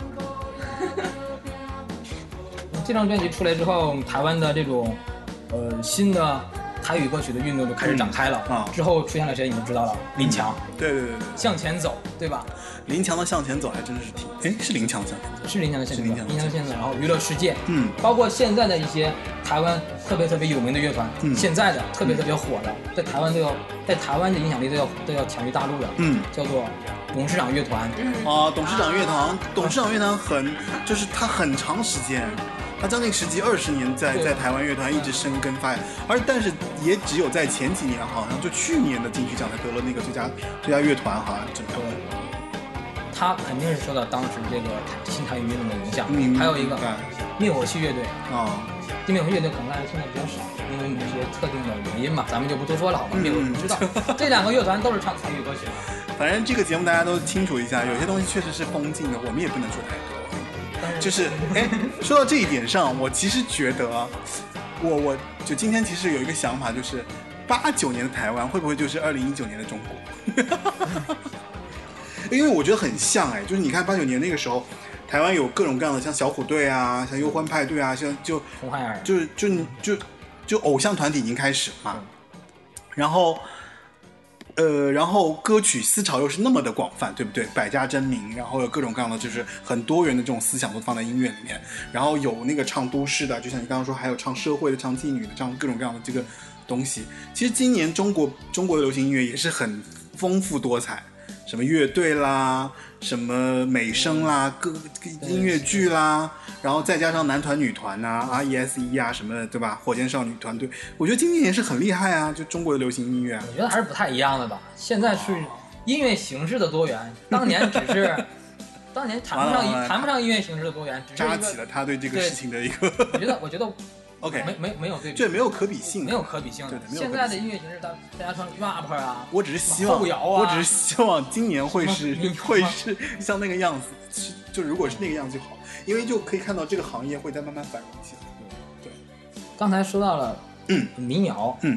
这张专辑出来之后，台湾的这种呃新的台语歌曲的运动就开始展开了。 嗯啊之后出现了谁？你们知道了，林强。 对对对对， 向前走，对吧？ 林强的向前走还真的是挺，哎，是林强的向前走。 是林强的向前走， 是林强的林强的向前走。然后娱乐世界， 嗯包括现在的一些台湾特别特别有名的乐团， 嗯现在的特别特别火的，在台湾都要在台湾的影响力都要都要强于大陆的， 嗯叫做董事长乐团。 啊，董事长乐团，董事长乐团很就是他很长时间。他将近十几二十年在对在台湾乐团一直生根发芽，而但是也只有在前几年，好像就去年的金曲奖才得了那个最佳最佳乐团，好像怎么样？ 他肯定是受到当时这个新台语运动的影响。 嗯还有一个明白灭火器乐队， 啊， 灭火器乐队可能大家听的比较少，因为某些特定的原因嘛，咱们就不多说了，好吧？ 嗯灭火器知道，这两个乐团都是唱台语歌曲的。 反正这个节目大家都清楚一下，有些东西确实是封禁的，我们也不能说太多。就是哎，说到这一点上，我其实觉得，我我就今天其实有一个想法，就是八九年的台湾会不会就是二零一九年的中国？因为我觉得很像哎，就是你看八九年那个时候，台湾有各种各样的像小虎队啊，像忧欢派对啊，像就红孩儿， 就就就就偶像团体已经开始了嘛，然后。呃，然后歌曲思潮又是那么的广泛，对不对？百家争鸣，然后有各种各样的，就是很多元的这种思想都放在音乐里面。然后有那个唱都市的，就像你刚刚说，还有唱社会的、唱妓女的，唱各种各样的这个东西。其实今年中国中国的流行音乐也是很丰富多彩，什么乐队啦，什么美声啦，各音乐剧啦，然后再加上男团、女团呐、啊、R E S E 啊什么的，对吧？火箭少女团队，我觉得今年也是很厉害啊，就中国的流行音乐啊。 我觉得还是不太一样的吧。现在是音乐形式的多元，当年只是，当年谈不上完了完了谈不上音乐形式的多元，只是扎一个。 起了他对这个事情的一个我觉得，我觉得 OK， 没没没有对比， 这没有可比性， 没有可比性的对的。没有可比性现在的音乐形式，大大家唱 rap 啊， 我只是希望， 后摇啊我只是希望今年会是什么会是像那个样子，是就如果是那个样子就好，因为就可以看到这个行业会在慢慢繁荣起来。对， 刚才说到了嗯民谣， 嗯，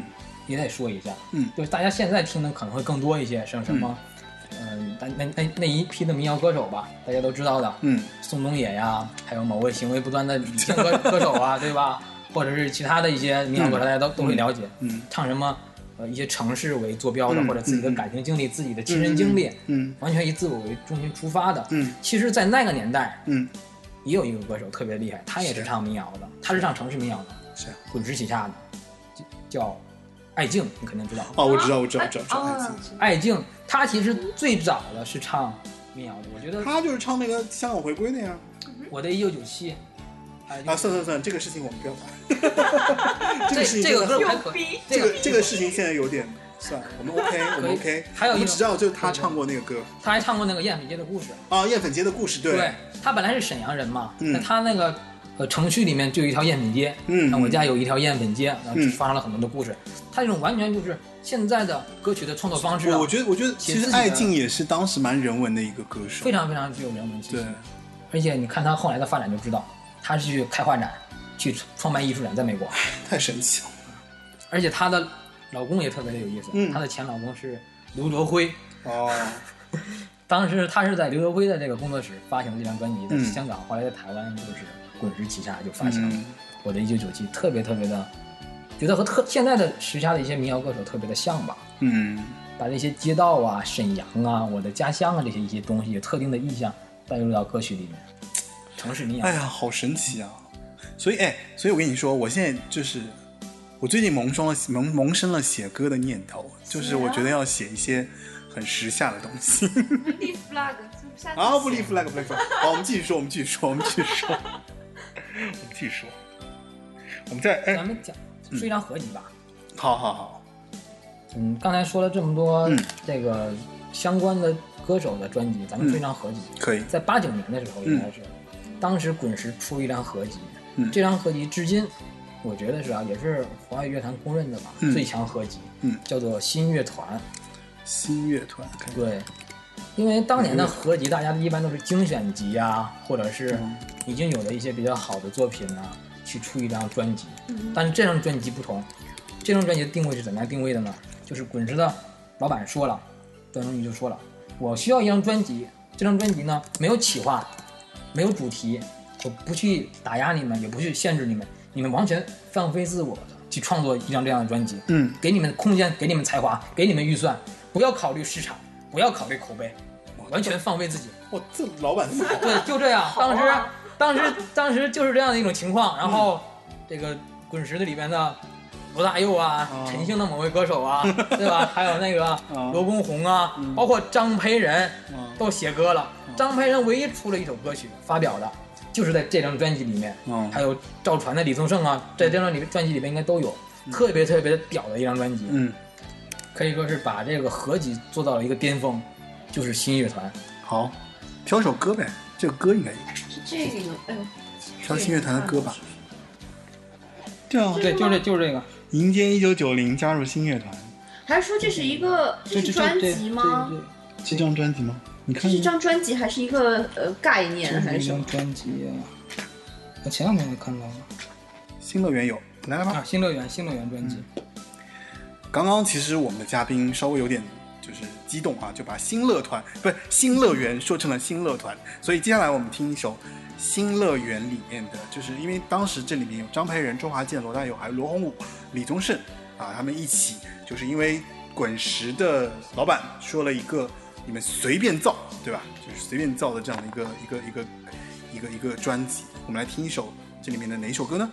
也得说一下， 嗯， 就是大家现在听的可能会更多一些，像什么，嗯，那、那那那一批的民谣歌手吧，大家都知道的， 嗯， 宋冬野呀，还有某位行为不端的女性歌歌手啊，对吧？或者是其他的一些民谣歌手，大家都、都会了解， 嗯， 唱什么，呃，一些城市为坐标的， 嗯或者自己的感情经历、自己的亲身经历， 嗯， 完全以自我为中心出发的， 嗯， 其实，在那个年代， 嗯， 也有一个歌手特别厉害，他也是唱民谣的，他是唱城市民谣的， 是啊， 滚石旗下的，叫艾敬，你肯定知道。 哦，我知道，我知道，我知道，知道。 啊， 艾敬，他其实最早的是唱民谣的，我觉得他就是唱那个香港回归的呀。 我的一九九七， 啊，算算算，这个事情我们不要谈。这个事情这个歌有还可以， 逼这个这个事情现在有点算，我们 OK， 我们 OK。 还有一个我们只知道就是他唱过那个歌他还唱过那个艳粉街的故事。 啊，艳粉街的故事，对。 对，他本来是沈阳人嘛， 嗯那他那个呃城区里面就有一条艳粉街， 嗯那我家有一条艳粉街，然后嗯发生了很多的故事。他这种完全就是现在的歌曲的创作方式啊， 我我觉得，我觉得其实写自己的艾敬也是当时蛮人文的一个歌手， 非常非常具有人文气息对。 而且你看他后来的发展就知道，他是去开画展，去创办艺术展，在美国。 太神奇了。 而且她的老公也特别的有意思， 嗯她的前老公是刘德辉。 哦， 当时他是在刘德辉的这个工作室发行的这张专辑，在嗯香港，后来在台湾就是滚石旗下就发行了。 嗯我的一九九七特别特别的，觉得和特现在的时下的一些民谣歌手特别的像吧。 嗯， 把这些街道啊、沈阳啊、我的家乡啊这些一些东西有特定的意象带入到歌曲里面，城市民谣。 哎呀，好神奇啊！所以，哎，所以我跟你说，我现在就是，我最近萌生了萌萌生了写歌的念头，就是我觉得要写一些很时下的东西。 立 flag，下次啊，不立 flag，不立 flag。好，我们继续说，我们继续说，我们继续说，我们继续说。我们再哎， 咱们讲说一张合集吧。 好好好， 嗯，刚才说了这么多嗯这个相关的歌手的专辑，咱们说一张合集。 可以。 在八九年的时候，应该是、当时滚石出一张合集， 嗯这张合集至今，我觉得是啊，也是华语乐坛公认的吧、 嗯最强合集， 嗯叫做新乐团。 新乐团， 对，因为当年的合集，大家一般都是精选集啊，或者是已经有的一些比较好的作品啊，去出一张专辑。但是这张专辑不同，这张专辑的定位是怎么样定位的呢？就是滚石的老板说了，段荣宇就说了，我需要一张专辑，这张专辑呢没有企划，没有主题，我不去打压你们，也不去限制你们，你们完全放飞自我的去创作一张这样的专辑。 嗯， 给你们空间，给你们才华，给你们预算，不要考虑市场，不要考虑口碑，完全放飞自己。 哇，这老板这么好。 对，就这样。当时，当时，当时就是这样的一种情况。然后，这个滚石的里边的罗大佑啊， 哦陈星的某位歌手啊，对吧？还有那个哦罗珙宏啊，包括张培仁嗯都写歌了。张培仁唯一出了一首歌曲发表的，就是在这张专辑里面。 嗯还有赵传的李宗盛啊，在这张里专辑里面应该都有，特别特别的屌的一张专辑。 嗯， 可以说是把这个合集做到了一个巅峰，就是新乐团。 好，挑首歌呗，这个歌应该有， 是这个，哎呦， 挑新乐团的歌吧。对啊， 对，就是就是这个。 迎接一九九零，加入新乐团， 还是说这是一个这是专辑吗？ 这张专辑吗？你这看是一张专辑还是一个呃概念还是什么？ 专辑啊，我前两天才看到了新乐园有来了吗？ 啊，新乐园新乐园专辑。 刚刚其实我们的嘉宾稍微有点就是激动啊，就把新乐团不是新乐园说成了新乐团，所以接下来我们听一首新乐园里面的，就是因为当时这里面有张培仁、周华健、罗大佑还有罗洪武、李宗盛啊，他们一起就是因为滚石的老板说了一个你们随便造，对吧？就是随便造的这样的一个一个一个一个一个专辑，我们来听一首这里面的哪一首歌呢？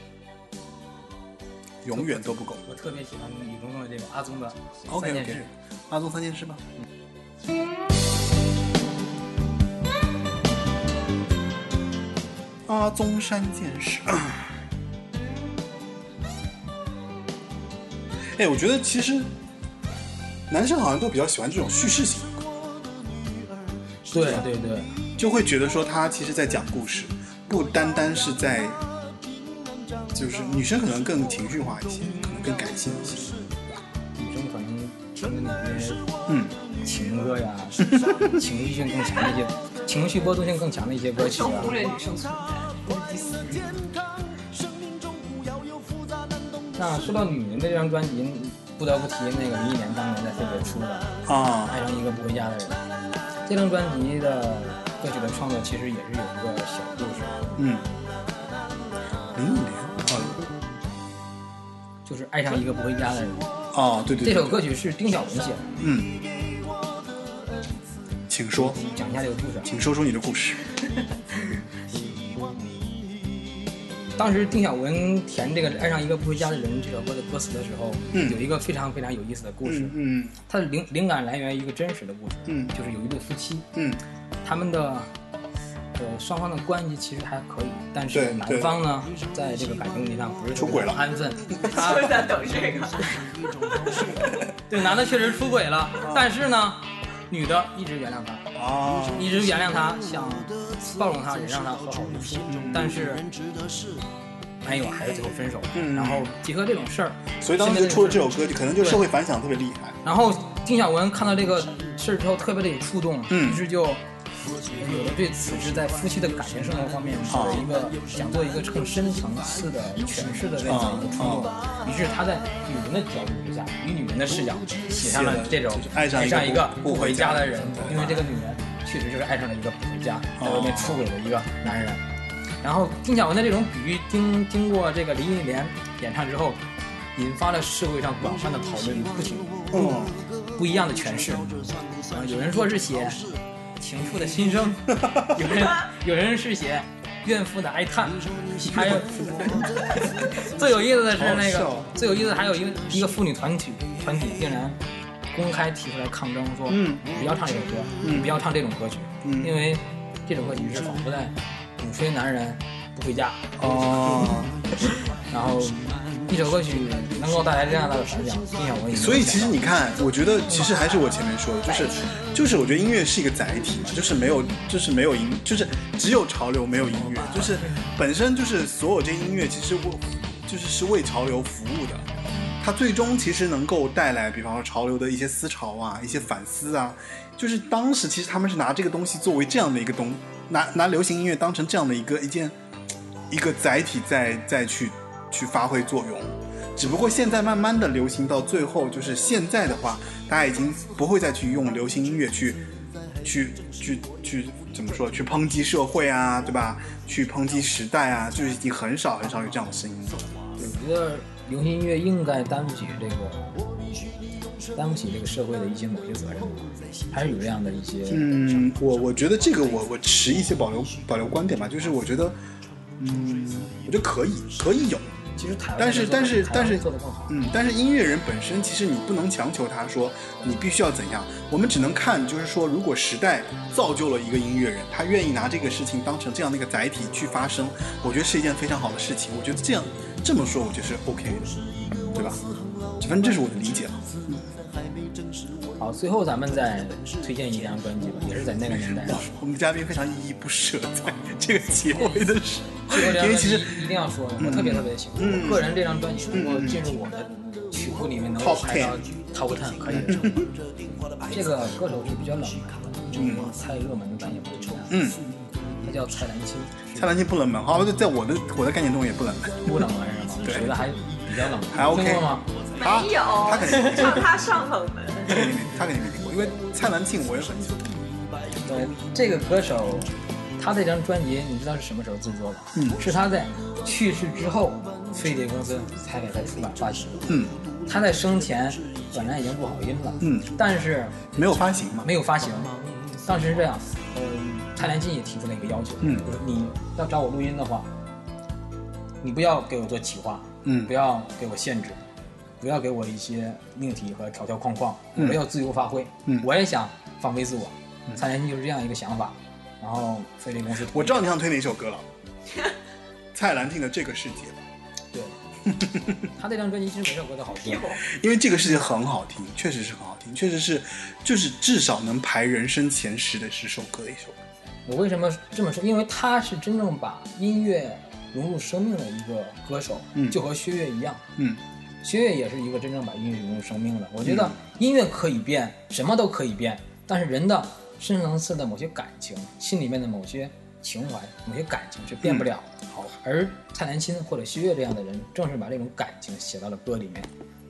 永远都不够。 我特别喜欢李宗盛的这个阿宗的 OK 三件 OK， 事。 阿宗三件事吧。阿宗三件事。哎，我觉得其实男生好像都比较喜欢这种叙事型的歌， 对对对， 就会觉得说他其实在讲故事，不单单是在，就是女生可能更情绪化一些，可能更感性一些。 女生可能听的那些嗯， 情歌呀，情绪性更强的一些，情绪波动性更强的一些歌曲啊。 忽略女生存在，不是第四名。 那说到女人的这张专辑， 不得不提那个林忆莲当年在飞碟出的啊， 爱上一个不回家的人。这张专辑的歌曲的创作其实也是有一个小故事。 嗯，林忆莲哦， 就是爱上一个不回家的人。 哦，对对对， 这首歌曲是丁晓文写的。 嗯，请说， 讲一下这个故事。 请说出你的故事。 当时丁晓文填这个《爱上一个不回家的人》这首歌的歌词的时候， 嗯有一个非常非常有意思的故事。 嗯嗯， 它的灵灵感来源于一个真实的故事。 嗯就是有一对夫妻， 嗯他们的呃双方的关系其实还可以，但对是男方呢，在这个感情问题上不是出轨了安分。他就在等这个。 对，男的确实出轨了，但是呢，女的一直原谅他。 啊， 一直原谅他，想包容他，也让他和好如初，但是没有，还是最后分手了。 嗯然后结合这种事儿， 所以当时就出了这首歌，就可能就社会反响特别厉害。 然后丁晓文看到这个事儿之后，特别的有触动， 嗯于是就有了对此事在夫妻的感情生活方面啊的一个想做一个更深层次的诠释的这样一个冲动。于是他在女人的角度之下，以女人的视角写上了这种爱上一个不回家的人， 对因为这个女人确实就是爱上了一个不回家，在外面出轨的一个男人。然后丁晓文的这种比喻经经过这个林忆莲演唱之后，引发了社会上广泛的讨论，不仅嗯， 不一样的诠释。啊，有人说是写情妇的心声，有人有人是写怨妇的哀叹，还有最有意思的是那个最有意思的还有一个一个妇女团体团体竟然公开提出来抗争，说嗯不要唱这首歌， 嗯不要唱这种歌曲， 嗯因为这种歌曲是仿佛在鼓吹男人不回家。 哦， 然后一首歌曲能够带来这样大的反响，丁晓文也。 所以其实你看，我觉得其实还是我前面说的，就是就是我觉得音乐是一个载体嘛，就是没有就是没有音，就是只有潮流没有音乐，就是本身就是所有这些音乐其实为就是是为潮流服务的，它最终其实能够带来，比方说潮流的一些思潮啊，一些反思啊，就是当时其实他们是拿这个东西作为这样的一个东，拿拿流行音乐当成这样的一个一件一个载体再再去去发挥作用。只不过现在慢慢的流行到最后，就是现在的话，大家已经不会再去用流行音乐去去去去怎么说，去抨击社会啊，对吧？去抨击时代啊，就是已经很少很少有这样的声音了。 我觉得流行音乐应该担不起这个担不起这个社会的一些某些责任，还是有这样的一些。 嗯，我我觉得这个我我持一些保留保留观点吧，就是我觉得，嗯，我觉得可以可以有。 其实台湾但是但是但是做得更好。 嗯，但是音乐人本身其实你不能强求他说你必须要怎样，我们只能看就是说，如果时代造就了一个音乐人，他愿意拿这个事情当成这样的一个载体去发声，我觉得是一件非常好的事情。我觉得这样这么说，我觉得是 OK 的，对吧？反正这是我的理解了。嗯， 好，最后咱们再推荐一张专辑吧，也是在那个年代。 我们嘉宾非常依依不舍，在这个结尾的时候， 最后这张专因为其实辑一定要说，我特别特别喜欢。 嗯我个人这张专辑如果进入我的曲库里面能够 Top 排到 Top ten 可以的。这个歌手是比较冷门的， 嗯太热门咱也不知道。 嗯， 他叫蔡澜清， 蔡澜清不冷门，好，在我的我的概念中也不冷门。 不冷门是吗？我对觉得还比较冷门。 还 OK 听过吗？ 他没有， 他肯定没听过， 让他上冷门。 他肯定没他肯定没听过，因为蔡澜庆我也很喜欢。 对，这个歌手，他这张专辑你知道是什么时候制作的？ 嗯是他在去世之后，飞碟公司才给他出版发行。 嗯他在生前本来已经录好音了， 嗯， 但是没有发行嘛？ 没有发行。当时是这样，嗯，蔡澜清也提出了一个要求， 嗯就是你要找我录音的话，你不要给我做企划， 嗯不要给我限制，不要给我一些命题和条条框框， 嗯我要自由发挥。 嗯我也想放飞自我。蔡澜清就是这样一个想法，然后飞碟公司， 我知道你想推哪首歌了，蔡澜庆的《这个世界》， 对，他这张专辑其实每首歌都好听。 因为这个世界很好听，确实是很好听，确实是就是至少能排人生前十的十首歌的一首歌。 我为什么这么说？因为他是真正把音乐融入生命的一个歌手， 嗯就和薛岳一样。 嗯薛岳也是一个真正把音乐融入生命的。我觉得音乐可以变，什么都可以变，但是人的深层次的某些感情，心里面的某些情怀、某些感情是变不了的。好，而蔡澜清或者薛岳这样的人，正是把这种感情写到了歌里面。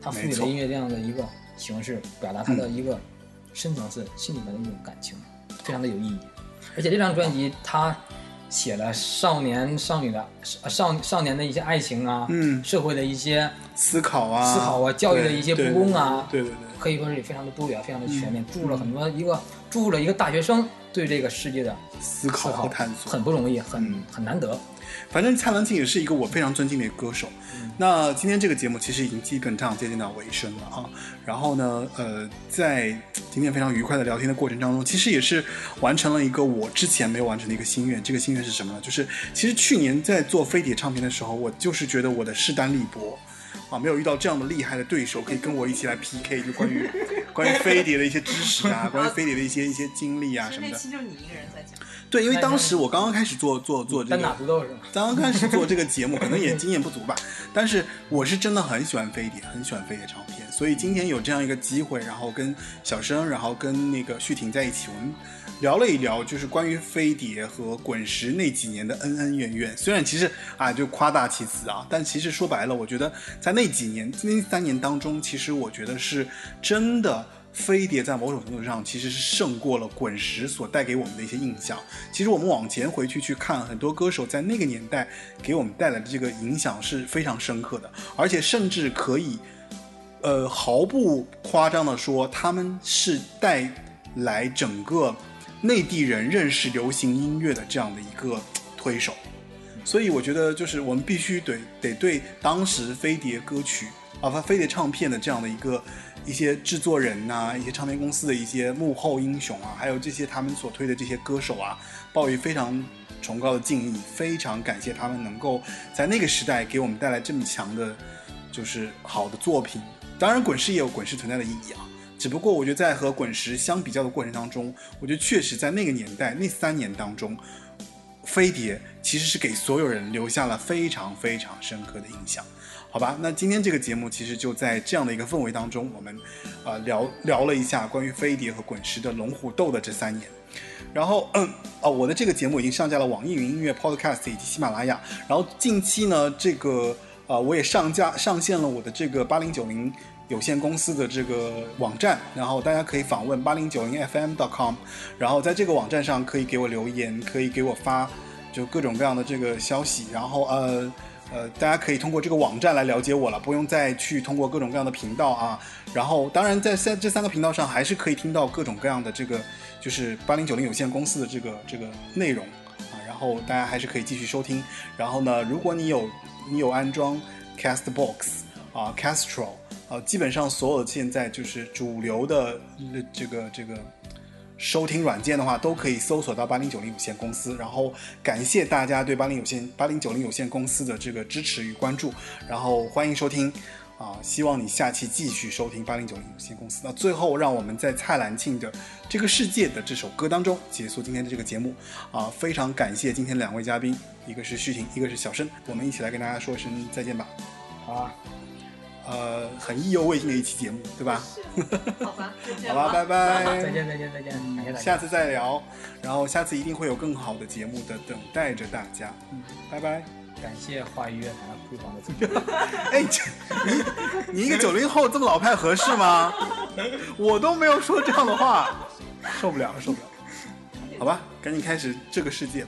他赋予了音乐这样的一个形式，表达他的一个深层次、 嗯、 心里面的一种感情，非常的有意义。而且这张专辑他写了少年少女的少少年的一些爱情啊， 嗯， 社会的一些思考啊， 思考啊，教育的一些不公啊， 对对 对, 对, 对, 对， 可以说是非常的多元，非常的全面，注入了很多一个注入了一个大学生对这个世界的思考和探索， 很不容易，很、 嗯、 很难得。 反正蔡澜庆也是一个我非常尊敬的一个歌手。嗯、那今天这个节目其实已经基本上接近到尾声了啊。然后呢，呃，在今天非常愉快的聊天的过程当中，其实也是完成了一个我之前没有完成的一个心愿。这个心愿是什么呢？就是其实去年在做飞碟唱片的时候，我就是觉得我的势单力薄。啊，没有遇到这样的厉害的对手，可以跟我一起来 P K， 就关于关于飞碟的一些知识啊，关于飞碟的一些一些经历啊什么的。 那期就是你一个人在讲。 对，因为当时我刚刚开始做做做这个， 单打独斗是吗？ 刚刚开始做这个节目，可能也经验不足吧。但是我是真的很喜欢飞碟，很喜欢飞碟唱片，所以今天有这样一个机会，然后跟小生，然后跟那个旭婷在一起，我们聊了一聊，就是关于飞碟和滚石那几年的恩恩怨怨。虽然其实啊，就夸大其词啊，但其实说白了，我觉得在那几年、那三年当中，其实我觉得是真的。飞碟在某种程度上其实是胜过了滚石所带给我们的一些印象。其实我们往前回去去看，很多歌手在那个年代给我们带来的这个影响是非常深刻的，而且甚至可以呃毫不夸张的说，他们是带来整个内地人认识流行音乐的这样的一个推手。所以我觉得就是我们必须得得对当时飞碟歌曲啊飞碟唱片的这样的一个一些制作人啊，一些唱片公司的一些幕后英雄啊，还有这些他们所推的这些歌手啊，抱有非常崇高的敬意，非常感谢他们能够在那个时代给我们带来这么强的就是好的作品。当然滚石也有滚石存在的意义啊，只不过我觉得在和滚石相比较的过程当中，我觉得确实在那个年代那三年当中，飞碟其实是给所有人留下了非常非常深刻的印象。好吧，那今天这个节目其实就在这样的一个氛围当中，我们呃聊聊了一下关于飞碟和滚石的龙虎斗的这三年。然后嗯哦，我的这个节目已经上架了网易云音乐 Podcast 以及喜马拉雅。然后近期呢，这个呃我也上架上线了我的这个八零九零有限公司的这个网站，然后大家可以访问八零九零 F M 点 com， 然后在这个网站上可以给我留言，可以给我发就各种各样的这个消息，然后呃。呃，大家可以通过这个网站来了解我了，不用再去通过各种各样的频道啊。然后，当然在这三个频道上还是可以听到各种各样的这个，就是八零九零有限公司的这个这个内容啊。然后大家还是可以继续收听。然后呢，如果你有你有安装 Castbox 啊 Castro 啊，基本上所有现在就是主流的这个这个。收听软件的话都可以搜索到八零九零有限公司，然后感谢大家对八零有限八零九零有限公司的这个支持与关注，然后欢迎收听啊，希望你下期继续收听八零九零有限公司。那最后让我们在蔡澜庆的这个世界的这首歌当中结束今天的这个节目啊，非常感谢今天两位嘉宾，一个是旭婷，一个是小生，我们一起来跟大家说声再见吧。 好啊。 呃，很意犹未尽的一期节目，对吧？ 好吧， 好吧，拜拜， 再见，再见，再见，感谢大家， 下次再聊，然后下次一定会有更好的节目的等待着大家，嗯，拜拜， 感谢华语乐坛辉煌的自己。 哎，你你一个九零后这么老派合适吗？我都没有说这样的话，受不了，受不了，好吧，赶紧开始这个世界吧。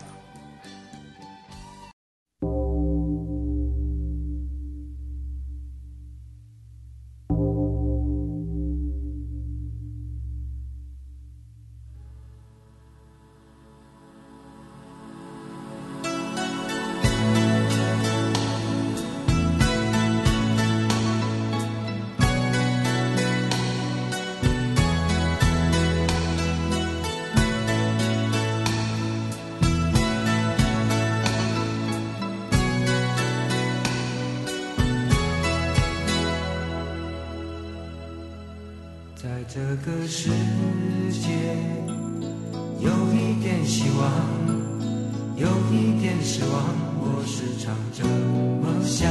在这个世界有一点希望，有一点失望，我时常这么想。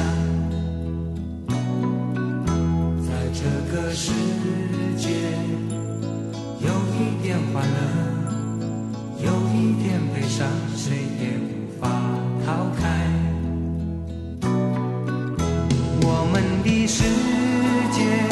在这个世界有一点欢乐，有一点悲伤，谁也无法逃开。我们的世界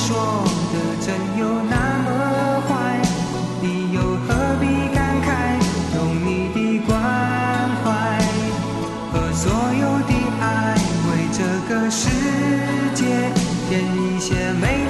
说的真有那么坏，你又何必感慨，用你的关怀和所有的爱，为这个世界添一些美